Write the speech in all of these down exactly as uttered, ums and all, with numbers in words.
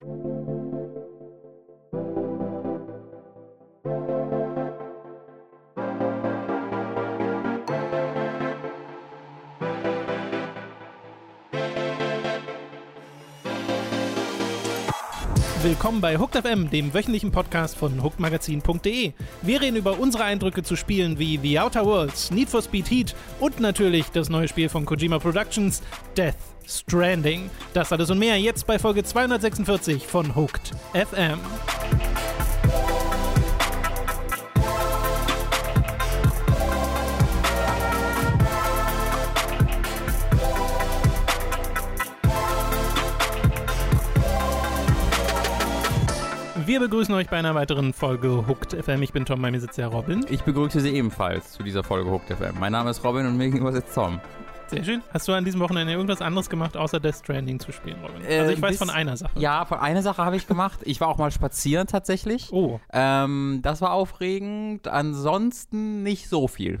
Willkommen bei Hooked F M, dem wöchentlichen Podcast von hooked magazin punkt de. Wir reden über unsere Eindrücke zu Spielen wie The Outer Worlds, Need for Speed Heat und natürlich das neue Spiel von Kojima Productions, Death Stranding. Das alles und mehr jetzt bei Folge zweihundertsechsundvierzig von Hooked F M. Wir begrüßen euch bei einer weiteren Folge Hooked F M. Ich bin Tom, bei mir sitzt der Robin. Ich begrüße Sie ebenfalls zu dieser Folge Hooked F M. Mein Name ist Robin und mir gegenüber sitzt Tom. Sehr schön. Hast du an diesem Wochenende irgendwas anderes gemacht, außer Death Stranding zu spielen, Robin? Also ich äh, weiß bis, von einer Sache. Ja, von einer Sache habe ich gemacht. Ich war auch mal spazieren tatsächlich. Oh. Ähm, das war aufregend. Ansonsten nicht so viel.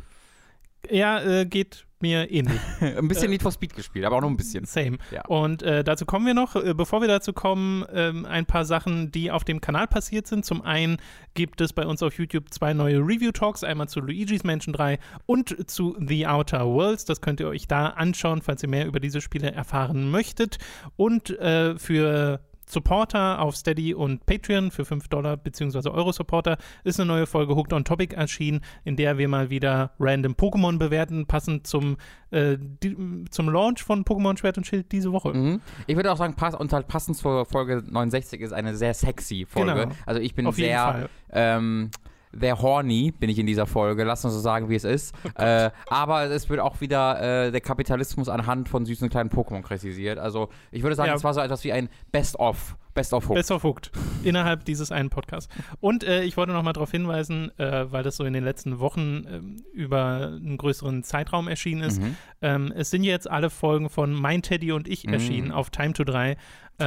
Ja, äh, geht mir ähnlich. Ein bisschen äh, Need for Speed gespielt, aber auch nur ein bisschen. Same. Ja. Und äh, dazu kommen wir noch. Äh, bevor wir dazu kommen, ähm, ein paar Sachen, die auf dem Kanal passiert sind. Zum einen gibt es bei uns auf YouTube zwei neue Review-Talks, einmal zu Luigi's Mansion drei und zu The Outer Worlds. Das könnt ihr euch da anschauen, falls ihr mehr über diese Spiele erfahren möchtet. Und äh, für Supporter auf Steady und Patreon für fünf Dollar bzw. Euro-Supporter ist eine neue Folge Hooked on Topic erschienen, in der wir mal wieder random Pokémon bewerten, passend zum, äh, die, zum Launch von Pokémon Schwert und Schild diese Woche. Mhm. Ich würde auch sagen, pass, und halt passend zur Folge neunundsechzig ist eine sehr sexy Folge. Genau. Also ich bin auf jeden sehr Fall. Ähm, sehr horny bin ich in dieser Folge, lass uns so sagen, wie es ist. Oh äh, aber es wird auch wieder äh, der Kapitalismus anhand von süßen kleinen Pokémon kritisiert. Also ich würde sagen, es ja. war so etwas wie ein Best-of. Best of Hooked. Best of Hooked. Innerhalb dieses einen Podcasts. Und äh, ich wollte noch mal darauf hinweisen, äh, weil das so in den letzten Wochen äh, über einen größeren Zeitraum erschienen ist. Mhm. Ähm, es sind jetzt alle Folgen von Mein Teddy und ich erschienen mhm. auf Time to drei. Äh,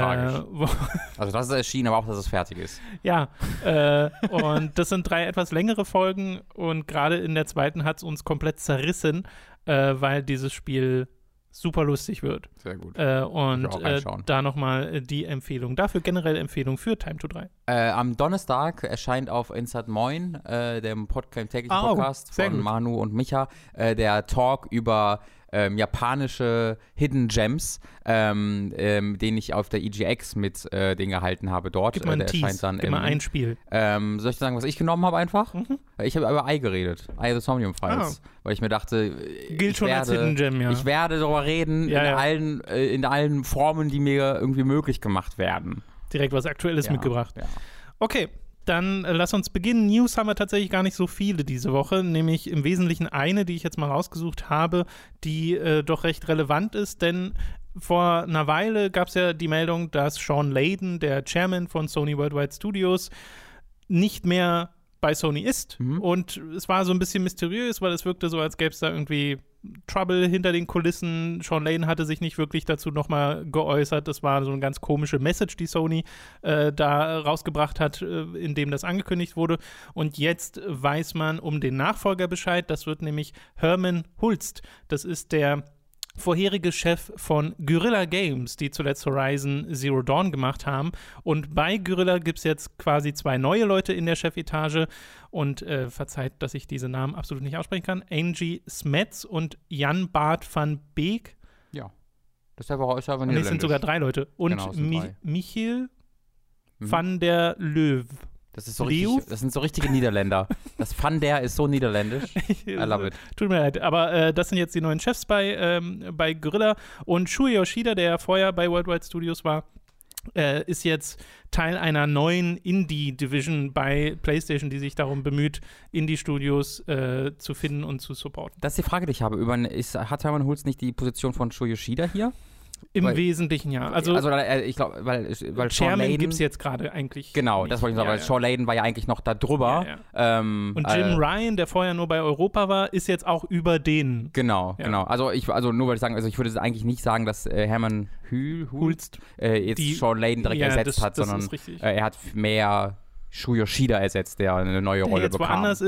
also das ist erschienen, aber auch, dass es fertig ist. Ja, äh, und das sind drei etwas längere Folgen und gerade in der zweiten hat es uns komplett zerrissen, äh, weil dieses Spiel super lustig wird. Sehr gut. Äh, und äh, da nochmal die Empfehlung. Dafür generell Empfehlung für Time to drei. Äh, am Donnerstag erscheint auf Insert Moin, äh, dem Pod- täglichen oh, Podcast von gut. Manu und Micha, äh, der Talk über ähm, japanische Hidden Gems, ähm, ähm, den ich auf der E G X mit äh, den gehalten habe dort. Gib mal einen äh, der Tease. erscheint dann Gib im, mal ein Spiel. Ähm, soll ich sagen, was ich genommen habe einfach? Mhm. Ich habe über Ei geredet. Ei the Somnium Files. Ah. Weil ich mir dachte, gilt ich schon werde, als Hidden Gem, ja. Ich werde darüber reden ja, in, ja. Allen, äh, in allen Formen, die mir irgendwie möglich gemacht werden. Direkt was Aktuelles ja, mitgebracht. Ja. Okay. Dann äh, lass uns beginnen. News haben wir tatsächlich gar nicht so viele diese Woche, nämlich im Wesentlichen eine, die ich jetzt mal rausgesucht habe, die äh, doch recht relevant ist, denn vor einer Weile gab es ja die Meldung, dass Sean Layden, der Chairman von Sony Worldwide Studios, nicht mehr bei Sony ist. Mhm. Und es war so ein bisschen mysteriös, weil es wirkte so, als gäbe es da irgendwie Trouble hinter den Kulissen. Sean Layden hatte sich nicht wirklich dazu nochmal geäußert. Das war so eine ganz komische Message, die Sony äh, da rausgebracht hat, äh, in dem das angekündigt wurde. Und jetzt weiß man um den Nachfolger Bescheid. Das wird nämlich Herman Hulst. Das ist der vorherige Chef von Guerrilla Games, die zuletzt Horizon Zero Dawn gemacht haben. Und bei Guerrilla gibt es jetzt quasi zwei neue Leute in der Chefetage. Und äh, verzeiht, dass ich diese Namen absolut nicht aussprechen kann. Angie Smets und Jan Bart van Beek. Ja, das ist aber, ist aber niederländisch. Es sind sogar drei Leute. Und genau, Mi- drei. Michiel mhm. van der Löw. Das, ist so richtig, das sind so richtige Niederländer. Das Van der ist so niederländisch. I love it. Tut mir leid, aber äh, das sind jetzt die neuen Chefs bei, ähm, bei Guerrilla. Und Shuei Yoshida, der vorher bei Worldwide Studios war, äh, ist jetzt Teil einer neuen Indie-Division bei PlayStation, die sich darum bemüht, Indie-Studios äh, zu finden und zu supporten. Das ist die Frage, die ich habe. Über, ist, hat Herman Hulst nicht die Position von Shuei Yoshida hier? Im weil, Wesentlichen, ja. Also, also ich glaube, weil, weil Chairman gibt es jetzt gerade eigentlich. Genau, nicht. das wollte ich sagen, ja, weil ja. Sean Layden war ja eigentlich noch da drüber. Ja, ja. Ähm, und Jim äh, Ryan, der vorher nur bei Europa war, ist jetzt auch über den. Genau, ja. genau. Also ich, also nur weil ich sagen, also ich würde eigentlich nicht sagen, dass äh, Herman Hül, Hulst äh, jetzt die, Sean Layden direkt ja, ersetzt das, hat, das sondern ist richtig. äh, er hat mehr Shuei Yoshida ersetzt, der eine neue der Rolle jetzt bekam. woanders ist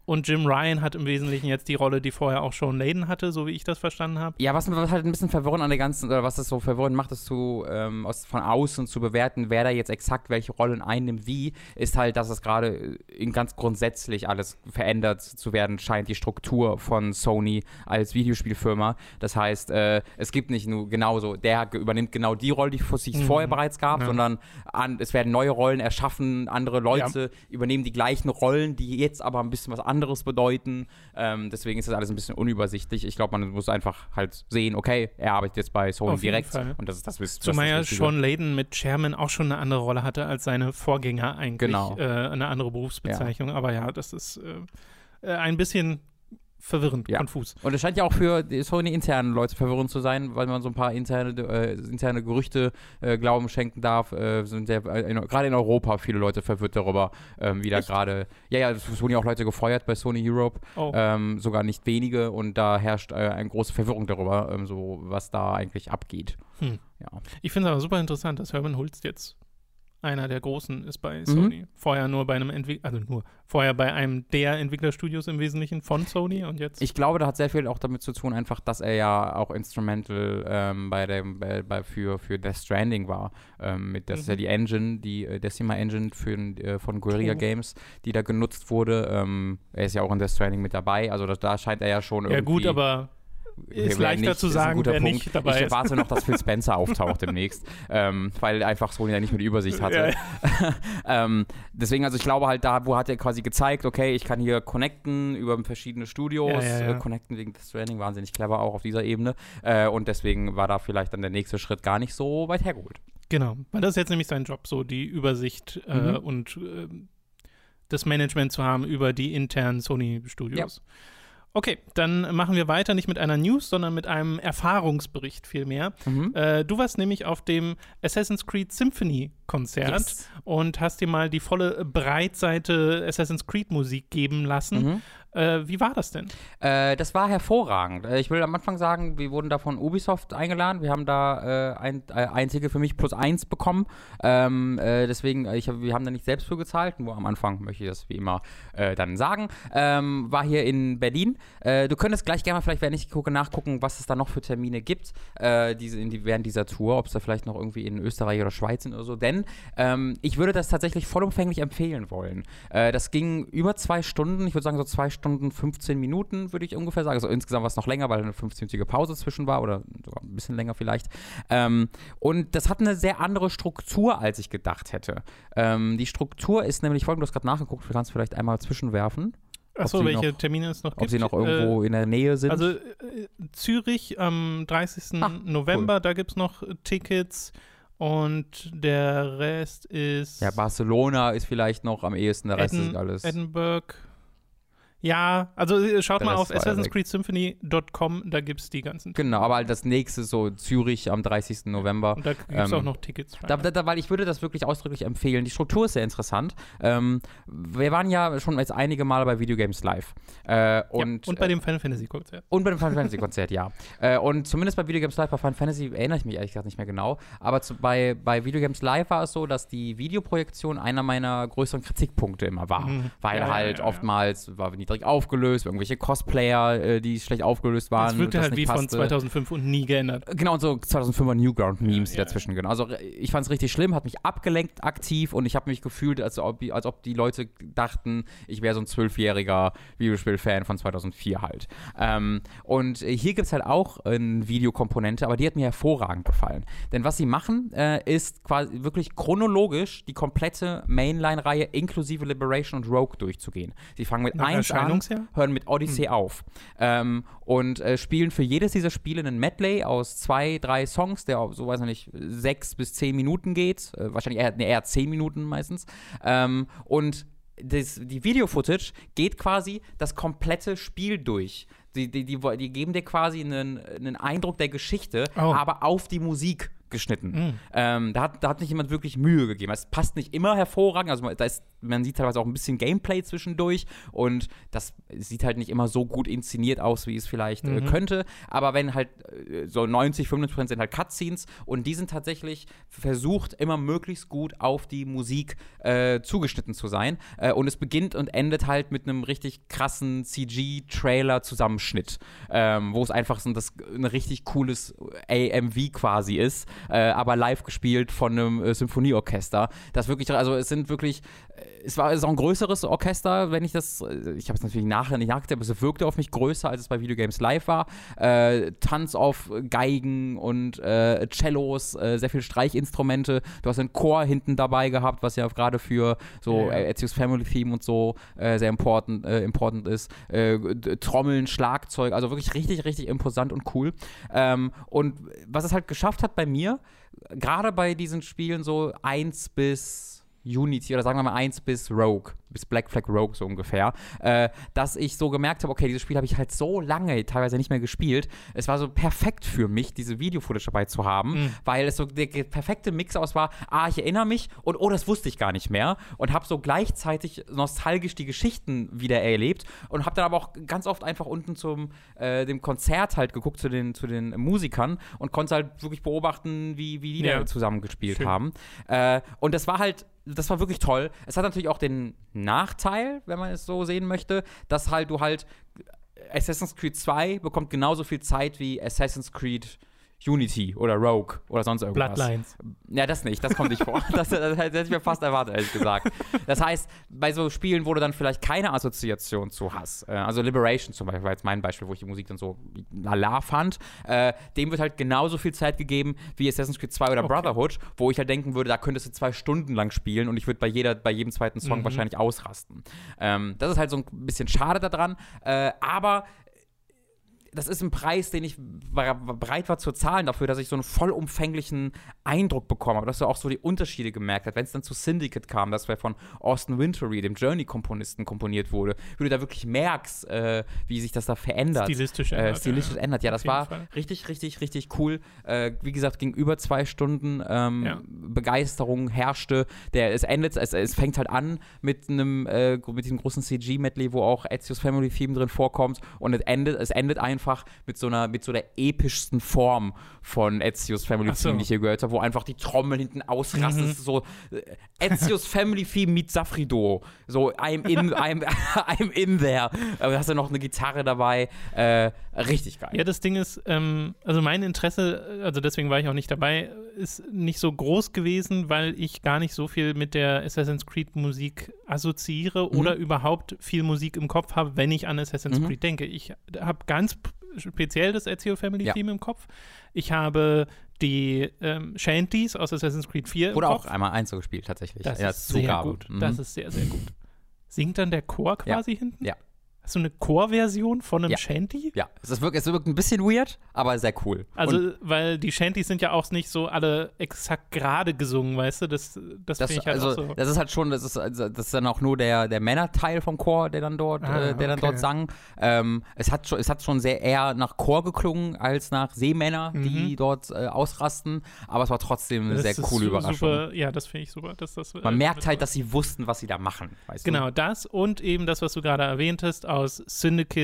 Und Jim Ryan hat im Wesentlichen jetzt die Rolle, die vorher auch Sean Layden hatte, so wie ich das verstanden habe. Ja, was, was halt ein bisschen verwirrend an der ganzen, oder was das so verwirrend macht, ist zu, ähm, aus, von außen zu bewerten, wer da jetzt exakt welche Rollen einnimmt, wie, ist halt, dass es gerade in ganz grundsätzlich alles verändert zu werden scheint, die Struktur von Sony als Videospielfirma. Das heißt, äh, es gibt nicht nur genauso, der übernimmt genau die Rolle, die es sich mhm. vorher bereits gab, ja. sondern an, es werden neue Rollen erschaffen, andere Leute ja. übernehmen die gleichen Rollen, die jetzt aber ein bisschen was anderes anderes bedeuten. Ähm, deswegen ist das alles ein bisschen unübersichtlich. Ich glaube, man muss einfach halt sehen, okay, er arbeitet jetzt bei Sony direkt und das ist das Wissen. Zumal ja Sean Layden mit Chairman auch schon eine andere Rolle hatte als seine Vorgänger eigentlich. Genau. Äh, eine andere Berufsbezeichnung. Ja. Aber ja, das ist äh, ein bisschen verwirrend, ja. konfus. Und es scheint ja auch für die Sony-internen Leute verwirrend zu sein, weil man so ein paar interne, äh, interne Gerüchte äh, Glauben schenken darf. Äh, sind sehr, äh, gerade in Europa viele Leute verwirrt darüber, ähm, wie da gerade, ja, ja, es wurden ja auch Leute gefeuert bei Sony Europe, oh. ähm, sogar nicht wenige, und da herrscht äh, eine große Verwirrung darüber, ähm, so was da eigentlich abgeht. Hm. Ja. Ich finde es aber super interessant, dass Herman Hulst jetzt einer der Großen ist bei Sony. Mhm. Vorher nur bei einem Entwickler, also nur vorher bei einem der Entwicklerstudios im Wesentlichen von Sony und jetzt. Ich glaube, da hat sehr viel auch damit zu tun, einfach, dass er ja auch instrumental ähm, bei dem, bei, bei, für, für Death Stranding war. Ähm, mit, das mhm. ist ja die Engine, die äh, Decima Engine für, äh, von Guerrilla oh. Games, die da genutzt wurde. Ähm, er ist ja auch in Death Stranding mit dabei, also das, da scheint er ja schon irgendwie. Ja gut, aber ist leichter nicht, zu sagen, wer Punkt. nicht dabei ich ist. Ich warte noch, dass Phil Spencer auftaucht demnächst, ähm, weil einfach Sony ja nicht mehr die Übersicht hatte. Ja. ähm, deswegen, also ich glaube halt, da wo hat er quasi gezeigt, okay, ich kann hier connecten über verschiedene Studios, ja, ja, ja. Äh, connecten wegen des Training, wahnsinnig clever auch auf dieser Ebene, äh, und deswegen war da vielleicht dann der nächste Schritt gar nicht so weit hergeholt. Genau, weil das ist jetzt nämlich sein Job, so die Übersicht äh, mhm. und äh, das Management zu haben über die internen Sony-Studios. Ja. Okay, dann machen wir weiter, nicht mit einer News, sondern mit einem Erfahrungsbericht vielmehr. Mhm. Äh, du warst nämlich auf dem Assassin's Creed Symphony Konzert yes. und hast dir mal die volle Breitseite Assassin's Creed Musik geben lassen. Mhm. Äh, wie war das denn? Äh, das war hervorragend. Ich will am Anfang sagen, wir wurden da von Ubisoft eingeladen. Wir haben da äh, ein, äh, ein Ticket für mich plus eins bekommen. Ähm, äh, deswegen, ich hab, wir haben da nicht selbst für gezahlt. Nur am Anfang möchte ich das wie immer äh, dann sagen. Ähm, war hier in Berlin. Äh, du könntest gleich gerne mal vielleicht, wenn ich gucke, nachgucken, was es da noch für Termine gibt äh, diese, in die, während dieser Tour. Ob es da vielleicht noch irgendwie in Österreich oder Schweiz sind oder so. Denn ähm, ich würde das tatsächlich vollumfänglich empfehlen wollen. Äh, das ging über zwei Stunden. Ich würde sagen so zwei Stunden. fünfzehn Minuten, würde ich ungefähr sagen. Also insgesamt war es noch länger, weil eine fünfzehnminütige Pause zwischen war oder sogar ein bisschen länger vielleicht. Ähm, und das hat eine sehr andere Struktur, als ich gedacht hätte. Ähm, die Struktur ist nämlich folgend, du hast gerade nachgeguckt, du kannst vielleicht einmal zwischenwerfen. Achso, welche noch, Termine es noch ob gibt. Ob sie noch irgendwo äh, in der Nähe sind. Also äh, Zürich am dreißigsten Ah, November, cool. Da gibt es noch Tickets. Und der Rest ist. Ja, Barcelona ist vielleicht noch am ehesten, der Rest Edin- ist alles. Edinburgh. Ja, also schaut mal auf Assassin's Creed Symphony Punkt com, da gibt es die ganzen. Genau, aber halt das nächste, so Zürich am dreißigsten November. Und da gibt es ähm, auch noch Tickets. Da, da, weil ich würde das wirklich ausdrücklich empfehlen. Die Struktur ist sehr interessant. Ähm, wir waren ja schon jetzt einige Male bei Video Games Live. Äh, und, ja, und bei dem Final Fantasy Konzert. Und bei dem Final Fantasy Konzert, ja. Äh, und zumindest bei Video Games Live, bei Final Fantasy erinnere ich mich ehrlich gesagt nicht mehr genau. Aber zu, bei, bei Video Games Live war es so, dass die Videoprojektion einer meiner größeren Kritikpunkte immer war. Mhm. Weil ja, halt ja, ja, oftmals ja. war niedrig aufgelöst, irgendwelche Cosplayer, äh, die schlecht aufgelöst waren. Das wirkte halt wie passte. Von zweitausendfünf und nie geändert. Genau, und so zweitausendfünfer Newground-Memes, ja, die dazwischen ja. gehen. Also ich fand es richtig schlimm, hat mich abgelenkt aktiv und ich habe mich gefühlt, als ob, als ob die Leute dachten, ich wäre so ein zwölfjähriger Videospiel-Fan von zweitausendvier halt. Ähm, und hier gibt es halt auch eine Videokomponente, aber die hat mir hervorragend gefallen. Denn was sie machen, äh, ist quasi wirklich chronologisch die komplette Mainline-Reihe inklusive Liberation und Rogue durchzugehen. Sie fangen mit eins an, hören mit Odyssey hm. auf ähm, und äh, spielen für jedes dieser Spiele einen Medley aus zwei, drei Songs, der so, weiß ich nicht, sechs bis zehn Minuten geht. Äh, wahrscheinlich eher, nee, eher zehn Minuten meistens. Ähm, und das, die Video-Footage geht quasi das komplette Spiel durch. Die, die, die, die geben dir quasi einen, einen Eindruck der Geschichte, oh. aber auf die Musik geschnitten. Mm. Ähm, da, hat, da hat nicht jemand wirklich Mühe gegeben. Es passt nicht immer hervorragend, also da ist, man sieht teilweise auch ein bisschen Gameplay zwischendurch und das sieht halt nicht immer so gut inszeniert aus, wie es vielleicht mhm. äh, könnte, aber wenn halt äh, so neunzig, fünfundneunzig Prozent sind halt Cutscenes und die sind tatsächlich versucht, immer möglichst gut auf die Musik äh, zugeschnitten zu sein äh, und es beginnt und endet halt mit einem richtig krassen C G-Trailer-Zusammenschnitt, ähm, wo es einfach so das, ein richtig cooles A M V quasi ist, Äh, aber live gespielt von einem äh, Symphonieorchester. Das wirklich, also es sind wirklich, äh, es war es ist auch ein größeres Orchester, wenn ich das, äh, ich habe es natürlich nachher nicht nachgedacht, aber es wirkte auf mich größer, als es bei Videogames Live war. Äh, Tanz auf Geigen und äh, Cellos, äh, sehr viel Streichinstrumente. Du hast einen Chor hinten dabei gehabt, was ja gerade für so ja. Ezio's Family Theme und so äh, sehr important, äh, important ist. Äh, Trommeln, Schlagzeug, also wirklich richtig, richtig imposant und cool. Ähm, und was es halt geschafft hat bei mir, gerade bei diesen Spielen so eins bis Unity oder sagen wir mal eins bis Rogue, bis Black Flag Rogue so ungefähr, äh, dass ich so gemerkt habe, okay, dieses Spiel habe ich halt so lange teilweise nicht mehr gespielt. Es war so perfekt für mich, diese Video-Footage dabei zu haben, mhm. weil es so der perfekte Mix aus war, ah, ich erinnere mich und oh, das wusste ich gar nicht mehr und habe so gleichzeitig nostalgisch die Geschichten wieder erlebt und habe dann aber auch ganz oft einfach unten zum äh, dem Konzert halt geguckt zu den, zu den Musikern und konnte halt wirklich beobachten, wie, wie die ja. da zusammengespielt Schön. haben. Äh, und das war halt Das war wirklich toll. Es hat natürlich auch den Nachteil, wenn man es so sehen möchte, dass halt du halt Assassin's Creed zwei bekommt genauso viel Zeit wie Assassin's Creed Unity oder Rogue oder sonst irgendwas. Bloodlines. Ja, das nicht, das kommt nicht vor. Das, das, das hätte ich mir fast erwartet, ehrlich gesagt. Das heißt, bei so Spielen, wo du dann vielleicht keine Assoziation zu hast, äh, also Liberation zum Beispiel war jetzt mein Beispiel, wo ich die Musik dann so lala fand, äh, dem wird halt genauso viel Zeit gegeben wie Assassin's Creed zwei oder okay. Brotherhood, wo ich halt denken würde, da könntest du zwei Stunden lang spielen und ich würde bei jeder, bei jedem zweiten Song mhm. wahrscheinlich ausrasten. Ähm, das ist halt so ein bisschen schade daran, äh, aber das ist ein Preis, den ich bereit war zu zahlen dafür, dass ich so einen vollumfänglichen Eindruck bekomme, aber dass du auch so die Unterschiede gemerkt hast. Wenn es dann zu Syndicate kam, das von Austin Wintory, dem Journey-Komponisten, komponiert wurde, wie du da wirklich merkst, äh, wie sich das da verändert. Stilistisch ändert. Äh, stilistisch ja, ändert, ja. Das war Fall. richtig, richtig, richtig cool. Äh, wie gesagt, ging über zwei Stunden. Ähm, ja. Begeisterung herrschte. Der, es endet, es, es fängt halt an mit einem, äh, mit diesem großen C G-Medley, wo auch Ezio's Family Theme drin vorkommt und es endet, es endet einfach mit so einer, mit so der epischsten Form von Ezio's Family so. Theme, die ich hier gehört habe, wo einfach die Trommel hinten ausrastet, mhm. so äh, Ezio's Family Theme mit Safrido, so I'm in, I'm, I'm in there, aber da hast du noch eine Gitarre dabei, äh, richtig geil. Ja, das Ding ist, ähm, also mein Interesse, also deswegen war ich auch nicht dabei, ist nicht so groß gewesen, weil ich gar nicht so viel mit der Assassin's Creed Musik assoziiere mhm. oder überhaupt viel Musik im Kopf habe, wenn ich an Assassin's mhm. Creed denke. Ich habe ganz speziell das Ezio Family ja. Theme im Kopf. Ich habe die ähm, Shanties aus Assassin's Creed vier im Oder Kopf. auch einmal eins so gespielt, tatsächlich. Das ja, ist sehr Zugabe. gut. Mhm. Das ist sehr, sehr gut. Singt dann der Chor quasi ja. hinten? Ja. Hast du eine Chorversion von einem ja. Shanty? Ja, es, ist wirklich, es wirkt ein bisschen weird, aber sehr cool. Also, und weil die Shanties sind ja auch nicht so alle exakt gerade gesungen, weißt du? Das, das, das finde ich halt also, auch so. Das ist halt schon, das ist, das ist dann auch nur der, der Männerteil vom Chor, der dann dort, ah, äh, der dann okay. dort sang. Ähm, es, hat schon, es hat schon sehr eher nach Chor geklungen als nach Seemänner, mhm. die dort äh, ausrasten. Aber es war trotzdem eine das sehr coole Überraschung. Super, ja, das finde ich super. Dass das, Man äh, merkt halt, dass sie wussten, was sie da machen. Weißt genau, du? das und eben das, was du gerade erwähnt hast, aus Syndicate,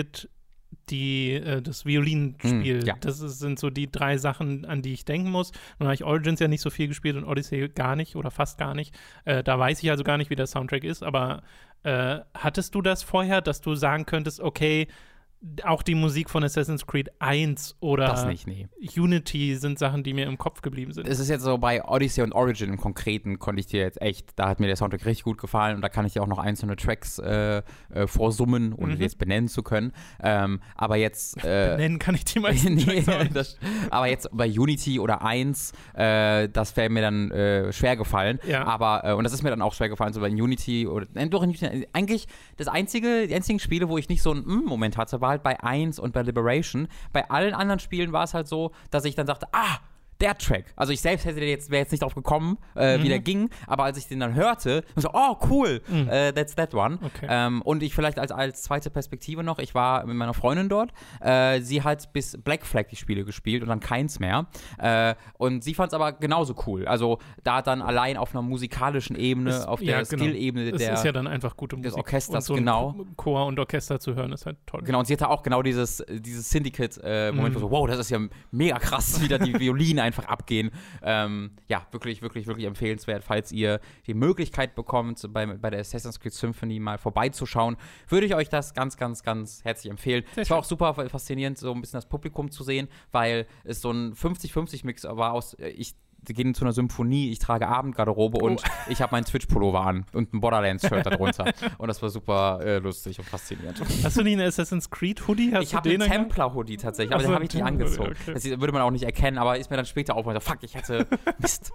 die, äh, das Violinspiel. Mm, ja. Das ist, sind so die drei Sachen, an die ich denken muss. Nun habe ich Origins ja nicht so viel gespielt und Odyssey gar nicht oder fast gar nicht. Äh, da weiß ich also gar nicht, wie der Soundtrack ist, aber äh, hattest du das vorher, dass du sagen könntest, okay, auch die Musik von Assassin's Creed eins oder das nicht, nee. Unity sind Sachen, die mir im Kopf geblieben sind. Es ist jetzt so, bei Odyssey und Origin im Konkreten konnte ich dir jetzt echt, da hat mir der Soundtrack richtig gut gefallen und da kann ich dir auch noch einzelne Tracks äh, äh, vorsummen, ohne mhm. die jetzt benennen zu können. Ähm, aber jetzt äh, benennen kann ich die meisten nee, das, aber jetzt bei Unity oder eins, äh, das wäre mir dann äh, schwer gefallen. Ja. Aber, äh, und das ist mir dann auch schwer gefallen, so bei Unity oder, nein, doch, Unity, eigentlich das einzige, die einzigen Spiele, wo ich nicht so einen Mm-Moment hatte, war halt bei eins und bei Liberation. Bei allen anderen Spielen war es halt so, dass ich dann sagte, ah, der Track. Also ich selbst hätte jetzt, wäre jetzt nicht drauf gekommen, äh, mhm. wie der ging, aber als ich den dann hörte, so, oh, cool, mhm. uh, that's that one. Okay. Ähm, und ich vielleicht als, als zweite Perspektive noch, ich war mit meiner Freundin dort, äh, sie hat bis Black Flag die Spiele gespielt und dann keins mehr. Äh, und sie fand es aber genauso cool. Also da dann allein auf einer musikalischen Ebene, es, auf der ja, genau. Skill-Ebene der, ist ja dann einfach gute Musik. des Orchesters, und so genau. Chor und Orchester zu hören, ist halt toll. Genau, und sie hatte auch genau dieses, dieses Syndicate-Moment, äh, Mhm. wo so, wow, das ist ja mega krass, wie da die Violinen einfach abgehen. Ähm, ja, wirklich, wirklich, wirklich empfehlenswert, falls ihr die Möglichkeit bekommt, bei, bei der Assassin's Creed Symphony mal vorbeizuschauen, würde ich euch das ganz, ganz, ganz herzlich empfehlen. Es war auch super faszinierend, so ein bisschen das Publikum zu sehen, weil es so ein fünfzig fünfzig Mix war aus, ich wir gehen zu einer Symphonie, ich trage Abendgarderobe oh. und ich habe meinen Twitch-Pullover an und ein Borderlands-Shirt darunter. Und das war super äh, lustig und faszinierend. Hast du nicht einen Assassin's Creed-Hoodie? Ich habe einen Templar-Hoodie tatsächlich, aber also, den habe ich nicht angezogen. Okay. Das würde man auch nicht erkennen, aber ist mir dann später aufgefallen, fuck, ich hatte Mist.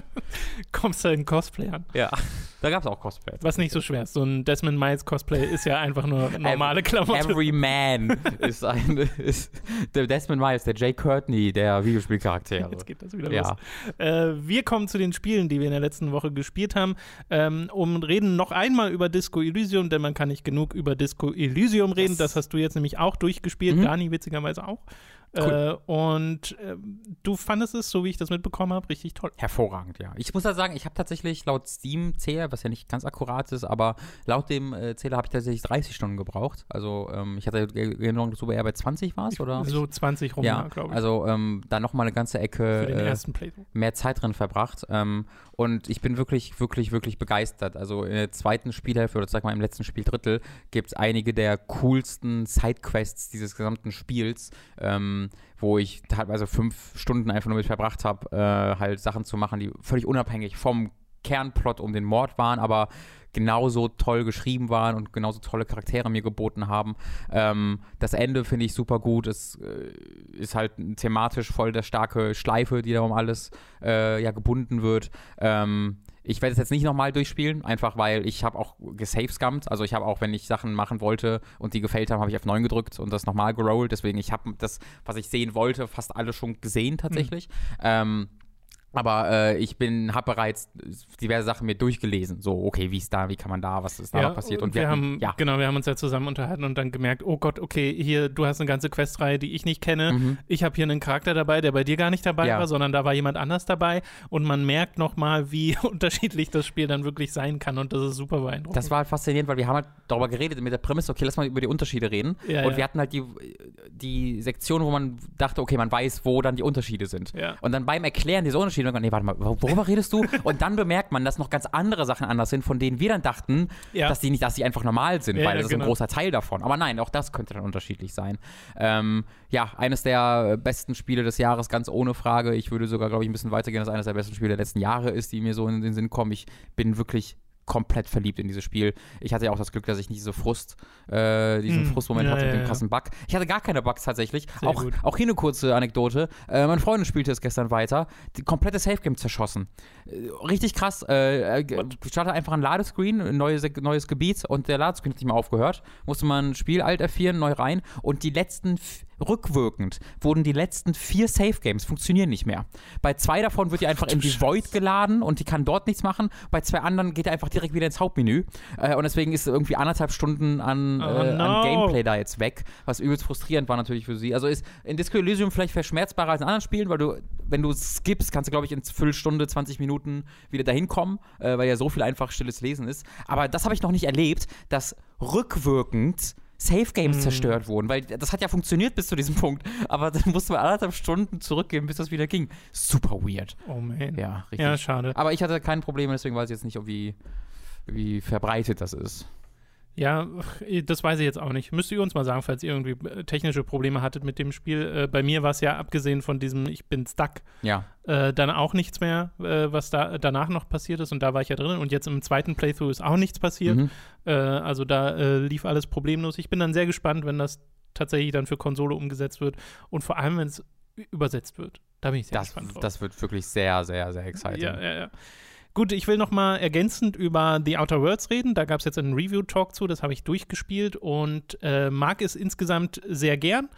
Kommst du in Cosplay an? Ja, da gab es auch Cosplay. Was nicht so schwer ist. So ein Desmond Miles Cosplay ist ja einfach nur normale Klamotten. Every man ist ein ist der Desmond Miles, der Jay Courtney der Videospielcharaktere. Jetzt geht das wieder ja. los. Äh, wir kommen zu den Spielen, die wir in der letzten Woche gespielt haben, ähm, und reden noch einmal über Disco Elysium, denn man kann nicht genug über Disco Elysium reden. Yes. Das hast du jetzt nämlich auch durchgespielt, mhm. Dani witzigerweise auch. Cool. Äh, und äh, du fandest es, so wie ich das mitbekommen habe, richtig toll. Hervorragend, ja. Ich muss da sagen, ich habe tatsächlich laut Steam-Zähler, was ja nicht ganz akkurat ist, aber laut dem äh, Zähler habe ich tatsächlich dreißig Stunden gebraucht. Also ähm, ich hatte Erinnerung, dass du eher bei zwanzig warst, oder? So zwanzig rum, ja, glaube ich. Also ähm, da nochmal eine ganze Ecke Für den äh, ersten Playthrough. mehr Zeit drin verbracht. Ähm, und ich bin wirklich, wirklich, wirklich begeistert. Also in der zweiten Spielhälfte, oder sag mal im letzten Spieldrittel, gibt es einige der coolsten Sidequests dieses gesamten Spiels, ähm, wo ich teilweise fünf Stunden einfach nur mit verbracht habe, äh, halt Sachen zu machen, die völlig unabhängig vom Kernplot um den Mord waren, aber genauso toll geschrieben waren und genauso tolle Charaktere mir geboten haben. Ähm, das Ende finde ich super gut. Es äh, ist halt thematisch voll der starke Schleife, die da um alles äh, ja, gebunden wird. Ähm, Ich werde es jetzt nicht nochmal durchspielen, einfach weil ich habe auch gesavescammt. Also ich habe auch, wenn ich Sachen machen wollte und die gefällt haben, habe ich F neun gedrückt und das nochmal gerollt. Deswegen, ich habe das, was ich sehen wollte, fast alles schon gesehen tatsächlich. Mhm. Ähm, Aber äh, ich bin, habe bereits diverse Sachen mir durchgelesen. So, okay, wie ist da, wie kann man da, was ist da ja, noch passiert? Und wir, wir haben, hatten, ja. genau, wir haben uns ja zusammen unterhalten und dann gemerkt, oh Gott, okay, hier, du hast eine ganze Questreihe, die ich nicht kenne. Mhm. Ich habe hier einen Charakter dabei, der bei dir gar nicht dabei ja. war, sondern da war jemand anders dabei. Und man merkt nochmal, wie unterschiedlich das Spiel dann wirklich sein kann. Und das ist super beeindruckend. Das war halt faszinierend, weil wir haben halt darüber geredet, mit der Prämisse, okay, lass mal über die Unterschiede reden. Ja, und ja. wir hatten halt die, die Sektion, wo man dachte, okay, man weiß, wo dann die Unterschiede sind. Ja. Und dann beim Erklären dieser Unterschiede, nee, warte mal, worüber redest du? Und dann bemerkt man, dass noch ganz andere Sachen anders sind, von denen wir dann dachten, ja. dass die nicht, dass die einfach normal sind, ja, weil das genau. ist ein großer Teil davon. Aber nein, auch das könnte dann unterschiedlich sein. Ähm, ja, eines der besten Spiele des Jahres, ganz ohne Frage. Ich würde sogar, glaube ich, ein bisschen weitergehen, dass eines der besten Spiele der letzten Jahre ist, die mir so in den Sinn kommen. Ich bin wirklich komplett verliebt in dieses Spiel. Ich hatte ja auch das Glück, dass ich nicht diese Frust, äh, diesen mm, Frustmoment ja, hatte mit ja, dem krassen Bug. Ich hatte gar keine Bugs tatsächlich. Auch, auch hier eine kurze Anekdote. Äh, meine Freundin spielte es gestern weiter. Die komplette Savegame zerschossen. Äh, richtig krass. Äh, startet einfach ein Ladescreen, ein neues, neues Gebiet und der Ladescreen hat nicht mehr aufgehört. Musste man Spiel Alt F vier neu rein und die letzten f- rückwirkend wurden die letzten vier Savegames funktionieren nicht mehr. Bei zwei davon wird die einfach in die Void geladen und die kann dort nichts machen. Bei zwei anderen geht er einfach direkt wieder ins Hauptmenü. Äh, und deswegen ist irgendwie anderthalb Stunden an, oh, äh, no. an Gameplay da jetzt weg, was übelst frustrierend war natürlich für sie. Also ist in Disco Elysium vielleicht verschmerzbarer als in anderen Spielen, weil du, wenn du skippst, kannst du, glaube ich, in Viertelstunde, zwanzig Minuten wieder dahin kommen, äh, weil ja so viel einfach stilles Lesen ist. Aber das habe ich noch nicht erlebt, dass rückwirkend Savegames mm. zerstört wurden, weil das hat ja funktioniert bis zu diesem Punkt, aber dann musste man anderthalb Stunden zurückgehen, bis das wieder ging. Super weird. Oh man. Ja, richtig. Ja, schade. Aber ich hatte keine Probleme, deswegen weiß ich jetzt nicht, ob wie, wie verbreitet das ist. Ja, das weiß ich jetzt auch nicht. Müsst ihr uns mal sagen, falls ihr irgendwie technische Probleme hattet mit dem Spiel. Äh, bei mir war es ja, abgesehen von diesem Ich bin stuck, ja. äh, dann auch nichts mehr, äh, was da danach noch passiert ist. Und da war ich ja drin. Und jetzt im zweiten Playthrough ist auch nichts passiert. Mhm. Äh, also da äh, lief alles problemlos. Ich bin dann sehr gespannt, wenn das tatsächlich dann für Konsole umgesetzt wird. Und vor allem, wenn es übersetzt wird. Da bin ich sehr das, gespannt drauf. Das wird wirklich sehr, sehr, sehr exciting. Ja, ja, ja. Gut, ich will noch mal ergänzend über The Outer Worlds reden. Da gab es jetzt einen Review-Talk zu, das habe ich durchgespielt und äh, mag es insgesamt sehr gern.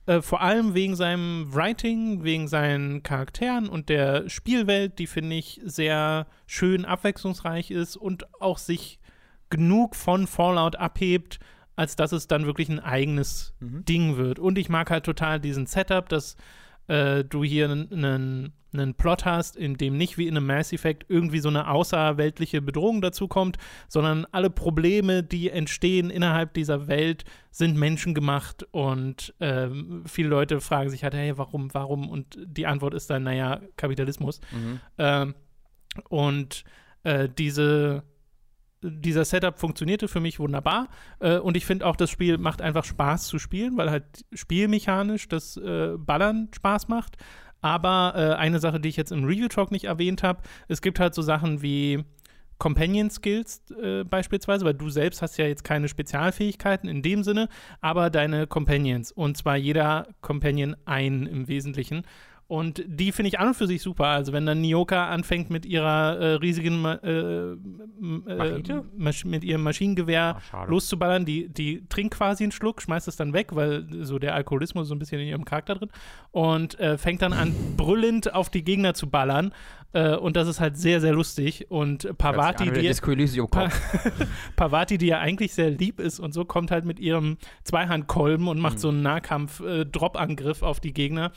Äh, vor allem wegen seinem Writing, wegen seinen Charakteren und der Spielwelt, die, finde ich, sehr schön abwechslungsreich ist und auch sich genug von Fallout abhebt, als dass es dann wirklich ein eigenes mhm. Ding wird. Und ich mag halt total diesen Setup, dass äh, du hier einen einen Plot hast, in dem nicht wie in einem Mass Effect irgendwie so eine außerweltliche Bedrohung dazukommt, sondern alle Probleme, die entstehen innerhalb dieser Welt, sind menschengemacht und ähm, viele Leute fragen sich halt, hey, warum, warum? Und die Antwort ist dann, naja, Kapitalismus. Mhm. Ähm, und äh, diese dieser Setup funktionierte für mich wunderbar äh, und ich finde auch, das Spiel macht einfach Spaß zu spielen, weil halt spielmechanisch das äh, Ballern Spaß macht. Aber äh, eine Sache, die ich jetzt im Review-Talk nicht erwähnt habe, es gibt halt so Sachen wie Companion-Skills äh, beispielsweise, weil du selbst hast ja jetzt keine Spezialfähigkeiten in dem Sinne, aber deine Companions, und zwar jeder Companion einen im Wesentlichen. Und die finde ich an und für sich super. Also wenn dann Nyoka anfängt mit ihrer äh, riesigen Ma- äh, äh, Masch- mit ihrem Maschinengewehr Ach, loszuballern, die, die trinkt quasi einen Schluck, schmeißt es dann weg, weil so der Alkoholismus so ein bisschen in ihrem Charakter drin und äh, fängt dann an, brüllend auf die Gegner zu ballern. Äh, und das ist halt sehr, sehr lustig. Und Parvati, die, pa- Parvati, die ja eigentlich sehr lieb ist und so, kommt halt mit ihrem Zweihandkolben und macht mhm. so einen Nahkampf-Drop-Angriff auf die Gegner,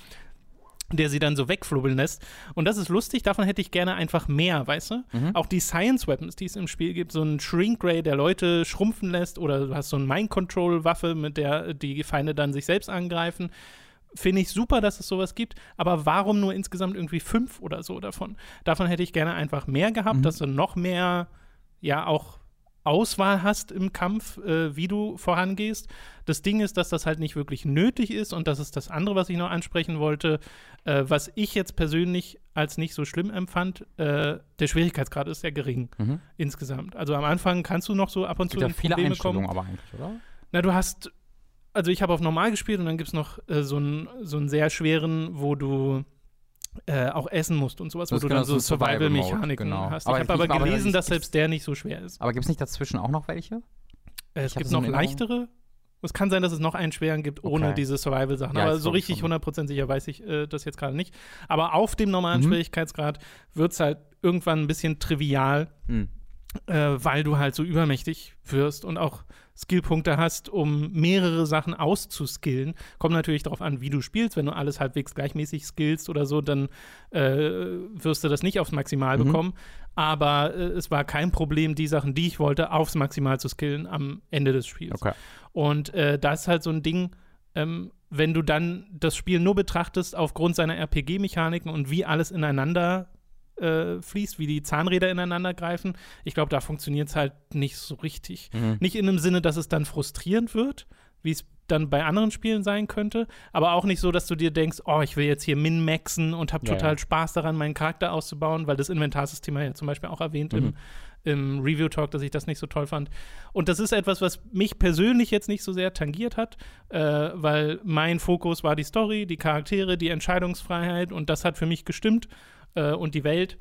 der sie dann so wegflubbeln lässt. Und das ist lustig, davon hätte ich gerne einfach mehr, weißt du? Mhm. Auch die Science-Weapons, die es im Spiel gibt, so ein Shrink-Ray, der Leute schrumpfen lässt, oder du hast so eine Mind-Control-Waffe, mit der die Feinde dann sich selbst angreifen. Finde ich super, dass es sowas gibt, aber warum nur insgesamt irgendwie fünf oder so davon? Davon hätte ich gerne einfach mehr gehabt, mhm. dass du noch mehr, ja, auch Auswahl hast im Kampf, äh, wie du vorangehst. Das Ding ist, dass das halt nicht wirklich nötig ist und das ist das andere, was ich noch ansprechen wollte, äh, was ich jetzt persönlich als nicht so schlimm empfand. Äh, der Schwierigkeitsgrad ist sehr gering mhm. insgesamt. Also am Anfang kannst du noch so ab und zu in viele Probleme Einstellungen kommen. Aber eigentlich, oder? Na, du hast, also ich habe auf normal gespielt und dann gibt es noch äh, so einen so einen sehr schweren, wo du Äh, auch essen musst und sowas, wo du dann so Survival-Mechaniken genau. hast. Ich habe aber gelesen, aber dass selbst der nicht so schwer ist. Aber gibt es nicht dazwischen auch noch welche? Äh, es gibt noch leichtere. Es kann sein, dass es noch einen schweren gibt, ohne okay. diese Survival-Sachen. Ja, aber so richtig hundert Prozent sicher weiß ich äh, das jetzt gerade nicht. Aber auf dem normalen mhm. Schwierigkeitsgrad wird es halt irgendwann ein bisschen trivial, mhm. äh, weil du halt so übermächtig wirst und auch Skillpunkte hast, um mehrere Sachen auszuskillen. Kommt natürlich darauf an, wie du spielst. Wenn du alles halbwegs gleichmäßig skillst oder so, dann äh, wirst du das nicht aufs Maximal mhm. bekommen. Aber äh, es war kein Problem, die Sachen, die ich wollte, aufs Maximal zu skillen am Ende des Spiels. Okay. Und äh, das ist halt so ein Ding, ähm, wenn du dann das Spiel nur betrachtest aufgrund seiner R P G-Mechaniken und wie alles ineinander Äh, fließt, wie die Zahnräder ineinander greifen. Ich glaube, da funktioniert es halt nicht so richtig. Mhm. Nicht in dem Sinne, dass es dann frustrierend wird, wie es dann bei anderen Spielen sein könnte, aber auch nicht so, dass du dir denkst, oh, ich will jetzt hier min-maxen und habe ja, total ja. Spaß daran, meinen Charakter auszubauen, weil das Inventarsystem ja zum Beispiel auch erwähnt mhm. im, im Review-Talk, dass ich das nicht so toll fand. Und das ist etwas, was mich persönlich jetzt nicht so sehr tangiert hat, äh, weil mein Fokus war die Story, die Charaktere, die Entscheidungsfreiheit und das hat für mich gestimmt. Und die Welt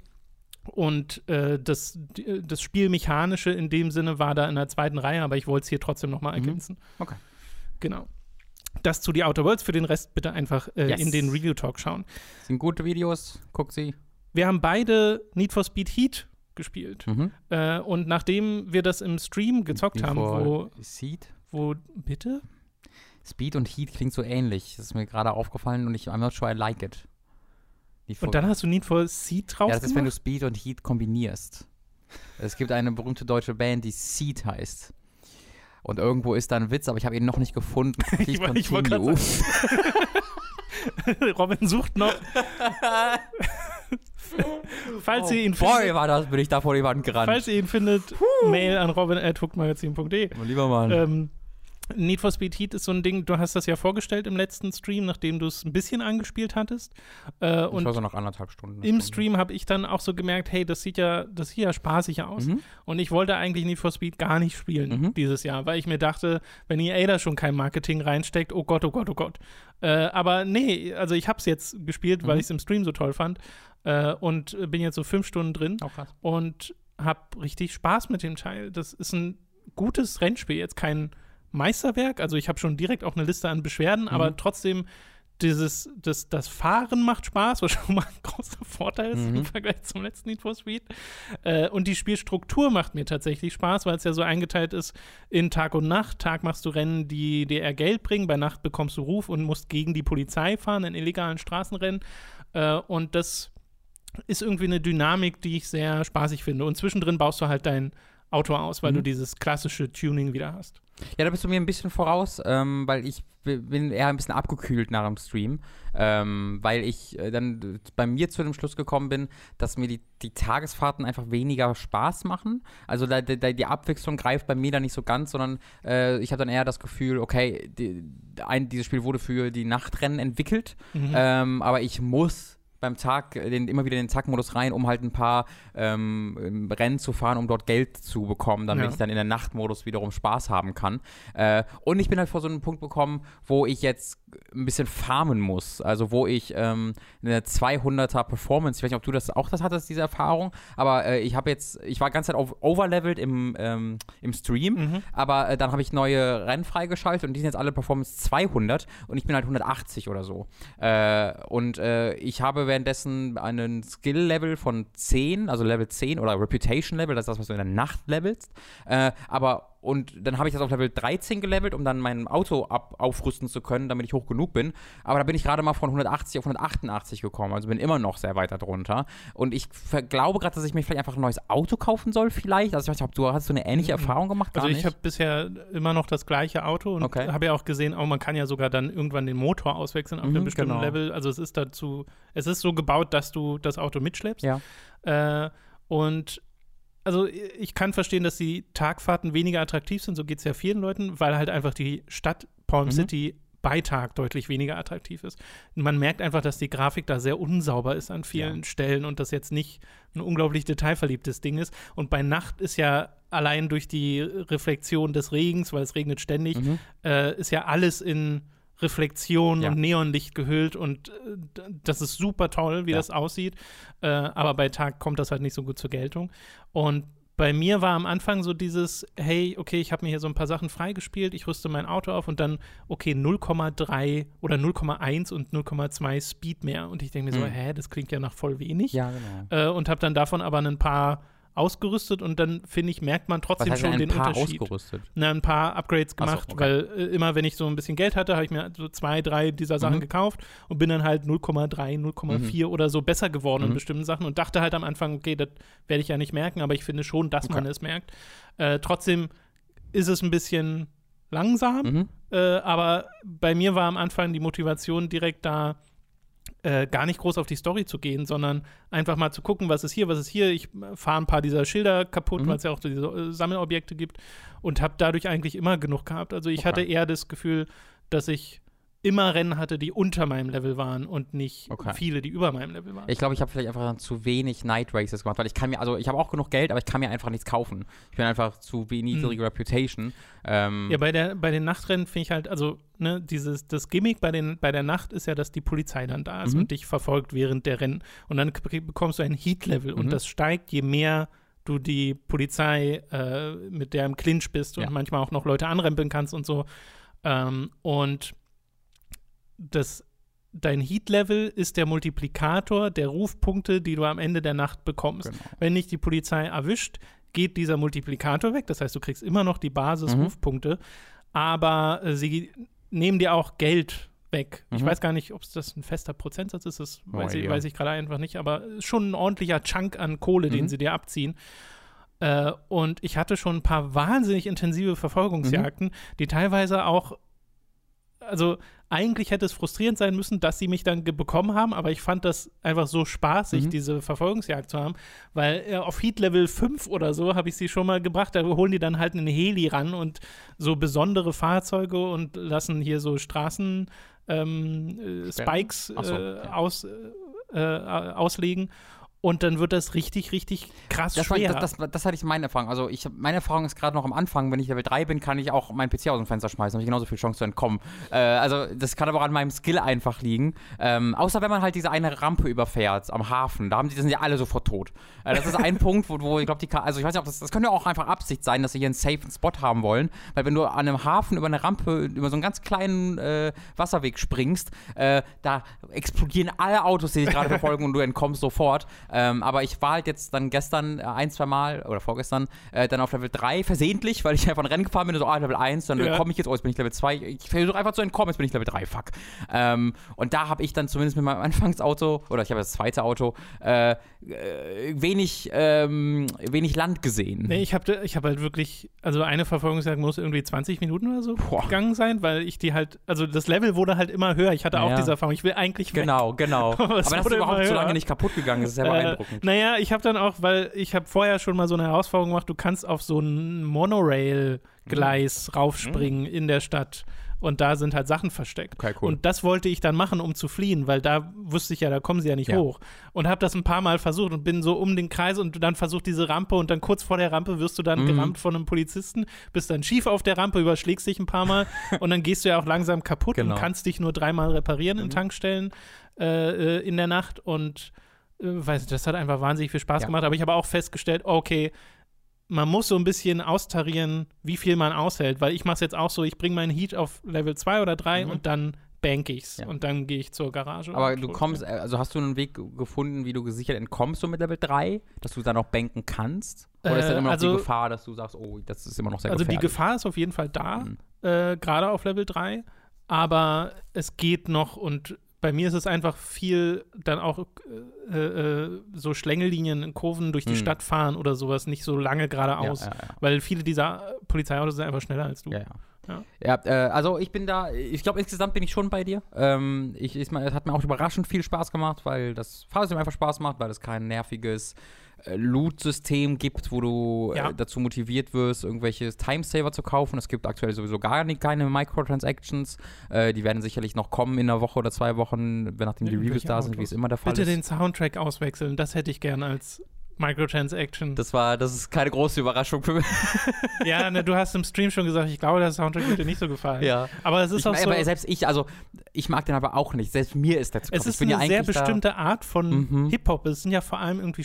und äh, das, das Spielmechanische in dem Sinne war da in der zweiten Reihe, aber ich wollte es hier trotzdem nochmal ergänzen. Mhm. Okay. Genau. Das zu die Outer Worlds, für den Rest bitte einfach äh, yes. in den Review-Talk schauen. Das sind gute Videos, guck sie. Wir haben beide Need for Speed Heat gespielt mhm. äh, und nachdem wir das im Stream gezockt Need haben, wo Seed? Wo, bitte? Speed und Heat klingt so ähnlich, das ist mir gerade aufgefallen und ich I'm not sure I like it. Und dann hast du Need for Seed drauf Ja, das gemacht? ist, wenn du Speed und Heat kombinierst. Es gibt eine berühmte deutsche Band, die Seed heißt. Und irgendwo ist da ein Witz, aber ich habe ihn noch nicht gefunden. ich ich wollte Robin sucht noch. Falls oh, ihr ihn findet. Boy, war das, bin ich da vor die Wand gerannt. Falls ihr ihn findet, Puh. Mail an robin at hookmagazin punkt de. Oh, lieber Mann. Ähm, Need for Speed Heat ist so ein Ding, du hast das ja vorgestellt im letzten Stream, nachdem du es ein bisschen angespielt hattest. Äh, und war so nach anderthalb Stunden. Im Stream habe ich dann auch so gemerkt, hey, das sieht ja, das sieht ja spaßig aus. Mhm. Und ich wollte eigentlich Need for Speed gar nicht spielen mhm. dieses Jahr, weil ich mir dachte, wenn E A da schon kein Marketing reinsteckt, oh Gott, oh Gott, oh Gott. Äh, aber nee, also ich habe es jetzt gespielt, mhm. weil ich es im Stream so toll fand äh, und bin jetzt so fünf Stunden drin oh, krass. Und habe richtig Spaß mit dem Teil. Das ist ein gutes Rennspiel, jetzt kein Meisterwerk. Also ich habe schon direkt auch eine Liste an Beschwerden, mhm. aber trotzdem dieses, das, das Fahren macht Spaß, was schon mal ein großer Vorteil ist mhm. im Vergleich zum letzten Need for Speed. Äh, und die Spielstruktur macht mir tatsächlich Spaß, weil es ja so eingeteilt ist in Tag und Nacht. Tag machst du Rennen, die dir eher Geld bringen, bei Nacht bekommst du Ruf und musst gegen die Polizei fahren in illegalen Straßenrennen. Äh, und das ist irgendwie eine Dynamik, die ich sehr spaßig finde. Und zwischendrin baust du halt dein Auto aus, weil mhm. du dieses klassische Tuning wieder hast. Ja, da bist du mir ein bisschen voraus, ähm, weil ich bin eher ein bisschen abgekühlt nach dem Stream, ähm, weil ich äh, dann bei mir zu dem Schluss gekommen bin, dass mir die, die Tagesfahrten einfach weniger Spaß machen. Also da, da, die Abwechslung greift bei mir da nicht so ganz, sondern äh, ich habe dann eher das Gefühl, okay, die, ein, dieses Spiel wurde für die Nachtrennen entwickelt, mhm. ähm, aber ich muss beim Tag den, immer wieder in den Zack-Modus rein, um halt ein paar ähm, Rennen zu fahren, um dort Geld zu bekommen, damit ja. ich dann in der Nachtmodus wiederum Spaß haben kann. Äh, und ich bin halt vor so einen Punkt gekommen, wo ich jetzt ein bisschen farmen muss. Also wo ich ähm, eine zweihunderter Performance, ich weiß nicht, ob du das auch das hattest, diese Erfahrung, aber äh, ich habe jetzt, ich war die ganze Zeit auf overlevelt im, ähm, im Stream, mhm. aber äh, dann habe ich neue Rennen freigeschaltet und die sind jetzt alle Performance zweihundert und ich bin halt hundertachtzig oder so. Äh, und äh, ich habe währenddessen einen Skill-Level von zehn, also Level zehn oder Reputation-Level, das ist das, was du in der Nacht levelst, äh, aber und dann habe ich das auf Level dreizehn gelevelt, um dann mein Auto ab- aufrüsten zu können, damit ich hoch genug bin. Aber da bin ich gerade mal von hundertachtzig auf hundertachtundachtzig gekommen. Also bin immer noch sehr weit darunter. Und ich ver- glaube gerade, dass ich mir vielleicht einfach ein neues Auto kaufen soll vielleicht. Also ich weiß nicht, ob du hast du eine ähnliche Erfahrung gemacht? Gar also ich habe bisher immer noch das gleiche Auto und okay. habe ja auch gesehen, oh, man kann ja sogar dann irgendwann den Motor auswechseln auf mhm, einem bestimmten genau. Level. Also es ist dazu, es ist so gebaut, dass du das Auto mitschleppst. Ja. Äh, und also ich kann verstehen, dass die Tagfahrten weniger attraktiv sind, so geht es ja vielen Leuten, weil halt einfach die Stadt Palm mhm. City bei Tag deutlich weniger attraktiv ist. Und man merkt einfach, dass die Grafik da sehr unsauber ist an vielen ja. Stellen und das jetzt nicht ein unglaublich detailverliebtes Ding ist. Und bei Nacht ist ja allein durch die Reflexion des Regens, weil es regnet ständig, mhm. äh, ist ja alles in Reflexion ja. und Neonlicht gehüllt und äh, das ist super toll, wie ja. das aussieht, äh, aber bei Tag kommt das halt nicht so gut zur Geltung. Und bei mir war am Anfang so dieses, hey, okay, ich habe mir hier so ein paar Sachen freigespielt, ich rüste mein Auto auf und dann, okay, null Komma drei oder null Komma eins und null Komma zwei Speed mehr. Und ich denke mir so, mhm. hä, das klingt ja nach voll wenig. Ja, genau. Äh, und habe dann davon aber ein paar ausgerüstet und dann, finde ich, merkt man trotzdem schon den paar Unterschied. Ausgerüstet? Na, ein paar Upgrades gemacht, so, okay. weil äh, immer, wenn ich so ein bisschen Geld hatte, habe ich mir so zwei, drei dieser Sachen mhm. gekauft und bin dann halt null Komma drei, null Komma vier mhm. oder so besser geworden mhm. in bestimmten Sachen und dachte halt am Anfang, okay, das werde ich ja nicht merken, aber ich finde schon, dass okay. man es merkt. Äh, trotzdem ist es ein bisschen langsam, mhm. äh, aber bei mir war am Anfang die Motivation direkt da, Äh, gar nicht groß auf die Story zu gehen, sondern einfach mal zu gucken, was ist hier, was ist hier. Ich fahre ein paar dieser Schilder kaputt, mhm. weil es ja auch diese äh, Sammelobjekte gibt und habe dadurch eigentlich immer genug gehabt. Also ich okay. hatte eher das Gefühl, dass ich immer Rennen hatte, die unter meinem Level waren und nicht okay. viele, die über meinem Level waren. Ich glaube, ich habe vielleicht einfach zu wenig Night Races gemacht, weil ich kann mir, also ich habe auch genug Geld, aber ich kann mir einfach nichts kaufen. Ich bin einfach zu wenig niedrige mhm. Reputation. Ähm ja, bei, der, bei den Nachtrennen finde ich halt, also ne, dieses, das Gimmick bei, den, bei der Nacht ist ja, dass die Polizei dann da ist mhm. und dich verfolgt während der Rennen. Und dann bekommst du ein Heat-Level mhm. und das steigt, je mehr du die Polizei äh, mit der im Clinch bist und ja. manchmal auch noch Leute anrempeln kannst und so. Ähm, und das, dein Heat-Level ist der Multiplikator der Rufpunkte, die du am Ende der Nacht bekommst. Genau. Wenn dich die Polizei erwischt, geht dieser Multiplikator weg. Das heißt, du kriegst immer noch die Basis-Rufpunkte, mhm. aber äh, sie nehmen dir auch Geld weg. Mhm. Ich weiß gar nicht, ob das ein fester Prozentsatz ist, das oh, weiß, ich, ja. weiß ich gerade einfach nicht, aber schon ein ordentlicher Chunk an Kohle, mhm. den sie dir abziehen. Äh, und ich hatte schon ein paar wahnsinnig intensive Verfolgungsjagden, mhm. die teilweise auch, also eigentlich hätte es frustrierend sein müssen, dass sie mich dann ge- bekommen haben, aber ich fand das einfach so spaßig, mhm. diese Verfolgungsjagd zu haben, weil äh, auf Heat Level fünf oder so habe ich sie schon mal gebracht, da holen die dann halt einen Heli ran und so besondere Fahrzeuge und lassen hier so Straßen ähm, äh, Spikes Ach so, äh, ja. aus, äh, auslegen Und dann wird das richtig, richtig krass das schwer. War, das, das, das hatte ich meine Erfahrung. Also ich, meine Erfahrung ist gerade noch am Anfang, wenn ich Level drei bin, kann ich auch meinen P C aus dem Fenster schmeißen. Habe ich genauso viel Chance zu entkommen. Äh, also das kann aber auch an meinem Skill einfach liegen. Ähm, außer wenn man halt diese eine Rampe überfährt am Hafen. Da haben die, das sind ja alle sofort tot. Äh, das ist ein Punkt, wo, wo ich glaube, die also ich weiß nicht, ob das, das könnte ja auch einfach Absicht sein, dass sie hier einen safen Spot haben wollen. Weil wenn du an einem Hafen über eine Rampe, über so einen ganz kleinen äh, Wasserweg springst, äh, da explodieren alle Autos, die dich gerade verfolgen und du entkommst sofort. Ähm, aber ich war halt jetzt dann gestern äh, ein, zwei Mal oder vorgestern äh, dann auf Level drei versehentlich, weil ich einfach ein Rennen gefahren bin und so, ah, Level eins, dann ja. komme ich jetzt, oh, jetzt bin ich Level zwei. Ich versuche einfach zu entkommen, jetzt bin ich Level drei, fuck. Ähm, und da habe ich dann zumindest mit meinem Anfangsauto, oder ich habe das zweite Auto, äh, wenig, ähm, wenig Land gesehen. Nee, ich habe ich hab halt wirklich, also eine Verfolgungsjagd muss irgendwie zwanzig Minuten oder so Boah. gegangen sein, weil ich die halt, also das Level wurde halt immer höher. Ich hatte ja. auch diese Erfahrung, ich will eigentlich weg. Genau, genau. Aber, Aber dass du überhaupt so lange nicht kaputt gegangen ist, ist sehr äh, beeindruckend. Naja, ich habe dann auch, weil ich habe vorher schon mal so eine Herausforderung gemacht, du kannst auf so ein Monorail-Gleis mhm. raufspringen mhm. in der Stadt. Und da sind halt Sachen versteckt. Okay, cool. Und das wollte ich dann machen, um zu fliehen, weil da wusste ich ja, da kommen sie ja nicht ja. hoch. Und habe das ein paar Mal versucht und bin so um den Kreis und dann versucht diese Rampe und dann kurz vor der Rampe wirst du dann mhm. gerammt von einem Polizisten, bist dann schief auf der Rampe, überschlägst dich ein paar Mal und dann gehst du ja auch langsam kaputt genau. und kannst dich nur dreimal reparieren mhm. in Tankstellen äh, in der Nacht und äh, weiß nicht, das hat einfach wahnsinnig viel Spaß ja. gemacht. Aber ich habe auch festgestellt, okay, man muss so ein bisschen austarieren, wie viel man aushält, weil ich mache es jetzt auch so, ich bringe meinen Heat auf Level zwei oder drei mhm. und dann bank ich's ja. und dann gehe ich zur Garage. Aber du kommst, also hast du einen Weg gefunden, wie du gesichert entkommst so mit Level drei, dass du dann auch banken kannst? Oder äh, ist dann immer noch also, die Gefahr, dass du sagst, oh, das ist immer noch sehr also gefährlich? Also die Gefahr ist auf jeden Fall da, mhm. äh, gerade auf Level drei, aber es geht noch und bei mir ist es einfach viel dann auch äh, äh, so Schlängellinien in Kurven durch die hm. Stadt fahren oder sowas, nicht so lange geradeaus, ja, ja, ja. weil viele dieser Polizeiautos sind einfach schneller als du. Ja, ja. Ja, ja äh, also ich bin da, ich glaube insgesamt bin ich schon bei dir. Ähm, ich, ich, es hat mir auch überraschend viel Spaß gemacht, weil das Fahrsystem einfach Spaß macht, weil es kein nerviges äh, Loot-System gibt, wo du ja. äh, dazu motiviert wirst, irgendwelche Timesaver zu kaufen. Es gibt aktuell sowieso gar nicht, keine Microtransactions. Äh, die werden sicherlich noch kommen in einer Woche oder zwei Wochen, wenn nachdem die Reviews da sind, wie es immer der Fall Bitte ist. Bitte den Soundtrack auswechseln, das hätte ich gern als Microtransaction. Das war, das ist keine große Überraschung für mich. Ja, ne, du hast im Stream schon gesagt, ich glaube, der Soundtrack wird dir nicht so gefallen. Ja. Aber es ist ich, auch so. Aber selbst ich, also ich mag den aber auch nicht. Selbst mir ist der zu Es ist ich bin eine ja sehr bestimmte da, Art von mhm. Hip-Hop. Es sind ja vor allem irgendwie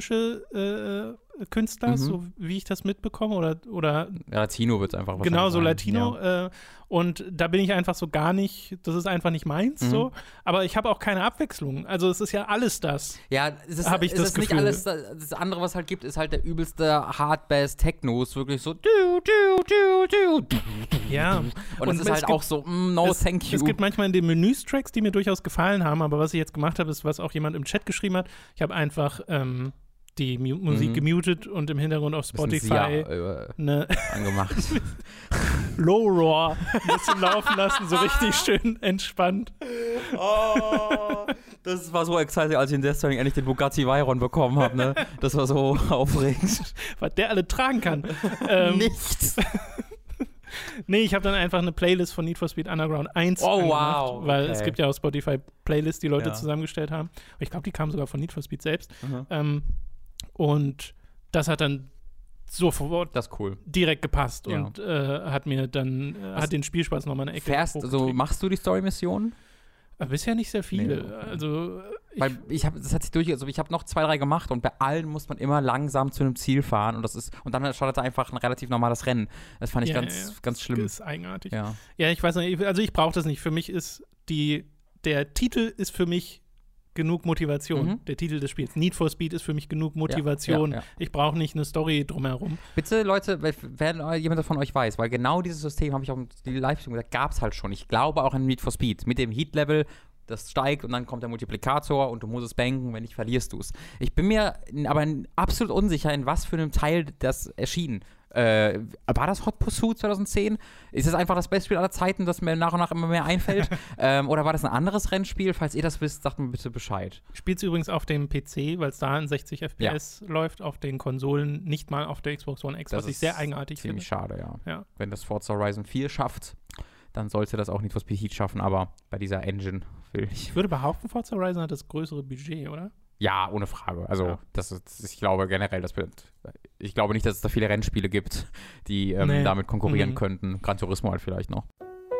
spanische äh, Künstler, mhm. so wie ich das mitbekomme. Oder, oder ja, Latino wird es einfach wahrscheinlich Genau, so sein. Latino. Ja. Äh, und da bin ich einfach so gar nicht, das ist einfach nicht meins. Mhm. So. Aber ich habe auch keine Abwechslung. Also es ist ja alles das. Ja, es ist, ich es das ist Gefühl. nicht alles. Das andere, was halt gibt, ist halt der übelste Hard-Bass-Techno. Ist wirklich so du, du, du, du. Ja. Und, und es ist halt gibt, auch so, mm, no es, thank you. Es gibt manchmal in den Menüs Tracks, die mir durchaus gefallen haben, aber was ich jetzt gemacht habe, ist, was auch jemand im Chat geschrieben hat. Ich habe einfach ähm, die Mu- Musik mhm. gemutet und im Hintergrund auf Spotify Sia, äh, ne angemacht. Low Roar ein bisschen laufen lassen, so richtig schön entspannt. Oh, das war so exciting, als ich in Death Stranding endlich den Bugatti Veyron bekommen habe, ne? Das war so aufregend. Was der alle tragen kann. ähm, Nichts. Nee, ich habe dann einfach eine Playlist von Need for Speed Underground eins oh, angemacht, wow, weil okay. es gibt ja auf Spotify Playlists, die Leute ja. zusammengestellt haben. Ich glaube, die kamen sogar von Need for Speed selbst. Mhm. Ähm, und das hat dann sofort das ist cool. direkt gepasst ja. und äh, hat mir dann äh, hat den Spielspaß nochmal eine Ecke fährst, also machst du die Story-Missionen? Bisher nicht sehr viele. Nee, okay. Also ich Weil ich habe, das hat sich durch, also ich habe noch zwei, drei gemacht und bei allen muss man immer langsam zu einem Ziel fahren und das ist und dann startet einfach ein relativ normales Rennen. Das fand ich ja, ganz, ja, ganz schlimm. Das ist eigenartig. Ja, ja ich weiß nicht, also ich brauche das nicht. Für mich ist die, der Titel ist für mich genug Motivation, mhm. der Titel des Spiels. Need for Speed ist für mich genug Motivation. Ja, ja, ja. Ich brauche nicht eine Story drumherum. Bitte, Leute, wenn jemand von euch weiß, weil genau dieses System, habe ich auch die Live-Stream gesagt, gab es halt schon. Ich glaube auch in Need for Speed. Mit dem Heat-Level, das steigt und dann kommt der Multiplikator und du musst es banken, wenn nicht, verlierst du es. Ich bin mir aber absolut unsicher, in was für einem Teil das erschien. Äh, war das Hot Pursuit zwanzig zehn? Ist das einfach das beste Spiel aller Zeiten, das mir nach und nach immer mehr einfällt? ähm, oder war das ein anderes Rennspiel? Falls ihr das wisst, sagt mir bitte Bescheid. Spielt es übrigens auf dem P C, weil es da in sechzig F P S ja. läuft, auf den Konsolen, nicht mal auf der Xbox One X, das was ich sehr eigenartig finde. Ziemlich schade, ja. ja. Wenn das Forza Horizon vier schafft, dann sollte das auch nicht was Speed Heat schaffen, aber bei dieser Engine will ich. Ich würde behaupten, Forza Horizon hat das größere Budget, oder? Ja, ohne Frage. Also ja. das ist, ich glaube generell, dass wir, ich glaube nicht, dass es da viele Rennspiele gibt, die ähm, nee. damit konkurrieren mhm. könnten. Gran Turismo halt vielleicht noch.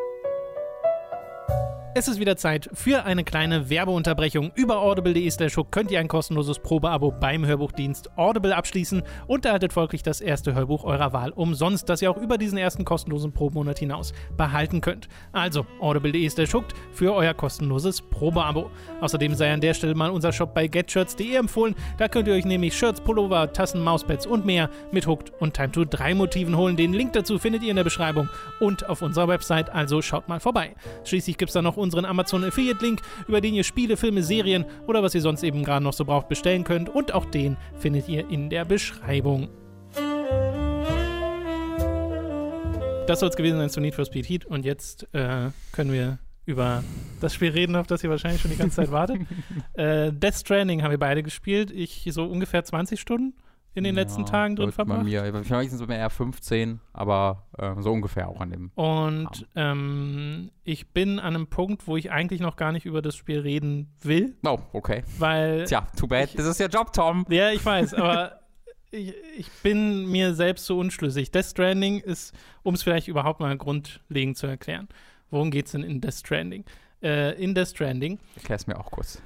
Es ist wieder Zeit für eine kleine Werbeunterbrechung. Über audible.de slash hook könnt ihr ein kostenloses Probeabo beim Hörbuchdienst Audible abschließen und erhaltet folglich das erste Hörbuch eurer Wahl umsonst, das ihr auch über diesen ersten kostenlosen Probemonat hinaus behalten könnt. Also audible.de slash hook für euer kostenloses Probeabo. Außerdem sei an der Stelle mal unser Shop bei getshirts punkt de empfohlen. Da könnt ihr euch nämlich Shirts, Pullover, Tassen, Mauspads und mehr mit Hooked und Time to drei Motiven holen. Den Link dazu findet ihr in der Beschreibung und auf unserer Website, also schaut mal vorbei. Schließlich gibt es da noch unseren Amazon Affiliate-Link, über den ihr Spiele, Filme, Serien oder was ihr sonst eben gerade noch so braucht bestellen könnt und auch den findet ihr in der Beschreibung. Das soll es gewesen sein zu Need for Speed Heat und jetzt äh, können wir über das Spiel reden, auf das ihr wahrscheinlich schon die ganze Zeit wartet. äh, Death Stranding haben wir beide gespielt, ich so ungefähr zwanzig Stunden in den ja, letzten Tagen drin verbracht. Bei mir, vielleicht sind es eher fünfzehn, aber äh, so ungefähr auch an dem. Und ähm, ich bin an einem Punkt, wo ich eigentlich noch gar nicht über das Spiel reden will. Oh, okay. Weil Tja, too bad. Ich, das ist ja Job, Tom. Ja, ich weiß, aber ich, ich bin mir selbst so unschlüssig. Death Stranding ist, um es vielleicht überhaupt mal grundlegend zu erklären. Worum geht es denn in Death Stranding? Äh, in Death Stranding. Erklär es mir auch kurz.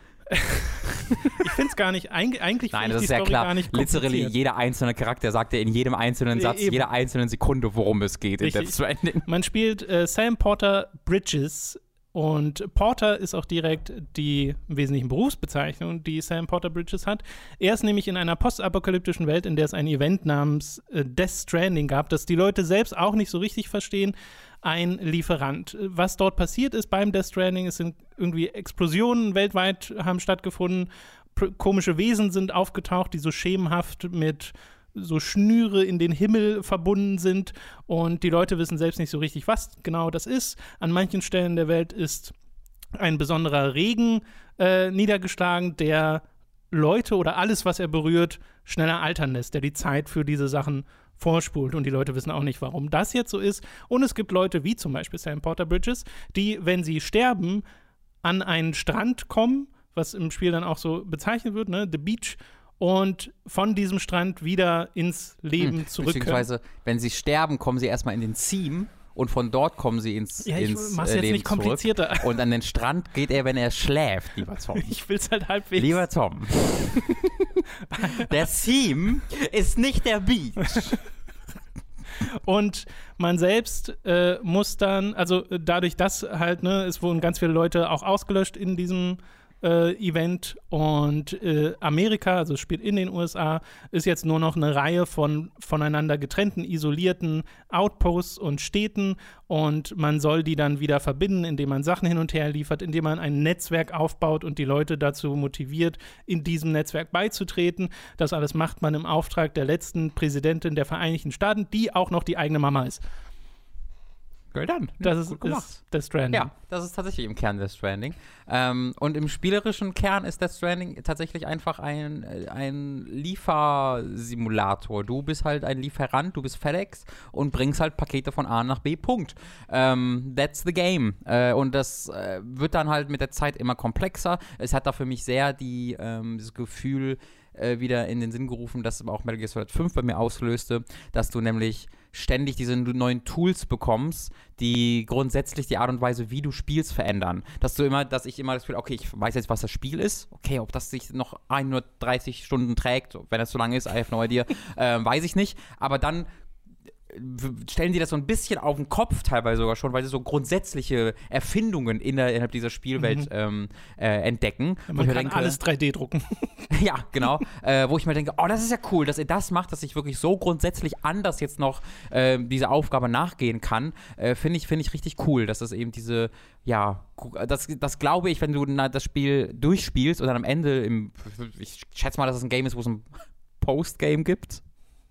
Ich finde es gar nicht, eigentlich Nein, das ist ja klar. Literally jeder einzelne Charakter sagt ja in jedem einzelnen Satz, Eben. jeder einzelnen Sekunde, worum es geht in Death Stranding. Man spielt äh, Sam Porter Bridges und Porter ist auch direkt die im Wesentlichen Berufsbezeichnung, die Sam Porter Bridges hat. Er ist nämlich in einer postapokalyptischen Welt, in der es ein Event namens äh, Death Stranding gab, das die Leute selbst auch nicht so richtig verstehen, ein Lieferant. Was dort passiert ist beim Death Stranding, es sind irgendwie Explosionen weltweit haben stattgefunden, P- komische Wesen sind aufgetaucht, die so schemenhaft mit so Schnüre in den Himmel verbunden sind und die Leute wissen selbst nicht so richtig, was genau das ist. An manchen Stellen der Welt ist ein besonderer Regen äh, niedergeschlagen, der Leute oder alles, was er berührt, schneller altern lässt, der die Zeit für diese Sachen vorspult und die Leute wissen auch nicht, warum das jetzt so ist. Und es gibt Leute, wie zum Beispiel Sam Porter Bridges, die, wenn sie sterben, an einen Strand kommen, was im Spiel dann auch so bezeichnet wird, ne, The Beach, und von diesem Strand wieder ins Leben hm, zurückkehren. Beziehungsweise, wenn sie sterben, kommen sie erstmal in den Theme und von dort kommen sie ins, ja, ich ins mach's äh, jetzt Leben nicht komplizierter. zurück. Und an den Strand geht er, wenn er schläft, lieber Tom. Ich will's halt halbwegs. Lieber Tom, der Theme ist nicht der Beach. Und man selbst äh, muss dann, also äh, dadurch, dass halt, ne, es wurden ganz viele Leute auch ausgelöscht in diesem äh, Event und äh, Amerika, also es spielt in den U S A, ist jetzt nur noch eine Reihe von voneinander getrennten, isolierten Outposts und Städten und man soll die dann wieder verbinden, indem man Sachen hin und her liefert, indem man ein Netzwerk aufbaut und die Leute dazu motiviert, in diesem Netzwerk beizutreten. Das alles macht man im Auftrag der letzten Präsidentin der Vereinigten Staaten, die auch noch die eigene Mama ist. Well done. Das ist, ist Death Stranding. Ja, das ist tatsächlich im Kern Death Stranding. Ähm, und im spielerischen Kern ist Death Stranding tatsächlich einfach ein, ein Liefersimulator. Du bist halt ein Lieferant, du bist FedEx und bringst halt Pakete von A nach B, Punkt. Ähm, that's the game. Äh, und das äh, wird dann halt mit der Zeit immer komplexer. Es hat da für mich sehr die, ähm, das Gefühl äh, wieder in den Sinn gerufen, das auch Metal Gear Solid fünf bei mir auslöste, dass du nämlich ständig diese neuen Tools bekommst, die grundsätzlich die Art und Weise, wie du spielst, verändern. Dass du immer, dass ich immer das Gefühl, okay, ich weiß jetzt, was das Spiel ist. Okay, ob das sich noch hundertdreißig Stunden trägt, wenn das so lange ist, I have no idea, äh, weiß ich nicht. Aber dann stellen die das so ein bisschen auf den Kopf teilweise sogar schon, weil sie so grundsätzliche Erfindungen innerhalb dieser Spielwelt mhm. ähm, äh, entdecken. Ja, man kann denke, alles drei D drucken. Ja, genau. äh, wo ich mir denke, oh, das ist ja cool, dass ihr das macht, dass ich wirklich so grundsätzlich anders jetzt noch äh, diese Aufgabe nachgehen kann. Äh, Finde ich, find ich richtig cool, dass das eben diese, ja, das, das glaube ich, wenn du na, das Spiel durchspielst und dann am Ende, im, ich schätze mal, dass es ein Game ist, wo es ein Postgame gibt.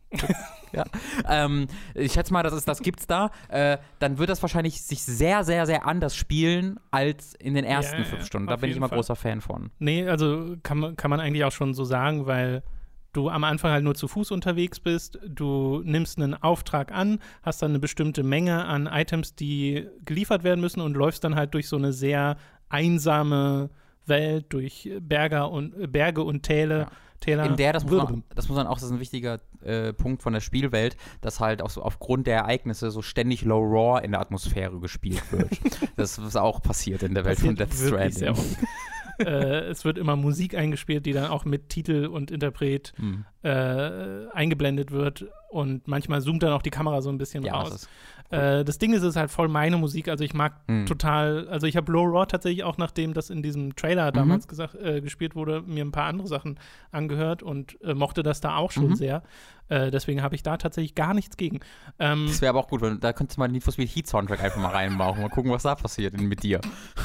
Ja. ähm, ich schätze mal, das, ist, das gibt's da. Äh, dann wird das wahrscheinlich sich sehr, sehr, sehr anders spielen als in den ersten ja, fünf Stunden. Da bin ich immer Fall. großer Fan von. Nee, also kann man, kann man eigentlich auch schon so sagen, weil du am Anfang halt nur zu Fuß unterwegs bist, du nimmst einen Auftrag an, hast dann eine bestimmte Menge an Items, die geliefert werden müssen und läufst dann halt durch so eine sehr einsame Welt, durch Berge und, Berge und Täler. Ja. Täler. In der, das muss, man, das muss man auch, das ist ein wichtiger äh, Punkt von der Spielwelt, dass halt auch so aufgrund der Ereignisse so ständig Low Roar in der Atmosphäre gespielt wird. Das ist auch passiert in der Welt von Death Stranding. äh, es wird immer Musik eingespielt, die dann auch mit Titel und Interpret hm. äh, eingeblendet wird und manchmal zoomt dann auch die Kamera so ein bisschen ja, raus. Das, cool. äh, das Ding ist, es ist halt voll meine Musik, also ich mag hm. total, also ich habe Low Roar tatsächlich auch, nachdem das in diesem Trailer damals mhm. gesagt, äh, gespielt wurde, mir ein paar andere Sachen angehört und äh, mochte das da auch schon mhm. sehr. Äh, deswegen habe ich da tatsächlich gar nichts gegen. Ähm, das wäre aber auch gut, weil da könntest du mal einen Need for Speed Heat Soundtrack einfach mal reinmachen. Mal gucken, was da passiert mit dir.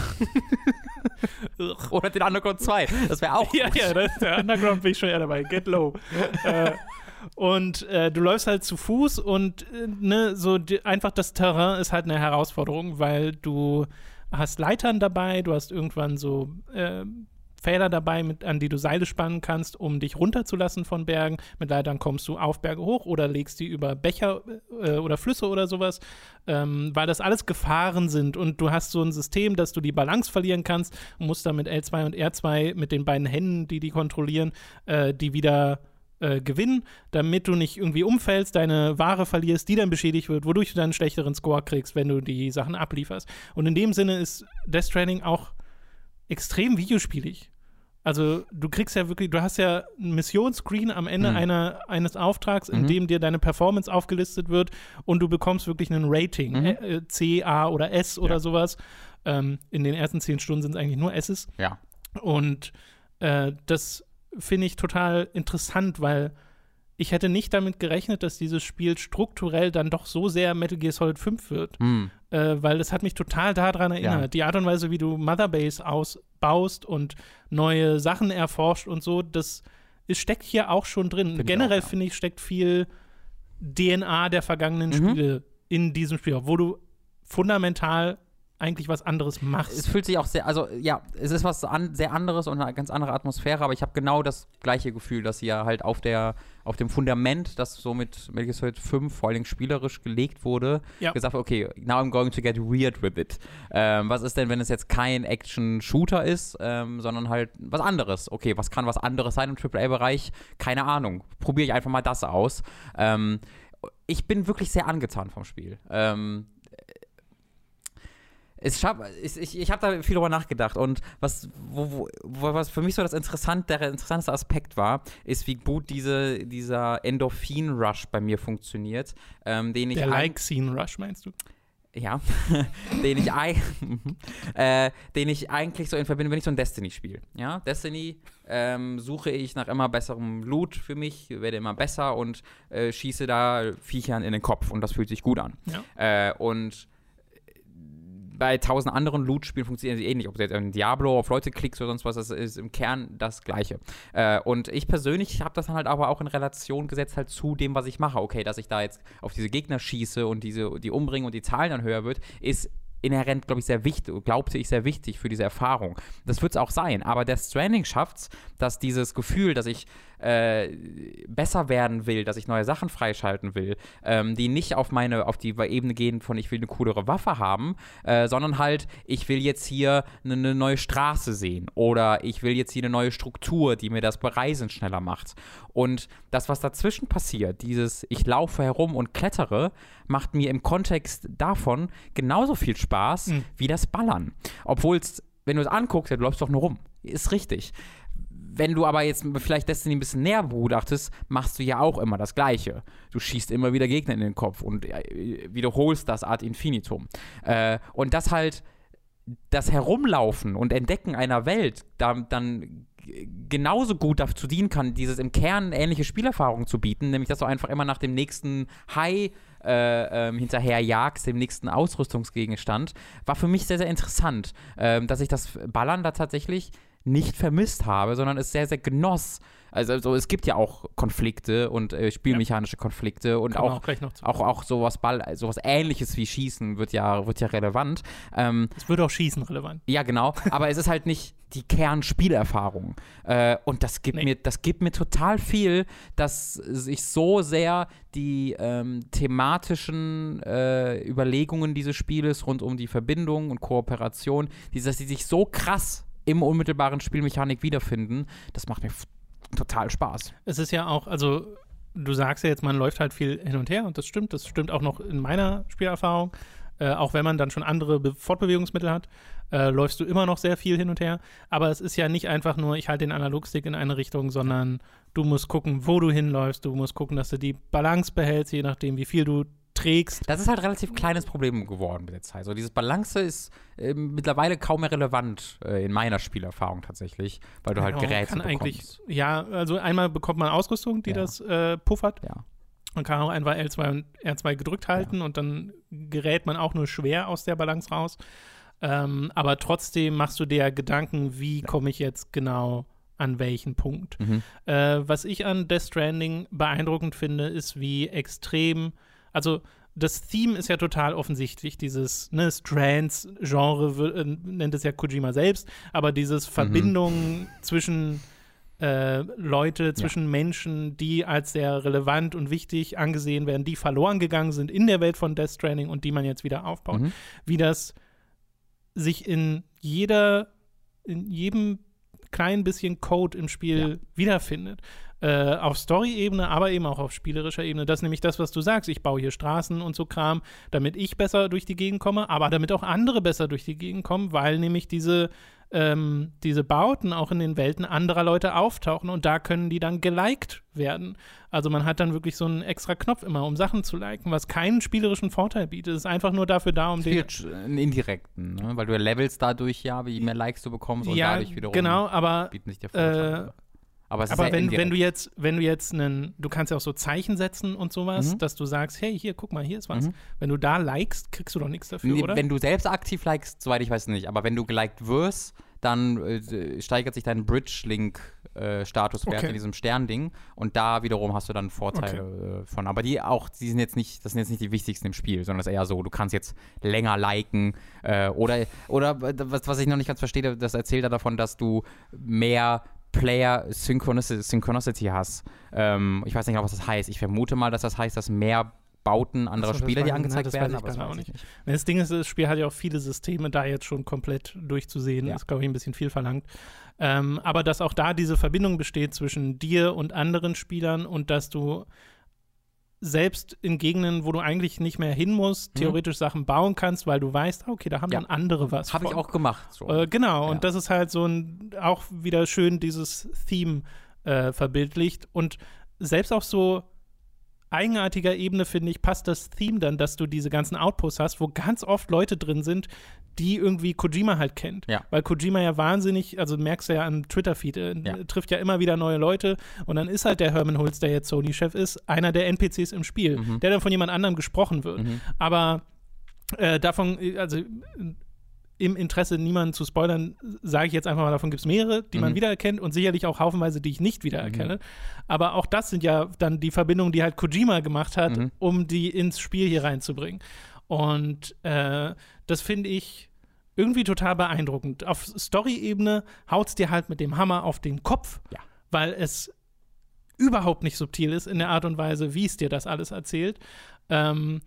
Oder den Underground zwei. Das wäre auch gut. Ja, ja, das, der Underground bin ich schon eher dabei. Get low. äh, und äh, du läufst halt zu Fuß und äh, ne, so die, einfach das Terrain ist halt eine Herausforderung, weil du hast Leitern dabei, du hast irgendwann so äh, Pfähler dabei, mit, an die du Seile spannen kannst, um dich runterzulassen von Bergen. Mit Leitern kommst du auf Berge hoch oder legst die über Bächer äh, oder Flüsse oder sowas, ähm, weil das alles Gefahren sind und du hast so ein System, dass du die Balance verlieren kannst und musst dann mit L zwei und R zwei mit den beiden Händen, die die kontrollieren, äh, die wieder äh, gewinnen, damit du nicht irgendwie umfällst, deine Ware verlierst, die dann beschädigt wird, wodurch du dann einen schlechteren Score kriegst, wenn du die Sachen ablieferst. Und in dem Sinne ist Death Stranding auch extrem videospielig. Also du kriegst ja wirklich, du hast ja einen Missionsscreen am Ende mhm. einer, eines Auftrags, in mhm. dem dir deine Performance aufgelistet wird und du bekommst wirklich einen Rating, mhm. äh, C, A oder S oder ja. sowas. Ähm, in den ersten zehn Stunden sind es eigentlich nur S's. Ja. Und äh, das finde ich total interessant, weil ich hätte nicht damit gerechnet, dass dieses Spiel strukturell dann doch so sehr Metal Gear Solid fünf wird. Mm. Äh, weil das hat mich total daran erinnert. Ja. Die Art und Weise, wie du Mother Base ausbaust und neue Sachen erforscht und so, das ist, steckt hier auch schon drin. Find Generell, ja. finde ich, steckt viel D N A der vergangenen mhm. Spiele in diesem Spiel, wo du fundamental eigentlich was anderes machst. Es fühlt sich auch sehr, also ja, es ist was an, sehr anderes und eine ganz andere Atmosphäre, aber ich habe genau das gleiche Gefühl, dass hier halt auf der, auf dem Fundament, das so mit Metal Gear Solid fünf vor allem spielerisch gelegt wurde, ja. gesagt, okay, now I'm going to get weird with it. Ähm, was ist denn, wenn es jetzt kein Action-Shooter ist, ähm, sondern halt was anderes? Okay, was kann was anderes sein im Triple A-Bereich? Keine Ahnung. Probiere ich einfach mal das aus. Ähm, ich bin wirklich sehr angetan vom Spiel. Ähm, Ich, ich, ich habe da viel drüber nachgedacht und was, wo, wo, was für mich so das interessant, der interessanteste Aspekt war, ist, wie gut diese, dieser Endorphin-Rush bei mir funktioniert. Ähm, den ich der Like-Scene-Rush, meinst du? Ja, den, ich, äh, den ich eigentlich so in Verbindung, wenn ich so ein Destiny spiele. Ja, Destiny ähm, suche ich nach immer besserem Loot für mich, werde immer besser und äh, schieße da Viechern in den Kopf und das fühlt sich gut an. Ja. Äh, und bei tausend anderen Loot-Spielen funktionieren sie ähnlich. Ob du jetzt in Diablo auf Leute klickst oder sonst was, das ist im Kern das Gleiche. Äh, und ich persönlich habe das dann halt aber auch in Relation gesetzt halt zu dem, was ich mache. Okay, dass ich da jetzt auf diese Gegner schieße und diese, die umbringe und die Zahlen dann höher wird, ist inhärent, glaube ich, sehr wichtig, glaubte ich, sehr wichtig für diese Erfahrung. Das wird es auch sein, aber Death Stranding schafft es, dass dieses Gefühl, dass ich äh, besser werden will, dass ich neue Sachen freischalten will, ähm, die nicht auf meine, auf die Ebene gehen von ich will eine coolere Waffe haben, äh, sondern halt, ich will jetzt hier eine, eine neue Straße sehen oder ich will jetzt hier eine neue Struktur, die mir das Bereisen schneller macht. Und das, was dazwischen passiert, dieses ich laufe herum und klettere, macht mir im Kontext davon genauso viel Spaß mhm. wie das Ballern. Obwohl es, wenn du es anguckst, ja, du läufst doch nur rum. Ist richtig. Wenn du aber jetzt vielleicht Destiny ein bisschen näher begutachtest, machst du ja auch immer das Gleiche. Du schießt immer wieder Gegner in den Kopf und äh, wiederholst das ad infinitum. Äh, und das halt, das Herumlaufen und Entdecken einer Welt, da, dann genauso gut dazu dienen kann, dieses im Kern ähnliche Spielerfahrungen zu bieten, nämlich dass du einfach immer nach dem nächsten High äh, ähm, hinterher jagst, dem nächsten Ausrüstungsgegenstand, war für mich sehr, sehr interessant, äh, dass ich das Ballern da tatsächlich nicht vermisst habe, sondern es sehr, sehr genoss. Also, also es gibt ja auch Konflikte und äh, spielmechanische Konflikte und auch, auch, auch, auch sowas, Ball, sowas Ähnliches wie Schießen wird ja, wird ja relevant. Ähm, es wird auch Schießen relevant. Ja, genau, aber es ist halt nicht die Kernspielerfahrung. Äh, und das gibt, nee. mir, das gibt mir total viel, dass ich so sehr die ähm, thematischen äh, Überlegungen dieses Spieles rund um die Verbindung und Kooperation, die, dass die sich so krass im unmittelbaren Spielmechanik wiederfinden. Das macht mir f- total Spaß. Es ist ja auch, also du sagst ja jetzt, man läuft halt viel hin und her und das stimmt, das stimmt auch noch in meiner Spielerfahrung. Äh, auch wenn man dann schon andere Be- Fortbewegungsmittel hat, äh, läufst du immer noch sehr viel hin und her. Aber es ist ja nicht einfach nur, ich halte den Analogstick in eine Richtung, sondern du musst gucken, wo du hinläufst, du musst gucken, dass du die Balance behältst, je nachdem, wie viel du trägst. Das ist halt ein relativ kleines Problem geworden mit der Zeit. So, dieses Balance ist äh, mittlerweile kaum mehr relevant äh, in meiner Spielerfahrung tatsächlich, weil du halt Ja, Geräte kann bekommst. eigentlich, ja, also einmal bekommt man Ausrüstung, die Ja. das äh, puffert. Ja. Man kann auch einfach L zwei und R zwei gedrückt halten Ja. und dann gerät man auch nur schwer aus der Balance raus. Ähm, aber trotzdem machst du dir Gedanken, wie Ja. komme ich jetzt genau an welchen Punkt. Mhm. Äh, was ich an Death Stranding beeindruckend finde, ist, wie extrem, also das Theme ist ja total offensichtlich, dieses ne, Strands-Genre, w- äh, nennt es ja Kojima selbst, aber dieses Verbindung zwischen äh, Leute, zwischen Menschen, die als sehr relevant und wichtig angesehen werden, die verloren gegangen sind in der Welt von Death Stranding und die man jetzt wieder aufbaut. Mhm. Wie das sich in jeder, in jedem kleinen bisschen Code im Spiel Ja. wiederfindet. Äh, auf Story-Ebene, aber eben auch auf spielerischer Ebene. Das ist nämlich das, was du sagst. Ich baue hier Straßen und so Kram, damit ich besser durch die Gegend komme, aber damit auch andere besser durch die Gegend kommen, weil nämlich diese, ähm, diese Bauten auch in den Welten anderer Leute auftauchen und da können die dann geliked werden. Also man hat dann wirklich so einen extra Knopf immer, um Sachen zu liken, was keinen spielerischen Vorteil bietet. Es ist einfach nur dafür da, um den Viel einen indirekten, ne? Weil du levelst dadurch ja, je mehr Likes du bekommst und ja, dadurch wiederum genau, aber bieten sich der Vorteile. äh, aber es ist Aber sehr wenn, indirekt. wenn du jetzt, wenn du jetzt einen, du kannst ja auch so Zeichen setzen und sowas, Mhm. dass du sagst, hey, hier, guck mal, hier ist was. Mhm. Wenn du da likest, kriegst du doch nichts dafür, Nee, oder? Wenn du selbst aktiv likest, soweit ich weiß nicht, aber wenn du geliked wirst, dann äh, steigert sich dein Bridge-Link-Statuswert Okay. in diesem Sternding und da wiederum hast du dann Vorteile äh, von. Aber die auch, die sind jetzt nicht, das sind jetzt nicht die wichtigsten im Spiel, sondern es ist eher so, du kannst jetzt länger liken äh, oder, oder was, was ich noch nicht ganz verstehe, das erzählt er davon, dass du mehr Player Synchronicity, Synchronicity hast. Ähm, ich weiß nicht genau, was das heißt. Ich vermute mal, dass das heißt, dass mehr Bauten anderer Ach so, das Spieler, die weiß- angezeigt na, das werden, weiß ich aber das gerade weiß auch ich nicht. Das Ding ist, das Spiel hat ja auch viele Systeme, da jetzt schon komplett durchzusehen, Ja. ist, glaube ich, ein bisschen viel verlangt. Ähm, aber dass auch da diese Verbindung besteht zwischen dir und anderen Spielern und dass du selbst in Gegenden, wo du eigentlich nicht mehr hin musst, Mhm. theoretisch Sachen bauen kannst, weil du weißt, ah, okay, da haben Ja. dann andere was Habe ich von. auch gemacht. So. Äh, genau, Ja. und das ist halt so ein, auch wieder schön dieses Theme äh, verbildlicht. Und selbst auf so eigenartiger Ebene, finde ich, passt das Theme dann, dass du diese ganzen Outposts hast, wo ganz oft Leute drin sind, die irgendwie Kojima halt kennt. Ja. Weil Kojima ja wahnsinnig, also merkst du ja am Twitter-Feed, äh, Ja. trifft ja immer wieder neue Leute und dann ist halt der Herman Hulz, der jetzt Sony-Chef ist, einer der N P Cs im Spiel, Mhm. der dann von jemand anderem gesprochen wird. Mhm. Aber äh, davon, äh, also äh, im Interesse, niemanden zu spoilern, sage ich jetzt einfach mal, davon gibt es mehrere, die man Mhm. wiedererkennt und sicherlich auch haufenweise, die ich nicht wiedererkenne. Aber auch das sind ja dann die Verbindungen, die halt Kojima gemacht hat, Mhm. um die ins Spiel hier reinzubringen. Und äh, das finde ich irgendwie total beeindruckend. Auf Story-Ebene haut es dir halt mit dem Hammer auf den Kopf, Ja. weil es überhaupt nicht subtil ist in der Art und Weise, wie es dir das alles erzählt. Ähm,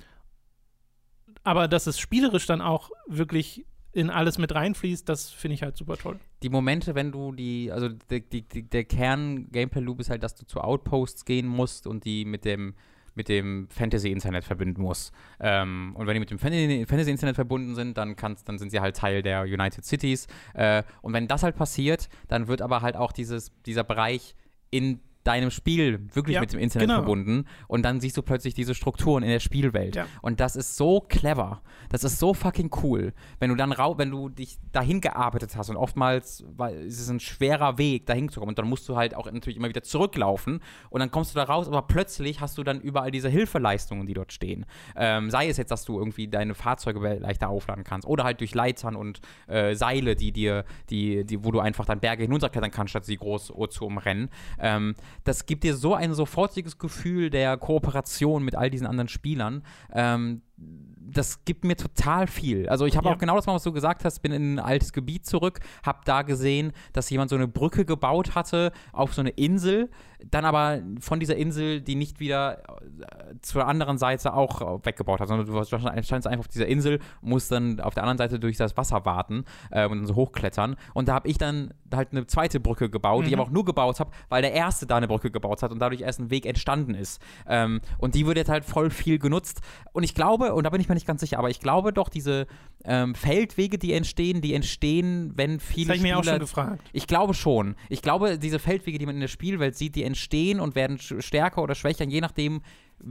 aber dass es spielerisch dann auch wirklich in alles mit reinfließt, das finde ich halt super toll. Die Momente, wenn du die, also die, die, die, der Kern-Gameplay-Loop ist halt, dass du zu Outposts gehen musst und die mit dem mit dem Fantasy-Internet verbinden musst. Ähm, und wenn die mit dem Fan- Fantasy-Internet verbunden sind, dann, kannst, dann sind sie halt Teil der United Cities. Äh, und wenn das halt passiert, dann wird aber halt auch dieses, dieser Bereich in deinem Spiel wirklich Ja, mit dem Internet genau. verbunden und dann siehst du plötzlich diese Strukturen in der Spielwelt. Ja. Und das ist so clever. Das ist so fucking cool. Wenn du dann rau wenn du dich dahin gearbeitet hast und oftmals weil es ist ein schwerer Weg, dahin zu kommen und dann musst du halt auch natürlich immer wieder zurücklaufen und dann kommst du da raus, aber plötzlich hast du dann überall diese Hilfeleistungen, die dort stehen. Ähm, sei es jetzt, dass du irgendwie deine Fahrzeuge leichter aufladen kannst oder halt durch Leitern und äh, Seile, die dir, die, die, wo du einfach dann Berge hinunterklettern kannst, statt sie groß zu umrennen. Ähm, das gibt dir so ein sofortiges Gefühl der Kooperation mit all diesen anderen Spielern. Ähm, das gibt mir total viel. Also ich habe ja. auch genau das, was du gesagt hast, bin in ein altes Gebiet zurück, habe da gesehen, dass jemand so eine Brücke gebaut hatte auf so eine Insel, dann aber von dieser Insel, die nicht wieder äh, zur anderen Seite auch weggebaut hat, sondern du standst einfach auf dieser Insel, musst dann auf der anderen Seite durch das Wasser warten äh, und dann so hochklettern. Und da habe ich dann halt eine zweite Brücke gebaut, mhm. die ich aber auch nur gebaut habe, weil der Erste da eine Brücke gebaut hat und dadurch erst ein Weg entstanden ist. Ähm, und die wird jetzt halt voll viel genutzt. Und ich glaube, und da bin ich mir nicht ganz sicher, aber ich glaube doch, diese ähm, Feldwege, die entstehen, die entstehen, wenn viele Das habe ich mir Spieler, auch schon gefragt. Ich glaube schon. Ich glaube, diese Feldwege, die man in der Spielwelt sieht, die entstehen und werden stärker oder schwächer, je nachdem,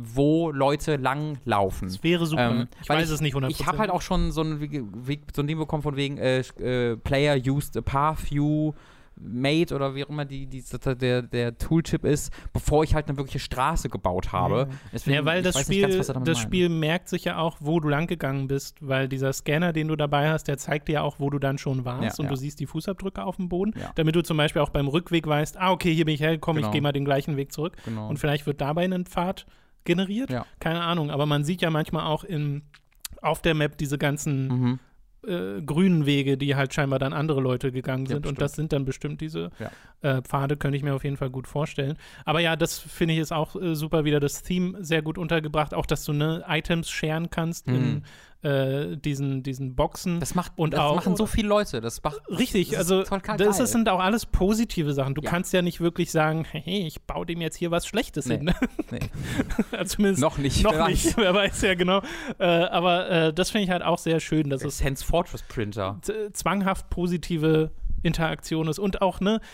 wo Leute lang laufen. Das wäre super. Ähm, ich weiß ich, es nicht hundert Prozent. Ich habe halt auch schon so ein, so ein Ding bekommen von wegen äh, äh, Player used a path you made oder wie auch immer die, die, der, der Tooltip ist, bevor ich halt eine wirkliche Straße gebaut habe. Ja, Deswegen, ja weil das, Spiel, ganz, das meint. Spiel merkt sich ja auch, wo du lang gegangen bist, weil dieser Scanner, den du dabei hast, der zeigt dir ja auch, wo du dann schon warst ja, und ja. du siehst die Fußabdrücke auf dem Boden, ja. damit du zum Beispiel auch beim Rückweg weißt, ah, okay, hier bin ich hergekommen, genau. ich gehe mal den gleichen Weg zurück. Genau. Und vielleicht wird dabei ein Pfad generiert. Ja. Keine Ahnung, aber man sieht ja manchmal auch in, auf der Map diese ganzen mhm. Äh, grünen Wege, die halt scheinbar dann andere Leute gegangen sind. Ja, und das sind dann bestimmt diese ja. äh, Pfade, könnte ich mir auf jeden Fall gut vorstellen. Aber ja, das finde ich ist auch äh, super, wieder das Theme sehr gut untergebracht. Auch, dass du ne, Items sharen kannst mhm. in äh, diesen, diesen Boxen. Das, macht, und das auch, machen so viele Leute. Das macht, richtig, das also das, das sind auch alles positive Sachen. Du ja. kannst ja nicht wirklich sagen, hey, ich baue dem jetzt hier was Schlechtes nee. hin. Nee. Zumindest noch nicht. Noch wer nicht, weiß. wer weiß ja genau. Äh, aber äh, das finde ich halt auch sehr schön, dass es Sense Fortress Printer. Z- zwanghaft positive Interaktion ist. Und auch, ne,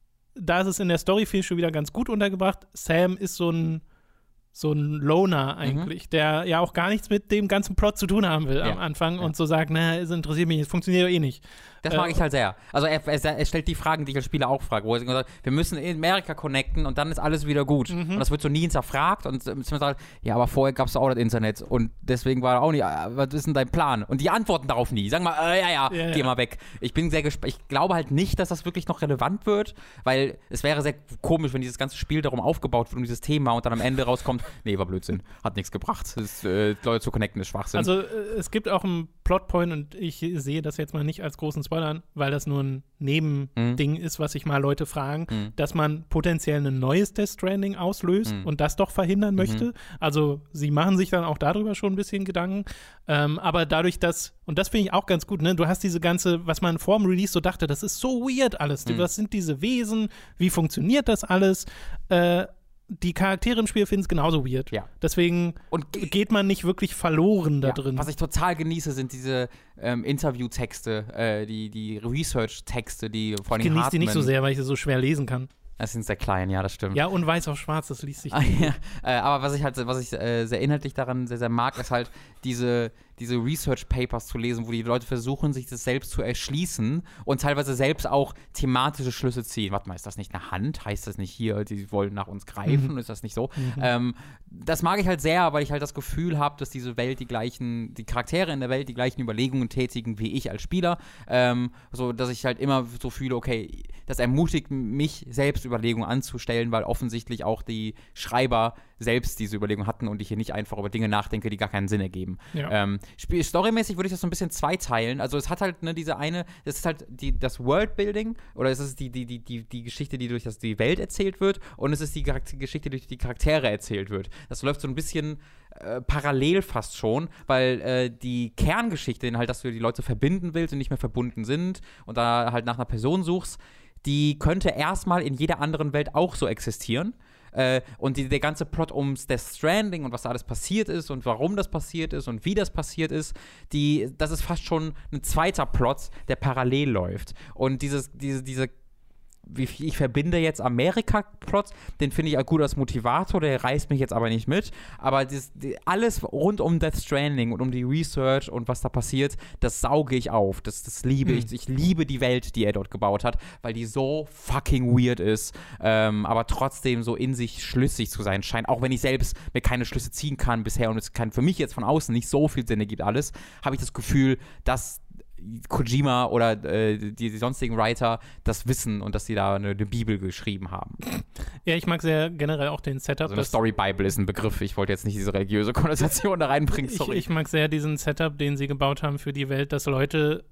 da ist es in der Story viel schon wieder ganz gut untergebracht. Sam ist so ein so ein Loner eigentlich, mhm. der ja auch gar nichts mit dem ganzen Plot zu tun haben will ja. am Anfang ja. und so sagt, na, es interessiert mich, es funktioniert doch eh nicht. Das mag äh, ich halt sehr. Also er, er, er stellt die Fragen, die ich als Spieler auch frage, wo er sagt, wir müssen in Amerika connecten und dann ist alles wieder gut. Mhm. Und das wird so nie hinterfragt und man sagt, ja, aber vorher gab es auch das Internet und deswegen war auch nicht, was ist denn dein Plan? Und die antworten darauf nie. Sagen mal, äh, ja, ja, ja, geh ja. mal weg. Ich bin sehr gespannt. Ich glaube halt nicht, dass das wirklich noch relevant wird, weil es wäre sehr komisch, wenn dieses ganze Spiel darum aufgebaut wird, um dieses Thema und dann am Ende rauskommt, nee, war Blödsinn, hat nichts gebracht. Das, äh, Leute zu connecten ist Schwachsinn. Also äh, es gibt auch einen Plotpoint und ich sehe das jetzt mal nicht als großen Spoiler an, weil das nur ein Nebending mhm. ist, was sich mal Leute fragen, mhm. dass man potenziell ein neues Death Stranding auslöst mhm. und das doch verhindern möchte. Mhm. Also sie machen sich dann auch darüber schon ein bisschen Gedanken. Ähm, aber dadurch, dass, und das finde ich auch ganz gut, ne, du hast diese ganze, was man vor dem Release so dachte, das ist so weird alles. Mhm. Was sind diese Wesen? Wie funktioniert das alles? Äh, die Charaktere im Spiel finden es genauso weird. Ja. Deswegen und g- geht man nicht wirklich verloren da ja. drin. Was ich total genieße, sind diese ähm, Interview-Texte, äh, die, die Research-Texte, die vor allem Ich genieße die nicht so sehr, weil ich sie so schwer lesen kann. Das sind sehr klein, ja, das stimmt. Ja, und weiß auf schwarz, das liest sich ah, ja. äh, Aber was ich halt, was ich äh, sehr inhaltlich daran sehr, sehr mag, ist halt diese, diese Research-Papers zu lesen, wo die Leute versuchen, sich das selbst zu erschließen und teilweise selbst auch thematische Schlüsse ziehen. Warte mal, ist das nicht eine Hand? Heißt das nicht hier, die wollen nach uns greifen? Mhm. Ist das nicht so? Mhm. Ähm, das mag ich halt sehr, weil ich halt das Gefühl habe, dass diese Welt die gleichen, die Charaktere in der Welt die gleichen Überlegungen tätigen wie ich als Spieler. Ähm, so, dass ich halt immer so fühle, okay, das ermutigt mich, selbst Überlegungen anzustellen, weil offensichtlich auch die Schreiber selbst diese Überlegungen hatten und ich hier nicht einfach über Dinge nachdenke, die gar keinen Sinn ergeben. Ja. Ähm, storymäßig würde ich das so ein bisschen zweiteilen. Also es hat halt ne, diese eine, das ist halt die, das Worldbuilding oder es ist die, die, die, die, die Geschichte, die durch das, die Welt erzählt wird und es ist die Charakter- Geschichte, die durch die Charaktere erzählt wird. Das läuft so ein bisschen äh, parallel fast schon, weil äh, die Kerngeschichte, halt, dass du die Leute verbinden willst und nicht mehr verbunden sind und da halt nach einer Person suchst, die könnte erstmal in jeder anderen Welt auch so existieren. Äh, und die, der ganze Plot ums Death Stranding und was da alles passiert ist und warum das passiert ist und wie das passiert ist, die, das ist fast schon ein zweiter Plot, der parallel läuft. Und dieses, diese, diese wie ich verbinde jetzt Amerika-Plot, den finde ich auch gut als Motivator, der reißt mich jetzt aber nicht mit, aber das, die, alles rund um Death Stranding und um die Research und was da passiert, das sauge ich auf, das, das liebe mhm. ich, ich liebe die Welt, die er dort gebaut hat, weil die so fucking weird ist, ähm, aber trotzdem so in sich schlüssig zu sein scheint, auch wenn ich selbst mir keine Schlüsse ziehen kann bisher und es kann für mich jetzt von außen nicht so viel Sinn ergibt alles, habe ich das Gefühl, dass Kojima oder äh, die, die sonstigen Writer das wissen und dass sie da eine, eine Bibel geschrieben haben. Ja, ich mag sehr generell auch den Setup. Also eine Story-Bible ist ein Begriff. Ich wollte jetzt nicht diese religiöse Konnotation da reinbringen, sorry. Ich, ich mag sehr diesen Setup, den sie gebaut haben für die Welt, dass Leute,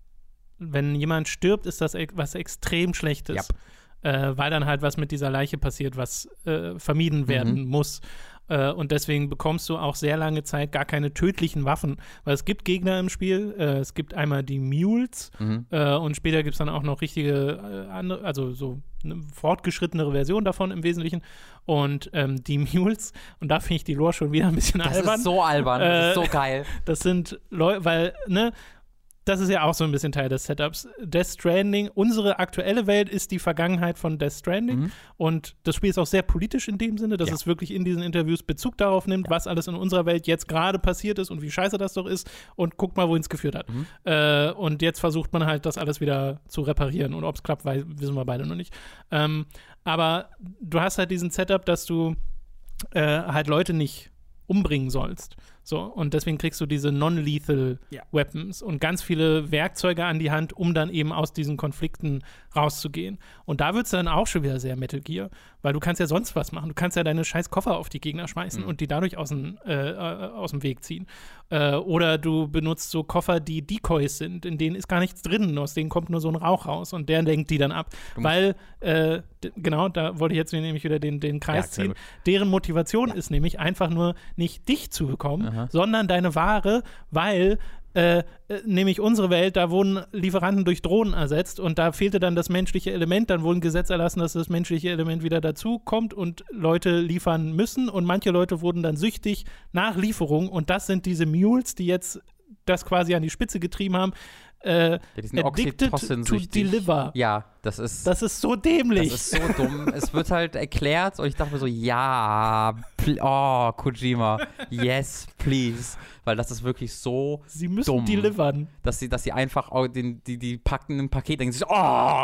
wenn jemand stirbt, ist das was extrem Schlechtes. Yep. Äh, weil dann halt was mit dieser Leiche passiert, was äh, vermieden werden mhm. muss. Und deswegen bekommst du auch sehr lange Zeit gar keine tödlichen Waffen. Weil es gibt Gegner im Spiel. Äh, es gibt einmal die Mules mhm. äh, und später gibt es dann auch noch richtige, äh, andere, also so eine fortgeschrittenere Version davon im Wesentlichen. Und ähm, die Mules, und da finde ich die Lore schon wieder ein bisschen das albern. Das ist so albern, das äh, ist so geil. Das sind Leute, weil, ne, das ist ja auch so ein bisschen Teil des Setups. Death Stranding, unsere aktuelle Welt ist die Vergangenheit von Death Stranding mhm. und das Spiel ist auch sehr politisch in dem Sinne, dass ja. es wirklich in diesen Interviews Bezug darauf nimmt, ja. was alles in unserer Welt jetzt gerade passiert ist und wie scheiße das doch ist und guckt mal, wohin es geführt hat. Mhm. Äh, und jetzt versucht man halt, das alles wieder zu reparieren und ob es klappt, weil, wissen wir beide noch nicht. Ähm, aber du hast halt diesen Setup, dass du äh, halt Leute nicht umbringen sollst. So, und deswegen kriegst du diese non-lethal ja. Weapons und ganz viele Werkzeuge an die Hand, um dann eben aus diesen Konflikten rauszugehen. Und da wird es dann auch schon wieder sehr Metal Gear, weil du kannst ja sonst was machen. Du kannst ja deine scheiß Koffer auf die Gegner schmeißen mhm. und die dadurch aus dem, äh, aus dem Weg ziehen. Äh, oder du benutzt so Koffer, die Decoys sind, in denen ist gar nichts drin, aus denen kommt nur so ein Rauch raus und der lenkt die dann ab. Weil, äh, d- genau, da wollte ich jetzt nämlich wieder den, den Kreis ja, ziehen. Deren Motivation ja. ist nämlich einfach nur, nicht dich zu bekommen, Aha. sondern deine Ware, weil Äh, äh, nämlich unsere Welt, da wurden Lieferanten durch Drohnen ersetzt und da fehlte dann das menschliche Element, dann wurde ein Gesetz erlassen, dass das menschliche Element wieder dazu kommt und Leute liefern müssen und manche Leute wurden dann süchtig nach Lieferung und das sind diese Mules, die jetzt das quasi an die Spitze getrieben haben. Äh, ja, addicted to deliver. Ja, das ist Das ist so dämlich. Das ist so dumm. Es wird halt erklärt und ich dachte mir so, ja, pl- oh, Kojima, yes, please. Weil das ist wirklich so Sie müssen dumm, delivern. Dass sie, dass sie einfach auch den, die, die packen ein Paket, denken sich, oh,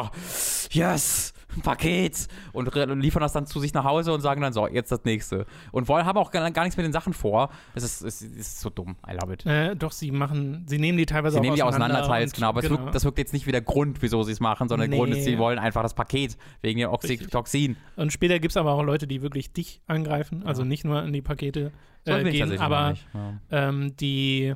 yes, ein Paket. Und re- liefern das dann zu sich nach Hause und sagen dann so, jetzt das nächste. Und wollen, haben auch gar, gar nichts mit den Sachen vor. Es ist, es ist so dumm. I love it. Äh, doch, sie machen, sie nehmen die teilweise sie auch nehmen die auseinander. auseinander teils, genau. Aber genau. Es wirkt, das wirkt jetzt nicht wie der Grund, wieso sie es machen, sondern nee. Der Grund ist, sie wollen einfach das Paket wegen dem Oxytocin. Und später gibt es aber auch Leute, die wirklich dich angreifen. Also ja. nicht nur in die Pakete äh, gehen, aber ja. ähm, die,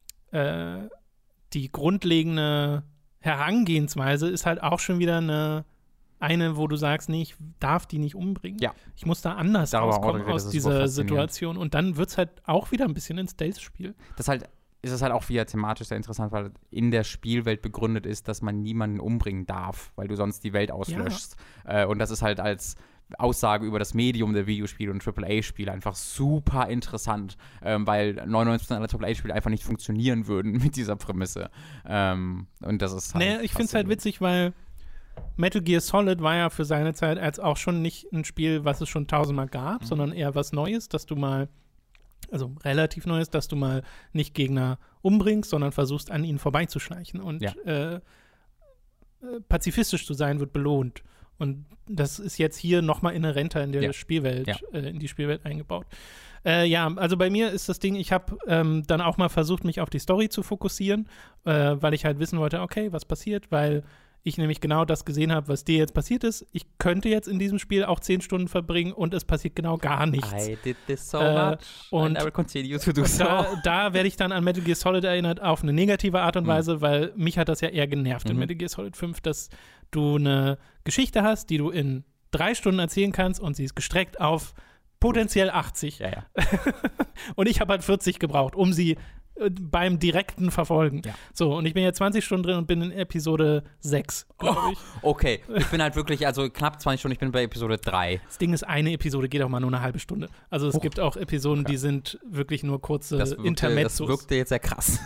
äh, die grundlegende Herangehensweise ist halt auch schon wieder eine eine, wo du sagst, nee, ich darf die nicht umbringen. Ja. Ich muss da anders Darüber rauskommen auch, aus dieser Situation. Und dann wird es halt auch wieder ein bisschen ein Stealth-Spiel. Das halt, ist es halt auch wieder thematisch sehr interessant, weil in der Spielwelt begründet ist, dass man niemanden umbringen darf, weil du sonst die Welt auslöschst. Ja. Äh, und das ist halt als Aussage über das Medium der Videospiele und Triple A-Spiele einfach super interessant, ähm, weil neunundneunzig Prozent aller Triple A-Spiele einfach nicht funktionieren würden mit dieser Prämisse. Ähm, und das ist halt naja, ich finde es halt witzig, weil Metal Gear Solid war ja für seine Zeit als auch schon nicht ein Spiel, was es schon tausendmal gab, mhm. sondern eher was Neues, dass du mal, also relativ Neues, dass du mal nicht Gegner umbringst, sondern versuchst, an ihnen vorbeizuschleichen. Und ja. äh, pazifistisch zu sein, wird belohnt. Und das ist jetzt hier nochmal inhärenter in der ja. Spielwelt, ja. äh, in die Spielwelt eingebaut. Äh, ja, also bei mir ist das Ding, ich habe ähm, dann auch mal versucht, mich auf die Story zu fokussieren, äh, weil ich halt wissen wollte, okay, was passiert, weil ich nämlich genau das gesehen habe, was dir jetzt passiert ist. Ich könnte jetzt in diesem Spiel auch zehn Stunden verbringen und es passiert genau gar nichts. I did this so äh, much und, and I will continue to do so. Da, da werde ich dann an Metal Gear Solid erinnert auf eine negative Art und Weise, mhm. weil mich hat das ja eher genervt mhm. in Metal Gear Solid fünf, dass du eine Geschichte hast, die du in drei Stunden erzählen kannst und sie ist gestreckt auf potenziell achtzig. Ja, ja. Und ich habe halt vierzig gebraucht, um sie beim direkten Verfolgen. Ja. So, und ich bin jetzt zwanzig Stunden drin und bin in Episode sechs, glaube ich. Oh, okay, ich bin halt wirklich, also knapp zwanzig Stunden, ich bin bei Episode drei. Das Ding ist, eine Episode geht auch mal nur eine halbe Stunde. Also es oh. gibt auch Episoden, okay. die sind wirklich nur kurze das wirkte, Intermezzos. Das wirkte jetzt sehr krass.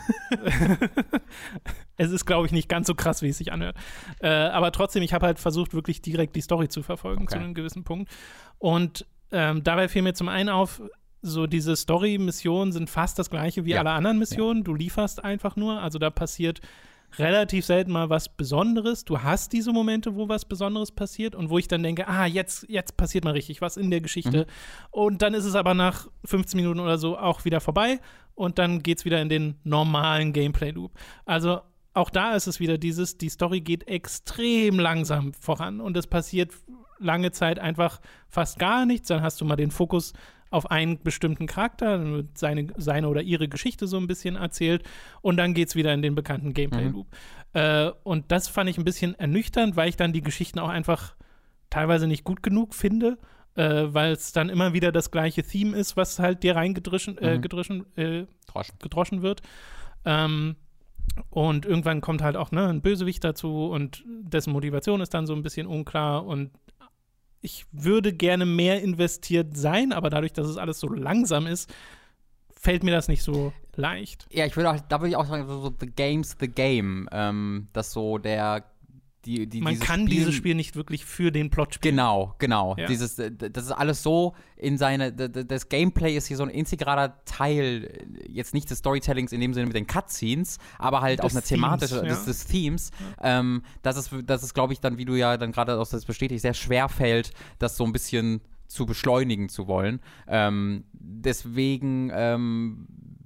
Es ist, glaube ich, nicht ganz so krass, wie es sich anhört. Äh, aber trotzdem, ich habe halt versucht, wirklich direkt die Story zu verfolgen, okay. zu einem gewissen Punkt. Und ähm, dabei fiel mir zum einen auf, so diese Story-Missionen sind fast das gleiche wie ja. alle anderen Missionen. Ja. Du lieferst einfach nur. Also da passiert relativ selten mal was Besonderes. Du hast diese Momente, wo was Besonderes passiert und wo ich dann denke, ah, jetzt, jetzt passiert mal richtig was in der Geschichte. Mhm. Und dann ist es aber nach fünfzehn Minuten oder so auch wieder vorbei und dann geht's wieder in den normalen Gameplay-Loop. Also auch da ist es wieder dieses, die Story geht extrem langsam voran und es passiert lange Zeit einfach fast gar nichts. Dann hast du mal den Fokus auf einen bestimmten Charakter, dann wird seine, seine oder ihre Geschichte so ein bisschen erzählt und dann geht's wieder in den bekannten Gameplay-Loop. Mhm. Äh, und das fand ich ein bisschen ernüchternd, weil ich dann die Geschichten auch einfach teilweise nicht gut genug finde, äh, weil es dann immer wieder das gleiche Theme ist, was halt dir reingedrischen äh, mhm. gedrischen, äh, gedroschen wird. Ähm, und irgendwann kommt halt auch ne, ein Bösewicht dazu und dessen Motivation ist dann so ein bisschen unklar und ich würde gerne mehr investiert sein, aber dadurch, dass es alles so langsam ist, fällt mir das nicht so leicht. Ja, ich würde auch, da würde ich auch sagen, so the game's the game, ähm, dass so der Die, die, Man kann Spiel, dieses Spiel nicht wirklich für den Plot spielen. Genau, genau. Ja. Dieses, das ist alles so in seine, das Gameplay ist hier so ein integraler Teil, jetzt nicht des Storytellings in dem Sinne mit den Cutscenes, aber halt auch eine thematische, Themes, ja. des, des Themes, ja. ähm, dass es, das ist, glaube ich, dann, wie du ja dann gerade auch das bestätigt, sehr schwer fällt, das so ein bisschen zu beschleunigen zu wollen. Ähm, deswegen, ähm,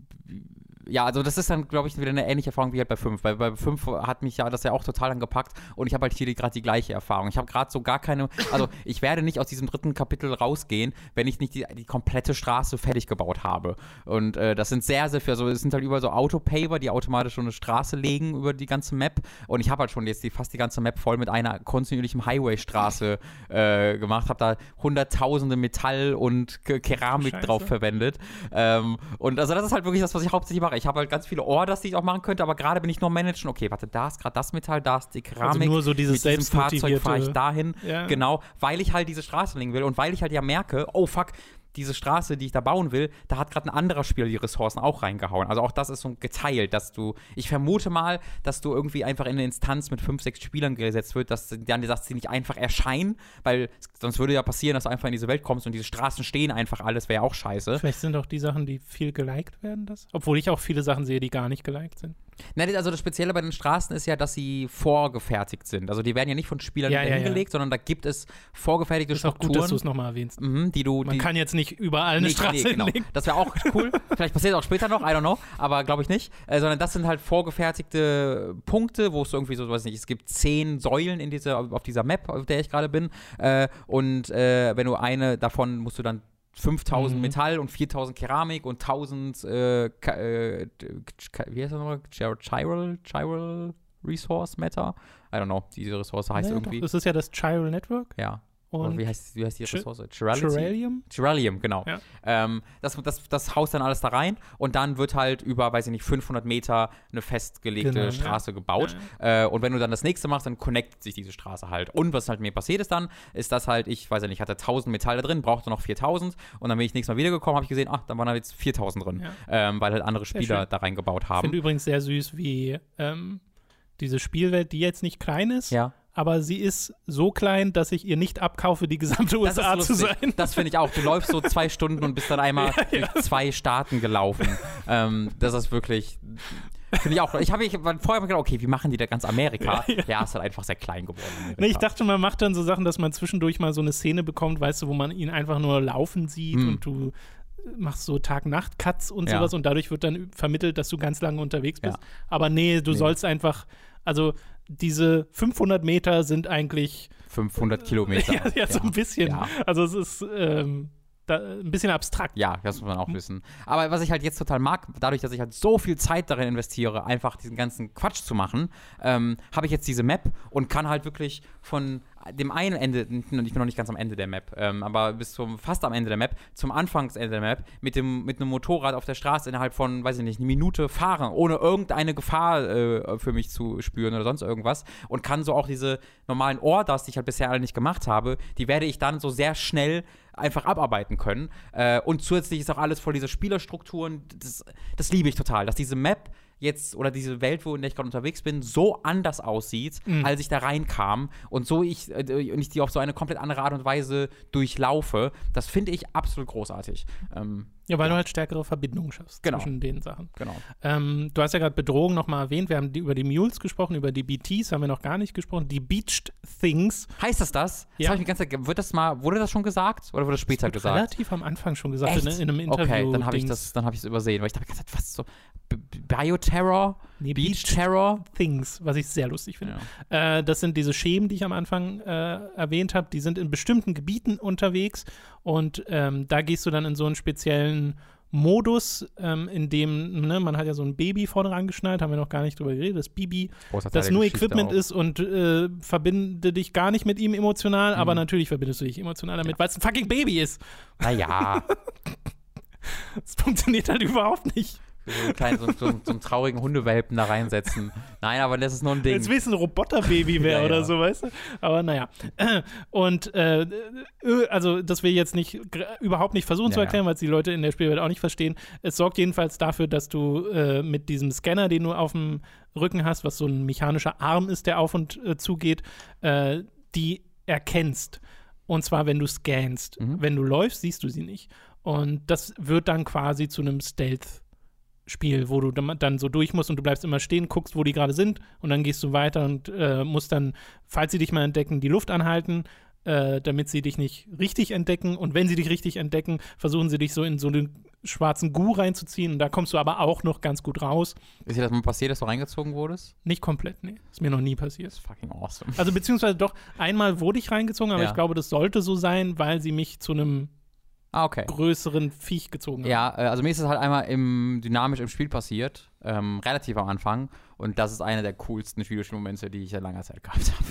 ja, also das ist dann, glaube ich, wieder eine ähnliche Erfahrung wie halt bei fünf. Weil bei fünf hat mich ja das ja auch total angepackt und ich habe halt hier gerade die gleiche Erfahrung. Ich habe gerade so gar keine, also ich werde nicht aus diesem dritten Kapitel rausgehen, wenn ich nicht die, die komplette Straße fertig gebaut habe. Und äh, das sind sehr, sehr viele, also es sind halt überall so Autopaver, die automatisch so eine Straße legen über die ganze Map und ich habe halt schon jetzt die, fast die ganze Map voll mit einer kontinuierlichen Highway-Straße äh, gemacht, habe da hunderttausende Metall und K- Keramik Scheiße. drauf verwendet. Ähm, und also das ist halt wirklich das, was ich hauptsächlich mache. Ich habe halt ganz viele Orders, die ich auch machen könnte, aber gerade bin ich nur managen. Okay, warte, da ist gerade das Metall, da ist die Keramik. Also nur so dieses mit diesem Fahrzeug fahre ich dahin. Ja. Genau, weil ich halt diese Straße legen will und weil ich halt ja merke, oh fuck, diese Straße, die ich da bauen will, da hat gerade ein anderer Spieler die Ressourcen auch reingehauen. Also auch das ist so geteilt, dass du, ich vermute mal, dass du irgendwie einfach in eine Instanz mit fünf, sechs Spielern gesetzt wird, dass dann die Sachen nicht einfach erscheinen, weil sonst würde ja passieren, dass du einfach in diese Welt kommst und diese Straßen stehen einfach alles, wäre ja auch scheiße. Vielleicht sind auch die Sachen, die viel geliked werden, das? Obwohl ich auch viele Sachen sehe, die gar nicht geliked sind. Nein, also das Spezielle bei den Straßen ist ja, dass sie vorgefertigt sind. Also die werden ja nicht von Spielern ja, ja, hingelegt, ja. sondern da gibt es vorgefertigte ist Strukturen. Ist auch gut, dass du es nochmal erwähnst. Mhm, die du, Man die, kann jetzt nicht überall eine nee, Straße nee, genau. hinlegen. Das wäre auch cool. Vielleicht passiert es auch später noch, I don't know. Aber glaube ich nicht. Äh, sondern das sind halt vorgefertigte Punkte, wo es irgendwie so, weiß nicht, es gibt zehn Säulen in dieser, auf dieser Map, auf der ich gerade bin. Äh, und äh, wenn du eine davon musst du dann fünftausend mhm. Metall und viertausend Keramik und tausend äh, Ka- äh, wie heißt das nochmal? Chiral, Chiral Resource Matter? I don't know, diese Ressource heißt nee, irgendwie. Doch. Das ist ja das Chiral Network. Ja. Und wie heißt, wie heißt die Ch- Ressource? Chiralium? Chiralium, genau. Ja. Ähm, das, das, das haust dann alles da rein und dann wird halt über, weiß ich nicht, fünfhundert Meter eine festgelegte genau, Straße ja. gebaut. Ja, ja. Äh, und wenn du dann das nächste machst, dann connectet sich diese Straße halt. Und was halt mir passiert ist dann, ist, dass halt, ich weiß ja nicht, hatte tausend Metall da drin, brauchte noch viertausend und dann bin ich nächstes Mal wiedergekommen, habe ich gesehen, ach, dann waren da jetzt viertausend drin. Ja. Ähm, weil halt andere Spieler da reingebaut haben. Ich finde übrigens sehr süß, wie ähm, diese Spielwelt, die jetzt nicht klein ist, ja. aber sie ist so klein, dass ich ihr nicht abkaufe, die gesamte U S A zu sein. Das finde ich auch. Du läufst so zwei Stunden und bist dann einmal ja, ja. durch zwei Staaten gelaufen. ähm, das ist wirklich, finde ich auch. Ich habe ich, vorher gedacht, okay, wie machen die da ganz Amerika? Ja, ja. ja, ist halt einfach sehr klein geworden. Nee, ich dachte, man macht dann so Sachen, dass man zwischendurch mal so eine Szene bekommt, weißt du, wo man ihn einfach nur laufen sieht hm. und du machst so Tag-Nacht-Cuts und ja. sowas und dadurch wird dann vermittelt, dass du ganz lange unterwegs bist. Ja. Aber nee, du nee. sollst einfach, also diese fünfhundert Meter sind eigentlich fünfhundert Kilometer. ja, ja, so ja. ein bisschen. Ja. Also es ist ähm, da, ein bisschen abstrakt. Ja, das muss man auch wissen. Aber was ich halt jetzt total mag, dadurch, dass ich halt so viel Zeit darin investiere, einfach diesen ganzen Quatsch zu machen, ähm, habe ich jetzt diese Map und kann halt wirklich von dem einen Ende, ich bin noch nicht ganz am Ende der Map, ähm, aber bis zum fast am Ende der Map, zum Anfangsende der Map, mit dem mit einem Motorrad auf der Straße innerhalb von, weiß ich nicht, eine Minute fahren, ohne irgendeine Gefahr äh, für mich zu spüren oder sonst irgendwas und kann so auch diese normalen Orders, die ich halt bisher alle nicht gemacht habe, die werde ich dann so sehr schnell einfach abarbeiten können. Äh, und zusätzlich ist auch alles voll diese Spielerstrukturen, das, das liebe ich total, dass diese Map jetzt, oder diese Welt, wo in der ich gerade unterwegs bin, so anders aussieht, mhm. als ich da reinkam und so ich, äh, und ich die auf so eine komplett andere Art und Weise durchlaufe, das finde ich absolut großartig. Ähm, ja, weil ja. du halt stärkere Verbindungen schaffst genau. zwischen den Sachen. Genau. Ähm, du hast ja gerade Bedrohung nochmal erwähnt, wir haben die, über die Mules gesprochen, über die B Ts haben wir noch gar nicht gesprochen, die Beached Things. Heißt das das? Ja. Das habe ich die ganze Zeit, wird das mal, wurde das schon gesagt oder wurde das später das gesagt? Relativ am Anfang schon gesagt, in, in einem Interview. Okay, dann habe ich das, dann habe ich es übersehen, weil ich dachte, was so, B- Bioterror? Nee, Beach Terror Things, was ich sehr lustig finde. Ja. Äh, das sind diese Schemen, die ich am Anfang äh, erwähnt habe. Die sind in bestimmten Gebieten unterwegs und ähm, da gehst du dann in so einen speziellen Modus, ähm, in dem, ne, man hat ja so ein Baby vorne rangeschnallt, haben wir noch gar nicht drüber geredet, das Bibi, das nur Equipment ist und äh, verbinde dich gar nicht mit ihm emotional, mhm. aber natürlich verbindest du dich emotional damit, ja. weil es ein fucking Baby ist. Naja. Das funktioniert halt überhaupt nicht. So einen, kleinen, so, so, so einen traurigen Hundewelpen da reinsetzen. Nein, aber das ist nur ein Ding. Als wenn es ein Roboterbaby wäre ja, oder ja. so, weißt du? Aber naja. Und äh, also das will ich jetzt nicht überhaupt nicht versuchen ja, zu erklären, ja. weil es die Leute in der Spielwelt auch nicht verstehen. Es sorgt jedenfalls dafür, dass du äh, mit diesem Scanner, den du auf dem Rücken hast, was so ein mechanischer Arm ist, der auf und äh, zugeht, äh, die erkennst. Und zwar, wenn du scannst. Mhm. Wenn du läufst, siehst du sie nicht. Und das wird dann quasi zu einem Stealth Spiel, wo du dann so durch musst und du bleibst immer stehen, guckst, wo die gerade sind und dann gehst du weiter und äh, musst dann, falls sie dich mal entdecken, die Luft anhalten, äh, damit sie dich nicht richtig entdecken und wenn sie dich richtig entdecken, versuchen sie dich so in so einen schwarzen Goo reinzuziehen und da kommst du aber auch noch ganz gut raus. Ist dir das mal passiert, dass du reingezogen wurdest? Nicht komplett, nee. Ist mir noch nie passiert. Das ist fucking awesome. Also beziehungsweise doch, einmal wurde ich reingezogen, aber ja. ich glaube, das sollte so sein, weil sie mich zu einem Ah, okay. größeren Viech gezogen haben. Ja, also mir ist es halt einmal im, dynamisch im Spiel passiert, ähm, relativ am Anfang. Und das ist einer der coolsten Videospielmomente, die ich seit langer Zeit gehabt habe.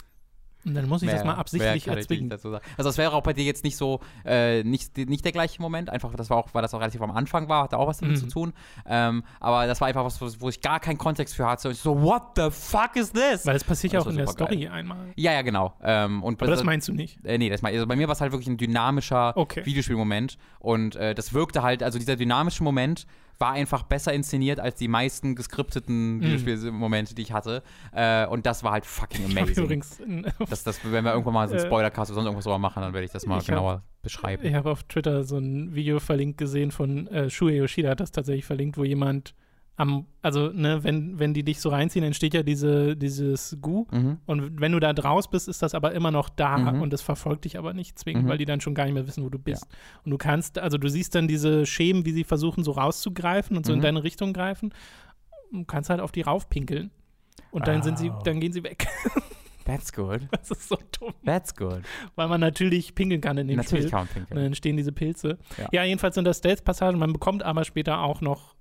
Und dann muss ich mehr, das mal absichtlich erzwingen. Also das wäre auch bei dir jetzt nicht so, äh, nicht, nicht der gleiche Moment, einfach, das war auch, weil das auch relativ am Anfang war, hat da auch was damit mhm. zu tun. Ähm, aber das war einfach was, wo ich gar keinen Kontext für hatte. Und ich so, what the fuck is this? Weil das passiert ja auch in der Story geil. einmal. Ja, ja, genau. Ähm, und aber das, das meinst du nicht? Äh, nee, das mein, also bei mir war es halt wirklich ein dynamischer okay. Videospielmoment. Und äh, das wirkte halt, also dieser dynamische Moment war einfach besser inszeniert als die meisten geskripteten Videospielmomente, die ich hatte. Äh, und das war halt fucking amazing. Ich übrigens, das, das, wenn wir irgendwann mal so einen Spoilercast oder sonst irgendwas drüber machen, dann werde ich das mal ich genauer hab, beschreiben. Ich habe auf Twitter so ein Video verlinkt gesehen von äh, Shuei Yoshida, hat das tatsächlich verlinkt, wo jemand am, also ne, wenn, wenn die dich so reinziehen, entsteht ja diese, dieses Goo mhm. und wenn du da draus bist, ist das aber immer noch da mhm. und das verfolgt dich aber nicht zwingend, mhm. weil die dann schon gar nicht mehr wissen, wo du bist. Ja. Und du kannst, also du siehst dann diese Schemen, wie sie versuchen so rauszugreifen und so mhm. in deine Richtung greifen und kannst halt auf die raufpinkeln und dann oh. sind sie, dann gehen sie weg. That's good. Das ist so dumm. That's good. Weil man natürlich pinkeln kann in dem natürlich Spiel. Kann man pinkeln. Und dann entstehen diese Pilze. Ja, ja jedenfalls sind das Stealth-Passagen, man bekommt aber später auch noch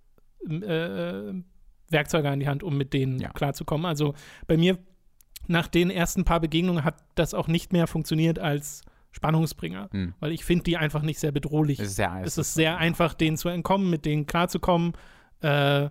Äh, Werkzeuge an die Hand, um mit denen ja. klarzukommen. Also bei mir nach den ersten paar Begegnungen hat das auch nicht mehr funktioniert als Spannungsbringer, hm. weil ich finde die einfach nicht sehr bedrohlich. Es ist sehr, es ist sehr einfach, denen zu entkommen, mit denen klarzukommen. Äh,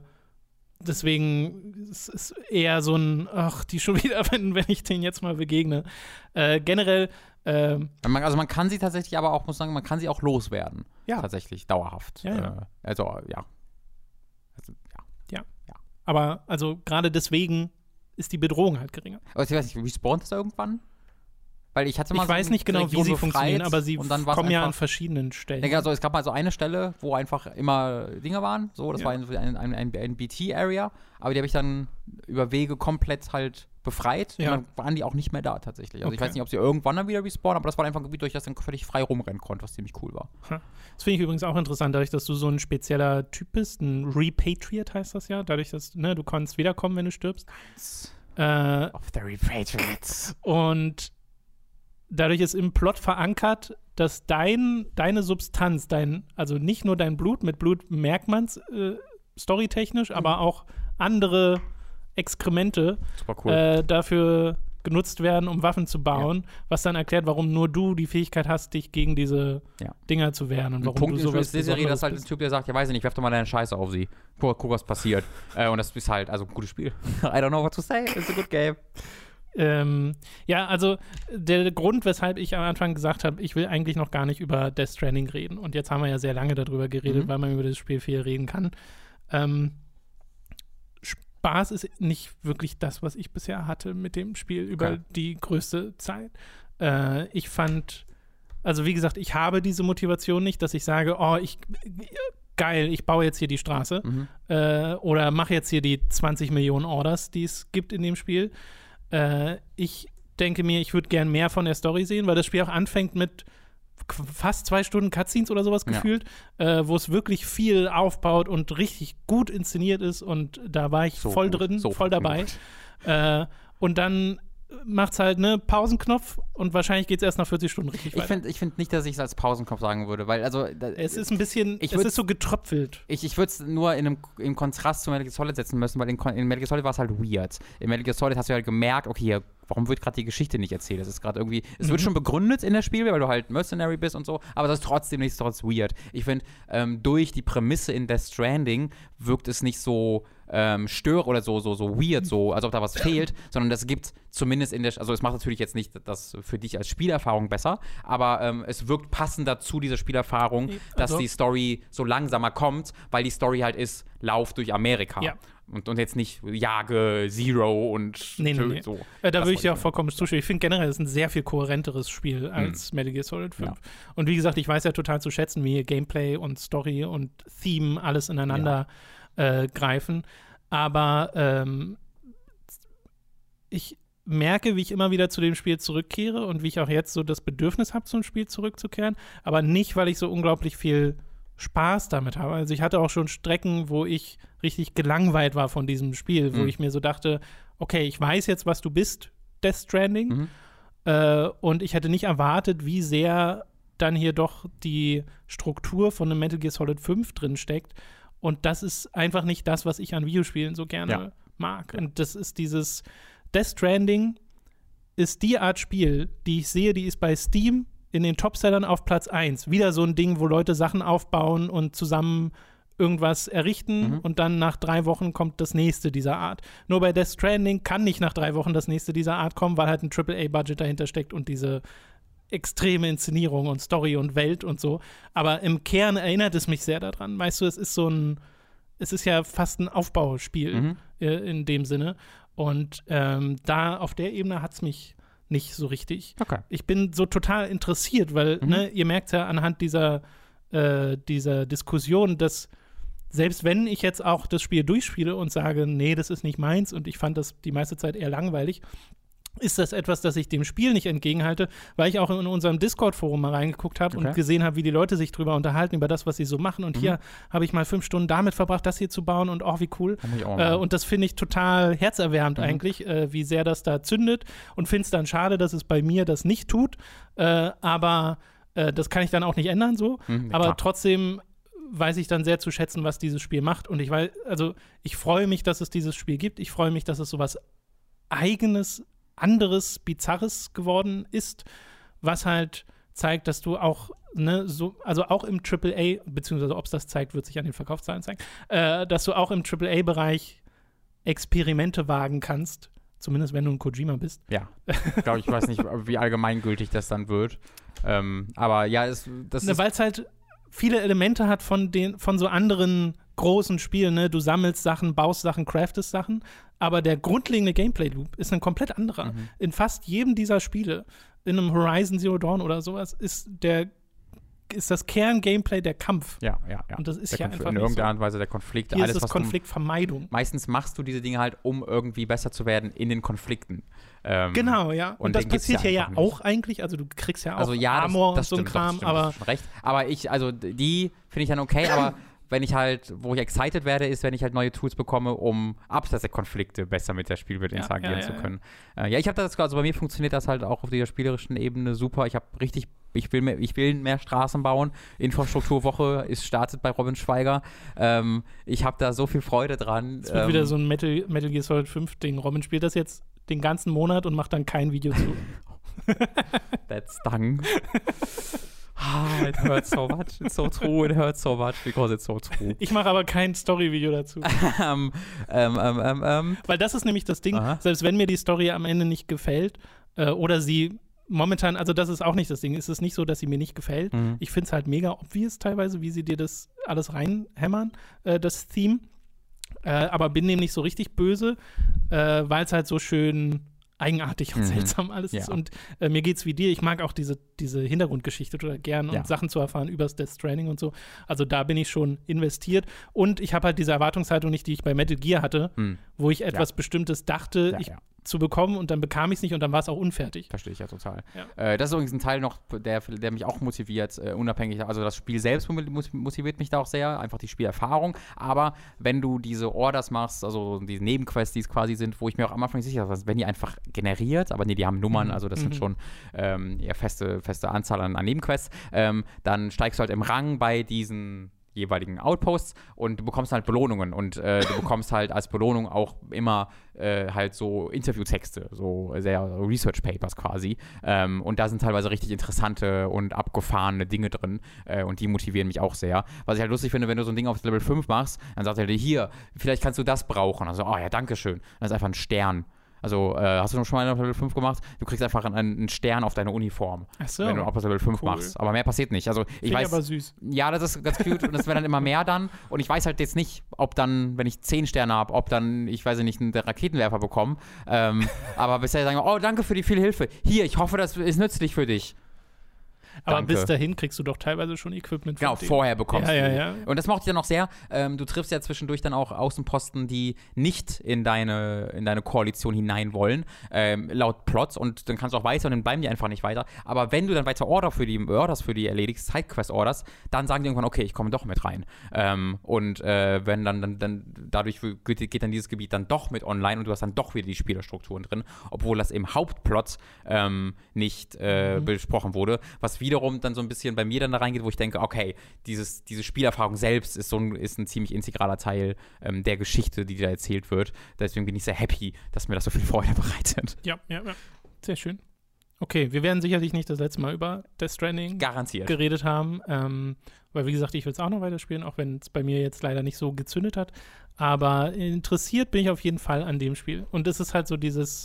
deswegen ist es eher so ein, ach, die schon wieder, wenn, wenn ich denen jetzt mal begegne. Äh, generell äh, also man kann sie tatsächlich aber auch, muss sagen, man kann sie auch loswerden. Ja. Tatsächlich, dauerhaft. Ja, ja. Äh, also, ja. Also, ja. ja. Ja. Aber also gerade deswegen ist die Bedrohung halt geringer. Aber ich weiß nicht, respawnt das irgendwann? Weil ich hatte mal Ich so weiß nicht genau, wie sie funktionieren, aber sie kommen ja an verschiedenen Stellen. Ja, also es gab mal so eine Stelle, wo einfach immer Dinge waren. So, das ja. war ein, ein, ein, ein B T-Area, aber die habe ich dann über Wege komplett halt befreit. Ja. Und dann waren die auch nicht mehr da tatsächlich. Also okay. ich weiß nicht, ob sie irgendwann dann wieder respawnen, aber das war einfach ein Gebiet, durch das ich dann völlig frei rumrennen konnte, was ziemlich cool war. Das finde ich übrigens auch interessant, dadurch, dass du so ein spezieller Typ bist, ein Repatriate heißt das ja, dadurch, dass ne, du kannst wiederkommen, wenn du stirbst. Äh, of the Repatriates. Und dadurch ist im Plot verankert, dass dein, deine Substanz, dein, also nicht nur dein Blut, mit Blut merkt man es äh, storytechnisch, mhm. aber auch andere Exkremente Super cool. äh, dafür genutzt werden, um Waffen zu bauen, ja. was dann erklärt, warum nur du die Fähigkeit hast, dich gegen diese ja. Dinger zu wehren. Und ein warum Punkt du sowas ist die Serie, dass halt ein Typ, der sagt, ja weiß ich nicht, werf doch mal deine Scheiße auf sie. Guck, guck was passiert. äh, und das ist halt, also ein gutes Spiel. I don't know what to say, it's a good game. Ähm, ja, also der Grund, weshalb ich am Anfang gesagt habe, ich will eigentlich noch gar nicht über Death Stranding reden. Und jetzt haben wir ja sehr lange darüber geredet, mhm. weil man über das Spiel viel reden kann. Ähm, Spaß ist nicht wirklich das, was ich bisher hatte mit dem Spiel über okay. die größte Zeit. Äh, ich fand, also wie gesagt, ich habe diese Motivation nicht, dass ich sage, oh, ich geil, ich baue jetzt hier die Straße mhm. äh, oder mache jetzt hier die zwanzig Millionen Orders, die es gibt in dem Spiel. Äh, ich denke mir, ich würde gern mehr von der Story sehen, weil das Spiel auch anfängt mit fast zwei Stunden Cutscenes oder sowas gefühlt, ja. äh, wo es wirklich viel aufbaut und richtig gut inszeniert ist und da war ich so voll gut, drin, so voll dabei. Äh, und dann macht's halt, ne, Pausenknopf und wahrscheinlich geht's erst nach vierzig Stunden richtig weiter. Ich finde ich find nicht, dass ich es als Pausenknopf sagen würde, weil also da, es ist ein bisschen, es ist so getröpfelt. Ich, ich würde es nur in einem, im Kontrast zu Metal Gear Solid setzen müssen, weil in, in Metal Gear Solid war es halt weird. In Metal Gear Solid hast du halt gemerkt, okay, hier, warum wird gerade die Geschichte nicht erzählt? Es ist gerade irgendwie, es mhm. wird schon begründet in der Spiel, weil du halt Mercenary bist und so, aber das ist trotzdem nicht so weird. Ich finde, ähm, durch die Prämisse in Death Stranding wirkt es nicht so ähm, stör oder so, so, so weird, so, als ob da was fehlt, sondern das gibt zumindest in der, also es macht natürlich jetzt nicht das für dich als Spielerfahrung besser, aber ähm, es wirkt passender zu dieser Spielerfahrung, dass also. die Story so langsamer kommt, weil die Story halt ist, lauf durch Amerika. Ja. Und, und jetzt nicht jage Zero und nee, nee, nee. so. Äh, da würde ich dir auch vollkommen zustimmen. Ich finde generell, es ist ein sehr viel kohärenteres Spiel als mhm. Metal Gear Solid fünf. Ja. Und wie gesagt, ich weiß ja total zu schätzen, wie Gameplay und Story und Theme alles ineinander ja. äh, greifen. Aber ähm, ich merke, wie ich immer wieder zu dem Spiel zurückkehre und wie ich auch jetzt so das Bedürfnis habe, zum Spiel zurückzukehren. Aber nicht, weil ich so unglaublich viel Spaß damit habe. Also ich hatte auch schon Strecken, wo ich richtig gelangweilt war von diesem Spiel, wo mhm. ich mir so dachte, okay, ich weiß jetzt, was du bist, Death Stranding. Mhm. Äh, und ich hätte nicht erwartet, wie sehr dann hier doch die Struktur von einem Metal Gear Solid fünf drin steckt. Und das ist einfach nicht das, was ich an Videospielen so gerne ja. mag. Und das ist dieses Death Stranding ist die Art Spiel, die ich sehe, die ist bei Steam in den Topsellern auf Platz eins. Wieder so ein Ding, wo Leute Sachen aufbauen und zusammen irgendwas errichten mhm. und dann nach drei Wochen kommt das nächste dieser Art. Nur bei Death Stranding kann nicht nach drei Wochen das nächste dieser Art kommen, weil halt ein Triple A Budget dahinter steckt und diese extreme Inszenierung und Story und Welt und so. Aber im Kern erinnert es mich sehr daran. Weißt du, es ist so ein, es ist ja fast ein Aufbauspiel mhm. äh, in dem Sinne. Und ähm, da auf der Ebene hat es mich nicht so richtig. Okay. Ich bin so total interessiert, weil, mhm. ne, ihr merkt ja anhand dieser, äh, dieser Diskussion, dass selbst wenn ich jetzt auch das Spiel durchspiele und sage, nee, das ist nicht meins und ich fand das die meiste Zeit eher langweilig, ist das etwas, das ich dem Spiel nicht entgegenhalte, weil ich auch in unserem Discord-Forum mal reingeguckt habe okay. und gesehen habe, wie die Leute sich drüber unterhalten, über das, was sie so machen. Und mhm. hier habe ich mal fünf Stunden damit verbracht, das hier zu bauen und oh, wie cool. Äh, und das finde ich total herzerwärmend mhm. eigentlich, äh, wie sehr das da zündet. Und finde es dann schade, dass es bei mir das nicht tut. Äh, aber äh, das kann ich dann auch nicht ändern so. Mhm, aber klar. Trotzdem weiß ich dann sehr zu schätzen, was dieses Spiel macht. Und ich weiß, also ich freue mich, dass es dieses Spiel gibt. Ich freue mich, dass es sowas Eigenes anderes, Bizarres geworden ist, was halt zeigt, dass du auch, ne, so, also auch im Triple A, beziehungsweise ob es das zeigt, wird sich an den Verkaufszahlen zeigen, äh, dass du auch im Triple A Bereich Experimente wagen kannst, zumindest wenn du ein Kojima bist. Ja, ich glaube, ich weiß nicht, wie allgemeingültig das dann wird. Ähm, aber ja, es, das ne, ist. Weil es halt viele Elemente hat von den, von so anderen großen Spielen, ne? Du sammelst Sachen, baust Sachen, craftest Sachen, aber der grundlegende Gameplay-Loop ist ein komplett anderer. Mhm. In fast jedem dieser Spiele, in einem Horizon Zero Dawn oder sowas, ist der ist das Kern-Gameplay der Kampf. Ja, ja, ja. Und das ist der ja Konf- einfach in nicht irgendeiner so. Art und Weise der Konflikt. Hier alles, ist es was Konfliktvermeidung. Du, meistens machst du diese Dinge halt, um irgendwie besser zu werden in den Konflikten. Ähm, genau, ja. Und, und das passiert ja ja nicht. auch eigentlich. Also du kriegst ja auch also, ja, Armor das, das und so ein stimmt, Kram. Doch, aber das stimmt, recht. Aber ich, also die finde ich dann okay, aber wenn ich halt, wo ich excited werde, ist, wenn ich halt neue Tools bekomme, um abseits der Konflikte besser mit der Spielwelt ja, interagieren ja, ja, zu können. Ja, äh, ja ich habe das, also bei mir funktioniert das halt auch auf dieser spielerischen Ebene super. Ich habe richtig, ich will mehr, ich will mehr Straßen bauen. Infrastrukturwoche ist startet bei Robin Schweiger. Ähm, ich habe da so viel Freude dran. Es wird ähm, wieder so ein Metal, Metal Gear Solid fünf Ding. Robin spielt das jetzt den ganzen Monat und macht dann kein Video zu. That's stung. Ah, it hurts so much. It's so true. It hurts so much because it's so true. Ich mache aber kein Story-Video dazu. ähm, ähm, ähm, ähm. Weil das ist nämlich das Ding, Aha. selbst wenn mir die Story am Ende nicht gefällt äh, oder sie momentan, also das ist auch nicht das Ding, es ist nicht so, dass sie mir nicht gefällt. Mhm. Ich finde es halt mega obvious teilweise, wie sie dir das alles reinhämmern, äh, das Theme. Äh, aber bin dem nicht so richtig böse, äh, weil es halt so schön eigenartig und mhm. seltsam alles ja. ist. Und äh, mir geht's wie dir. Ich mag auch diese, diese Hintergrundgeschichte total gern und ja. Sachen zu erfahren über das Death Stranding und so. Also da bin ich schon investiert. Und ich habe halt diese Erwartungshaltung nicht, die ich bei Metal Gear hatte, hm. wo ich etwas ja. Bestimmtes dachte, ja, ich ja. zu bekommen und dann bekam ich es nicht und dann war es auch unfertig. Verstehe ich ja total. Ja. Äh, das ist übrigens ein Teil noch, der, der mich auch motiviert, äh, unabhängig, also das Spiel selbst motiviert mich da auch sehr, einfach die Spielerfahrung, aber wenn du diese Orders machst, also diese Nebenquests, die es quasi sind, wo ich mir auch am Anfang nicht sicher war, wenn die einfach generiert, aber nee, die haben Nummern, mhm. also das mhm. sind schon ähm, eher feste, feste Anzahl an, an Nebenquests, ähm, dann steigst du halt im Rang bei diesen jeweiligen Outposts und du bekommst halt Belohnungen und äh, du bekommst halt als Belohnung auch immer äh, halt so Interviewtexte, so sehr Research Papers quasi ähm, und da sind teilweise richtig interessante und abgefahrene Dinge drin äh, und die motivieren mich auch sehr. Was ich halt lustig finde, wenn du so ein Ding auf Level fünf machst, dann sagt er dir, hier, vielleicht kannst du das brauchen. Also, oh ja, danke schön. Das ist einfach ein Stern. Also, äh, hast du schon mal auf Level fünf gemacht? Du kriegst einfach einen, einen Stern auf deine Uniform, Ach so. wenn du auf Level fünf cool. machst. Aber mehr passiert nicht. Also, ich Finde weiß, aber süß. Ja, das ist ganz cute und das wäre dann immer mehr dann. Und ich weiß halt jetzt nicht, ob dann, wenn ich zehn Sterne habe, ob dann, ich weiß nicht, einen Raketenwerfer bekomme. Ähm, aber bisher sagen wir, oh, danke für die viel Hilfe. Hier, ich hoffe, das ist nützlich für dich. Aber Danke. bis dahin kriegst du doch teilweise schon Equipment von Genau, denen. vorher bekommst ja, du. Ja, ja. Und das mochte ich dann noch sehr. Ähm, du triffst ja zwischendurch dann auch Außenposten, die nicht in deine, in deine Koalition hinein wollen, ähm, laut Plots. Und dann kannst du auch weiter und dann bleiben die einfach nicht weiter. Aber wenn du dann weiter Order für die, Orders für die erledigst, Sidequest-Orders, dann sagen die irgendwann, okay, ich komme doch mit rein. Ähm, und äh, wenn dann, dann, dann dadurch geht dann dieses Gebiet dann doch mit online und du hast dann doch wieder die Spielerstrukturen drin, obwohl das im Hauptplot ähm, nicht äh, mhm. besprochen wurde. Was wiederum dann so ein bisschen bei mir dann da reingeht, wo ich denke, okay, dieses, diese Spielerfahrung selbst ist so ein, ist ein ziemlich integraler Teil ähm, der Geschichte, die da erzählt wird. Deswegen bin ich sehr happy, dass mir das so viel Freude bereitet. Ja, ja, ja. Sehr schön. Okay, wir werden sicherlich nicht das letzte Mal über Death Stranding Garantiert. geredet haben, ähm, weil wie gesagt, ich will es auch noch weiterspielen, auch wenn es bei mir jetzt leider nicht so gezündet hat. Aber interessiert bin ich auf jeden Fall an dem Spiel. Und es ist halt so dieses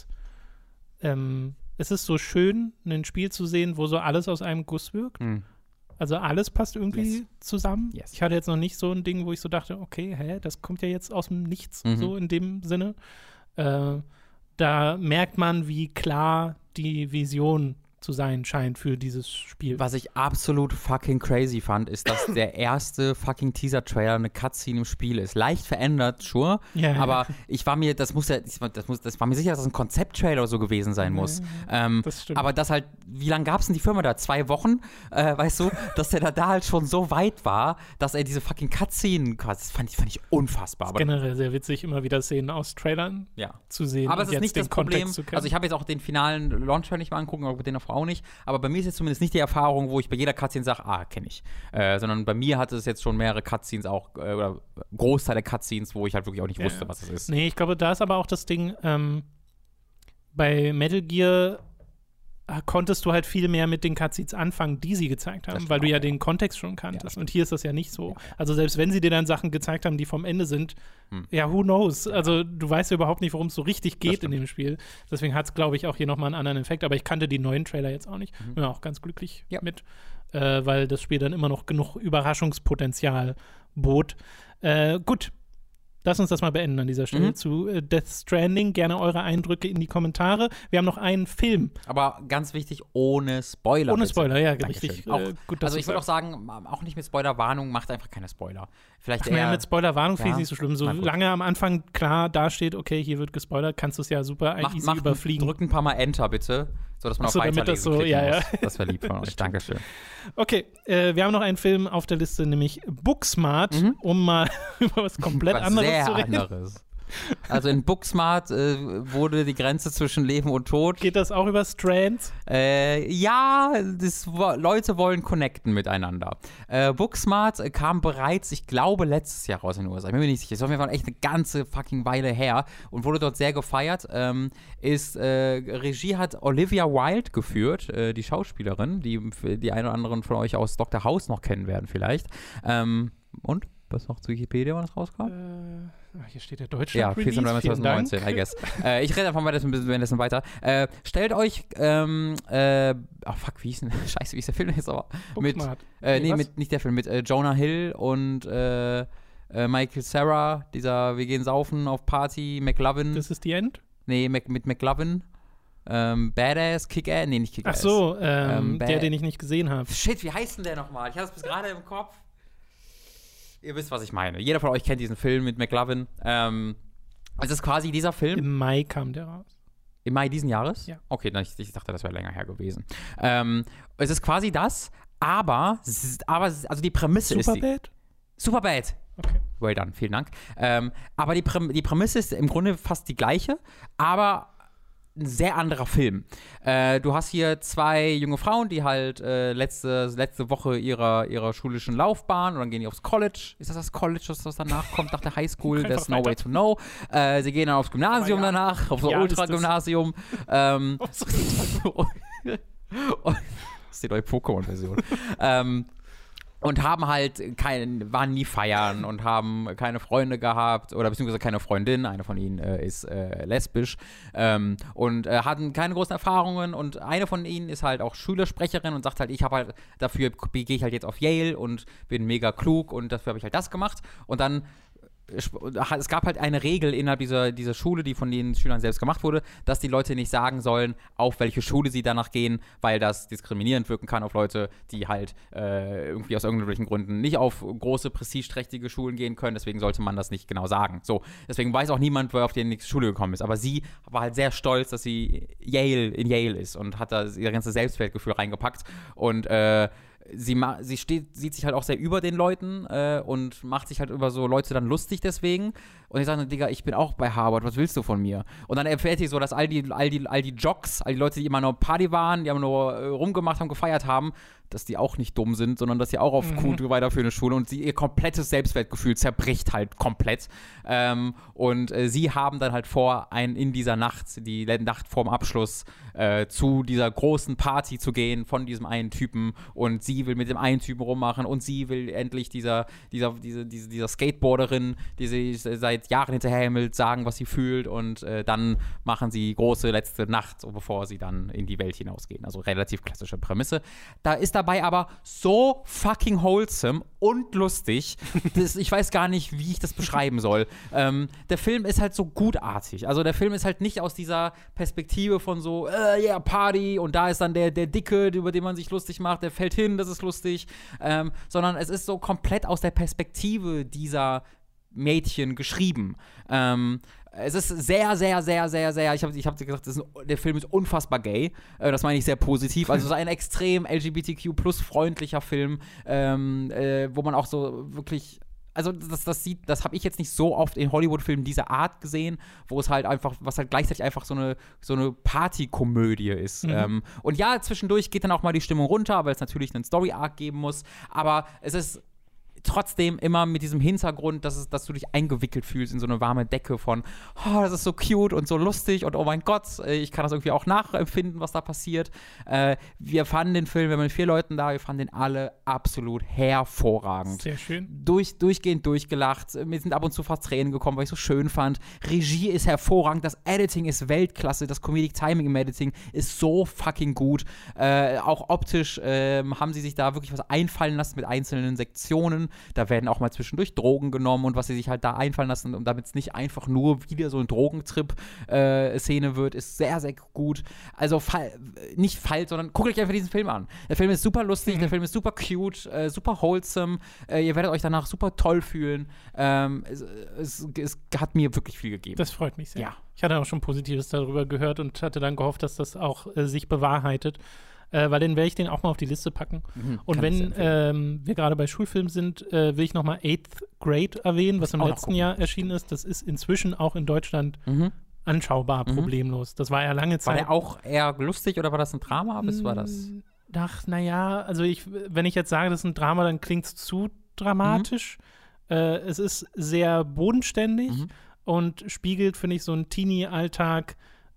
ähm, es ist so schön, ein Spiel zu sehen, wo so alles aus einem Guss wirkt. Mhm. Also alles passt irgendwie yes. zusammen. Yes. Ich hatte jetzt noch nicht so ein Ding, wo ich so dachte, okay, hä, das kommt ja jetzt aus dem Nichts, mhm. so in dem Sinne. Äh, da merkt man, wie klar die Vision zu sein scheint für dieses Spiel. Was ich absolut fucking crazy fand, ist, dass der erste fucking Teaser-Trailer eine Cutscene im Spiel ist. Leicht verändert, sure, ja, aber ja. ich war mir, das muss ja, das muss, das war mir sicher, dass das ein Konzept-Trailer oder so gewesen sein muss. Ja, ähm, das stimmt. Aber das halt, wie lange gab es denn die Firma da? Zwei Wochen? Äh, weißt du, dass der da, da halt schon so weit war, dass er diese fucking Cutscene, das fand ich, fand ich unfassbar. Das ist generell sehr witzig, immer wieder Szenen aus Trailern ja. zu sehen. Aber es ist nicht das Problem, zu also ich habe jetzt auch den finalen Launcher nicht mal angucken, aber den auch nicht, aber bei mir ist jetzt zumindest nicht die Erfahrung, wo ich bei jeder Cutscene sage, ah, kenne ich. Äh, sondern bei mir hatte es jetzt schon mehrere Cutscenes auch, äh, oder Großteil der Cutscenes, wo ich halt wirklich auch nicht ja. wusste, was es ist. Nee, ich glaube, da ist aber auch das Ding, ähm, bei Metal Gear konntest du halt viel mehr mit den Cutscenes anfangen, die sie gezeigt haben, weil du ja den Kontext schon kanntest. Ja, und hier ist das ja nicht so. Ja, ja. Also selbst wenn sie dir dann Sachen gezeigt haben, die vom Ende sind, hm. ja, who knows? Also du weißt ja überhaupt nicht, worum es so richtig geht in dem Spiel. Deswegen hat es, glaube ich, auch hier nochmal einen anderen Effekt. Aber ich kannte die neuen Trailer jetzt auch nicht. Mhm. Bin auch ganz glücklich ja. mit, äh, weil das Spiel dann immer noch genug Überraschungspotenzial bot. Äh, gut. Lass uns das mal beenden an dieser Stelle mhm. zu äh, Death Stranding. Gerne eure Eindrücke in die Kommentare. Wir haben noch einen Film. Aber ganz wichtig, ohne Spoiler. Ohne bitte. Spoiler, ja, Dankeschön. richtig. Auch, äh, gut, dass also ich würde auch sagen, auch nicht mit Spoilerwarnung, macht einfach keine Spoiler. Vielleicht Ach, eher, ja, mit Spoilerwarnung finde ich ja, nicht so schlimm. Solange am Anfang klar dasteht, okay, hier wird gespoilert, kannst du es ja super mach, easy mach, überfliegen. Drück ein paar Mal Enter, bitte. So, dass man so, auf Weiterlesen das so, ja, ja. muss. Das wäre lieb von euch. Dankeschön. Okay, äh, wir haben noch einen Film auf der Liste, nämlich Booksmart, mhm. um mal über was komplett was anderes sehr zu reden. Anderes. Also in Booksmart äh, wurde die Grenze zwischen Leben und Tod. Geht das auch über Strands? Äh, ja, das, Leute wollen connecten miteinander. Äh, Booksmart kam bereits, ich glaube, letztes Jahr raus in den U S A. Ich bin mir nicht sicher. Es war auf jeden Fall echt eine ganze fucking Weile her und wurde dort sehr gefeiert. Ähm, ist, äh, Regie hat Olivia Wilde geführt, äh, die Schauspielerin, die die einen oder anderen von euch aus Doktor House noch kennen werden vielleicht. Ähm, und? Was noch zu Wikipedia, wann das rauskam? Äh, hier steht der Deutschland Ja, Release. vierzehnten November zweitausendneunzehn, I guess. äh, ich rede einfach mal ein bisschen weiter. Äh, stellt euch, ähm, äh, oh fuck, wie hieß denn, scheiße, wie ist der Film jetzt aber? Mit, äh, nee, mit, nicht der Film, mit äh, Jonah Hill und äh, äh, Michael Cera, dieser Wir gehen saufen auf Party, McLovin. Das ist die End? Nee, Mac, mit McLovin. ähm, Badass Kick-Ass, nee, nicht Kick-Ass. Ach so, ähm, ähm, der, den ich nicht gesehen habe. Shit, wie heißt denn der nochmal? Ich hatte es bis gerade im Kopf. Ihr wisst, was ich meine. Jeder von euch kennt diesen Film mit McLovin. Ähm, es ist quasi dieser Film. Im Mai kam der raus. Im Mai diesen Jahres? Ja. Okay, dann ich, ich dachte, das wäre länger her gewesen. Ähm, es ist quasi das, aber, aber also die Prämisse ist die... Superbad? Superbad. Okay. Well done, vielen Dank. Ähm, aber die, Prä- die Prämisse ist im Grunde fast die gleiche, aber ein sehr anderer Film. Äh, du hast hier zwei junge Frauen, die halt äh, letzte, letzte Woche ihrer, ihrer schulischen Laufbahn und dann gehen die aufs College. Ist das das College, das, was danach kommt, nach der Highschool? There's no way to know. Äh, sie gehen dann aufs Gymnasium ja. danach, aufs ja, Ultra-Gymnasium. Ähm, das ist die neue Pokémon-Version. ähm, Und haben halt kein, waren nie feiern und haben keine Freunde gehabt oder beziehungsweise keine Freundin. Eine von ihnen äh, ist äh, lesbisch ähm, und äh, hatten keine großen Erfahrungen. Und eine von ihnen ist halt auch Schülersprecherin und sagt halt, ich habe halt, dafür gehe ich halt jetzt auf Yale und bin mega klug und dafür habe ich halt das gemacht. Und dann es gab halt eine Regel innerhalb dieser, dieser Schule, die von den Schülern selbst gemacht wurde, dass die Leute nicht sagen sollen, auf welche Schule sie danach gehen, weil das diskriminierend wirken kann auf Leute, die halt äh, irgendwie aus irgendwelchen Gründen nicht auf große, prestigeträchtige Schulen gehen können. Deswegen sollte man das nicht genau sagen. So, deswegen weiß auch niemand, wer auf die nächste Schule gekommen ist. Aber sie war halt sehr stolz, dass sie Yale in Yale ist und hat da ihr ganzes Selbstwertgefühl reingepackt und äh, Sie, ma- sie steht, sieht sich halt auch sehr über den Leuten äh, und macht sich halt über so Leute dann lustig deswegen. Und ich sage, Digga, ich bin auch bei Harvard, was willst du von mir? Und dann erfährt sie so, dass all die, all die, all die Jocks, all die Leute, die immer nur Party waren, die haben nur äh, rumgemacht haben, gefeiert haben, dass die auch nicht dumm sind, sondern dass sie auch auf mhm. cool weiterführende Schule und sie ihr komplettes Selbstwertgefühl zerbricht halt komplett. Ähm, und äh, sie haben dann halt vor, ein, in dieser Nacht, die Nacht vorm Abschluss, äh, zu dieser großen Party zu gehen von diesem einen Typen und sie will mit dem einen Typen rummachen und sie will endlich dieser, dieser, diese, diese, dieser Skateboarderin, die sie seit Jahren hinterherhimmelt, sagen, was sie fühlt und äh, dann machen sie große letzte Nacht, so bevor sie dann in die Welt hinausgehen. Also relativ klassische Prämisse. Da ist dabei aber so fucking wholesome und lustig. Das, ich weiß gar nicht, wie ich das beschreiben soll. Ähm, der Film ist halt so gutartig. Also der Film ist halt nicht aus dieser Perspektive von so, äh, yeah, Party und da ist dann der, der Dicke, über den man sich lustig macht, der fällt hin, das ist lustig. Ähm, sondern es ist so komplett aus der Perspektive dieser Mädchen geschrieben. Ähm, es ist sehr, sehr, sehr, sehr, sehr, ich habe ich hab gesagt, das ist ein, der Film ist unfassbar gay. Äh, das meine ich sehr positiv. Also es ist ein extrem L G B T Q plus freundlicher Film, ähm, äh, wo man auch so wirklich, also das, das sieht, das habe ich jetzt nicht so oft in Hollywood-Filmen dieser Art gesehen, wo es halt einfach, was halt gleichzeitig einfach so eine, so eine Partykomödie ist. Mhm. Ähm, und ja, zwischendurch geht dann auch mal die Stimmung runter, weil es natürlich einen Story-Arc geben muss, aber es ist trotzdem immer mit diesem Hintergrund, dass, es, dass du dich eingewickelt fühlst in so eine warme Decke von, oh, das ist so cute und so lustig und oh mein Gott, ich kann das irgendwie auch nachempfinden, was da passiert. Äh, wir fanden den Film, wir waren mit vier Leuten da, wir fanden den alle absolut hervorragend. Sehr schön. Durch, durchgehend durchgelacht, mir sind ab und zu fast Tränen gekommen, weil ich so schön fand. Regie ist hervorragend, das Editing ist Weltklasse, das Comedic Timing im Editing ist so fucking gut. Äh, auch optisch äh, haben sie sich da wirklich was einfallen lassen mit einzelnen Sektionen. Da werden auch mal zwischendurch Drogen genommen und was sie sich halt da einfallen lassen, und damit es nicht einfach nur wieder so ein Drogentrip-Szene äh, wird, ist sehr, sehr gut. Also fall, nicht falsch, sondern guckt euch einfach diesen Film an. Der Film ist super lustig, mhm. der Film ist super cute, äh, super wholesome. Äh, ihr werdet euch danach super toll fühlen. Ähm, es, es, es hat mir wirklich viel gegeben. Das freut mich sehr. Ja. Ich hatte auch schon Positives darüber gehört und hatte dann gehofft, dass das auch äh, sich bewahrheitet. Äh, weil dann werde ich den auch mal auf die Liste packen. Mhm, und wenn ähm, wir gerade bei Schulfilmen sind, äh, will ich noch mal Eighth Grade erwähnen, was im letzten Jahr erschienen ist. Das ist inzwischen auch in Deutschland mhm. anschaubar, mhm. problemlos. Das war ja lange Zeit. War der auch eher lustig oder war das ein Drama? Was war das? Ach, naja, also ich, wenn ich jetzt sage, das ist ein Drama, dann klingt es zu dramatisch. Mhm. Äh, es ist sehr bodenständig mhm. und spiegelt, finde ich, so einen Teenie-Alltag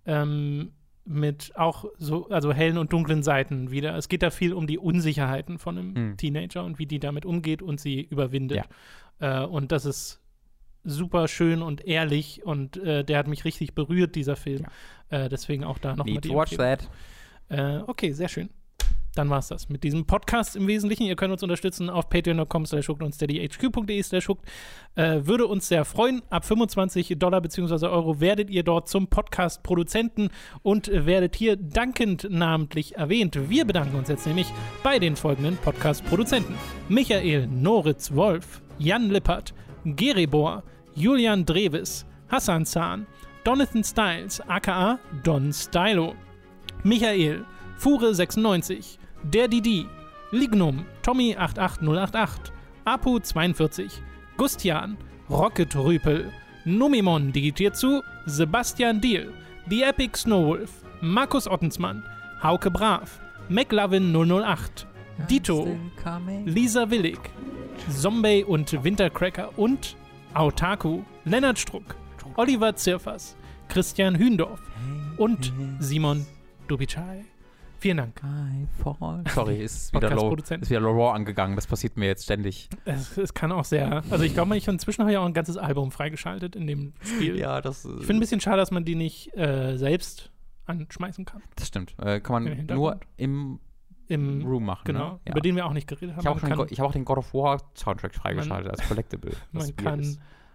ähm, mit auch so, also hellen und dunklen Seiten wieder. Es geht da viel um die Unsicherheiten von einem mhm. Teenager und wie die damit umgeht und sie überwindet. Ja. Äh, und das ist super schön und ehrlich und äh, der hat mich richtig berührt, dieser Film. Ja. Äh, deswegen auch da nochmal die watch that. Äh, okay, sehr schön. dann war's das mit diesem Podcast im Wesentlichen. Ihr könnt uns unterstützen auf patreon dot com slash hooked und steadyhq punkt de slash hooked. Äh, würde uns sehr freuen. Ab fünfundzwanzig Dollar bzw. Euro werdet ihr dort zum Podcast-Produzenten und werdet hier dankend namentlich erwähnt. Wir bedanken uns jetzt nämlich bei den folgenden Podcast-Produzenten: Michael Noritz Wolf, Jan Lippert, Geribor, Julian Dreves, Hassan Zahn, Donathan Styles, aka Don Stylo, Michael, Fure sechsundneunzig, Der Didi, Lignum, Tommy acht acht null acht acht, Apu zweiundvierzig, Gustian, Rocket Rüpel, Numimon digitiert zu, Sebastian Diel, The Epic Snowwolf, Markus Ottensmann, Hauke Brav, McLovin null null acht, Dito, Lisa Willig, Zombie und Wintercracker und Autaku, Lennart Struck, Oliver Zirfers, Christian Hündorf und Simon Dubicai. Vielen Dank. Sorry, ist wieder, low, ist wieder low raw angegangen. Das passiert mir jetzt ständig. Es, es kann auch sehr. Also, ich glaube, ich inzwischen habe ich auch ein ganzes Album freigeschaltet in dem Spiel. Ja, das. Ich finde ein bisschen schade, dass man die nicht äh, selbst anschmeißen kann. Das stimmt. Äh, kann man nur im, im Room machen. Genau, ne? Ja. Über den wir auch nicht geredet haben. Ich habe auch, kann, hab auch den God of War Soundtrack freigeschaltet man, als Collectible. Man kann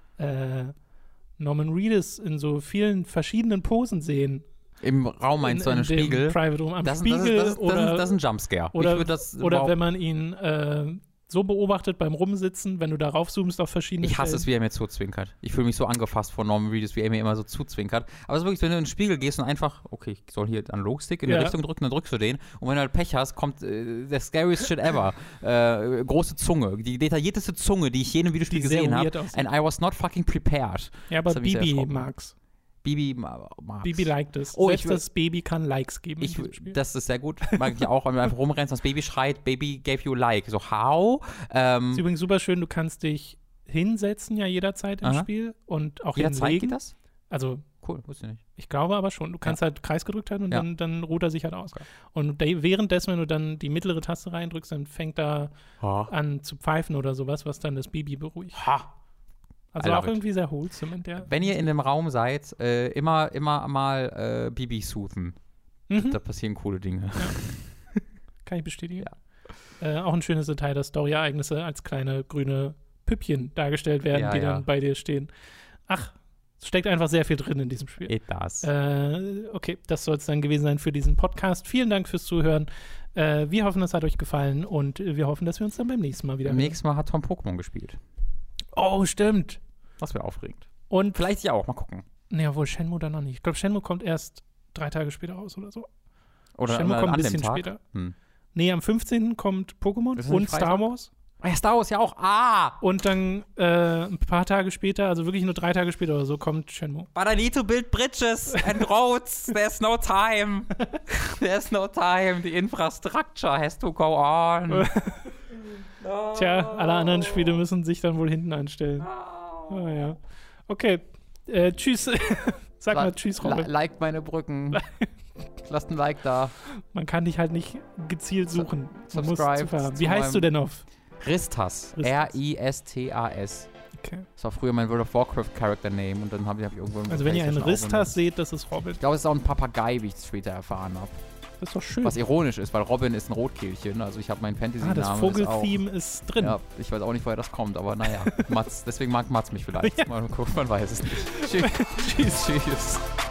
äh, Norman Reedus in so vielen verschiedenen Posen sehen. Im Raum meinst du einen Spiegel? Private Room am das, Spiegel das, das, das, oder, das, ist, das ist ein Jumpscare. Oder, ich das oder wenn man ihn äh, so beobachtet beim Rumsitzen, wenn du da raufzoomst auf verschiedene Ich hasse Stellen. es, wie er mir zuzwinkert. Ich fühle mich so angefasst von Norman Reedus, wie er mir immer so zuzwinkert. Aber es ist wirklich, wenn du in den Spiegel gehst und einfach, okay, ich soll hier Analogstick in ja. die Richtung drücken, dann drückst du den. Und wenn du halt Pech hast, kommt äh, der scariest shit ever. äh, große Zunge. Die detaillierteste Zunge, die ich je in einem Videospiel die gesehen habe. And I was not fucking prepared. Ja, aber Bibi mag's. Bibi mag's. Bibi liked es. Oh, Selbst ich, das Baby kann Likes geben. Ich, das ist sehr gut. Mag ich auch, wenn du einfach rumrennst, das Baby schreit, Baby gave you like. So, how? Ähm, ist übrigens super schön, du kannst dich hinsetzen ja jederzeit im aha. Spiel und auch jederzeit hinlegen. geht das? Also, cool, wusste ich nicht. Ich glaube aber schon. Du kannst ja. halt Kreis gedrückt halten und ja. dann, dann ruht er sich halt aus. Okay. Und währenddessen, wenn du dann die mittlere Taste reindrückst, dann fängt er ha. an zu pfeifen oder sowas, was dann das Baby beruhigt. Ha. Also auch irgendwie sehr wholesome in der. Wenn ihr in dem Raum seid, äh, immer, immer mal äh, Bibi soothen. Mhm. Da passieren coole Dinge. Ja. Kann ich bestätigen. Ja. Äh, auch ein schönes Detail, dass Story-Ereignisse als kleine grüne Püppchen dargestellt werden, ja, die ja. dann bei dir stehen. Ach, es steckt einfach sehr viel drin in diesem Spiel. It does. Äh, okay, das soll es dann gewesen sein für diesen Podcast. Vielen Dank fürs Zuhören. Äh, wir hoffen, es hat euch gefallen und wir hoffen, dass wir uns dann beim nächsten Mal wieder Beim hören. nächsten Mal hat Tom Pokémon gespielt. Oh, stimmt. Das wäre aufregend. Und vielleicht ja auch, mal gucken. Nee, obwohl Shenmue dann noch nicht. Ich glaube, Shenmue kommt erst drei Tage später raus oder so. Oder Shenmue an, kommt an ein bisschen dem Tag? später. Hm. Nee, am fünfzehnten kommt Pokémon und Star Wars. Ah ja, Star Wars ja auch. Ah! Und dann äh, ein paar Tage später, also wirklich nur drei Tage später oder so, kommt Shenmue. But I need to build bridges and roads. There's no time. There's no time. The infrastructure has to go on. No. Tja, alle anderen Spiele müssen sich dann wohl hinten anstellen. No. Oh, ja. Okay, äh, tschüss. Sag mal tschüss, Robin. Like meine Brücken. Lasst ein Like da. Man kann dich halt nicht gezielt suchen. Man muss Subscribe. Wie heißt du denn auf? Ristas. R I S T A S. Okay. Das war früher mein World of Warcraft Character Name und dann habe ich, hab ich irgendwo Also wenn ihr einen Ristas seht, das ist Robin. Ich glaube, es ist auch ein Papagei, wie ich es später erfahren habe. Das ist doch schön. Was ironisch ist, weil Robin ist ein Rotkehlchen. Also ich habe meinen Fantasy-Namen. Ah, das Vogel-Theme ist, ist drin. Ja, ich weiß auch nicht, woher das kommt, aber naja. Mats, deswegen mag Mats mich vielleicht. Ja. Man, man weiß es nicht. Tschüss. Tschüss.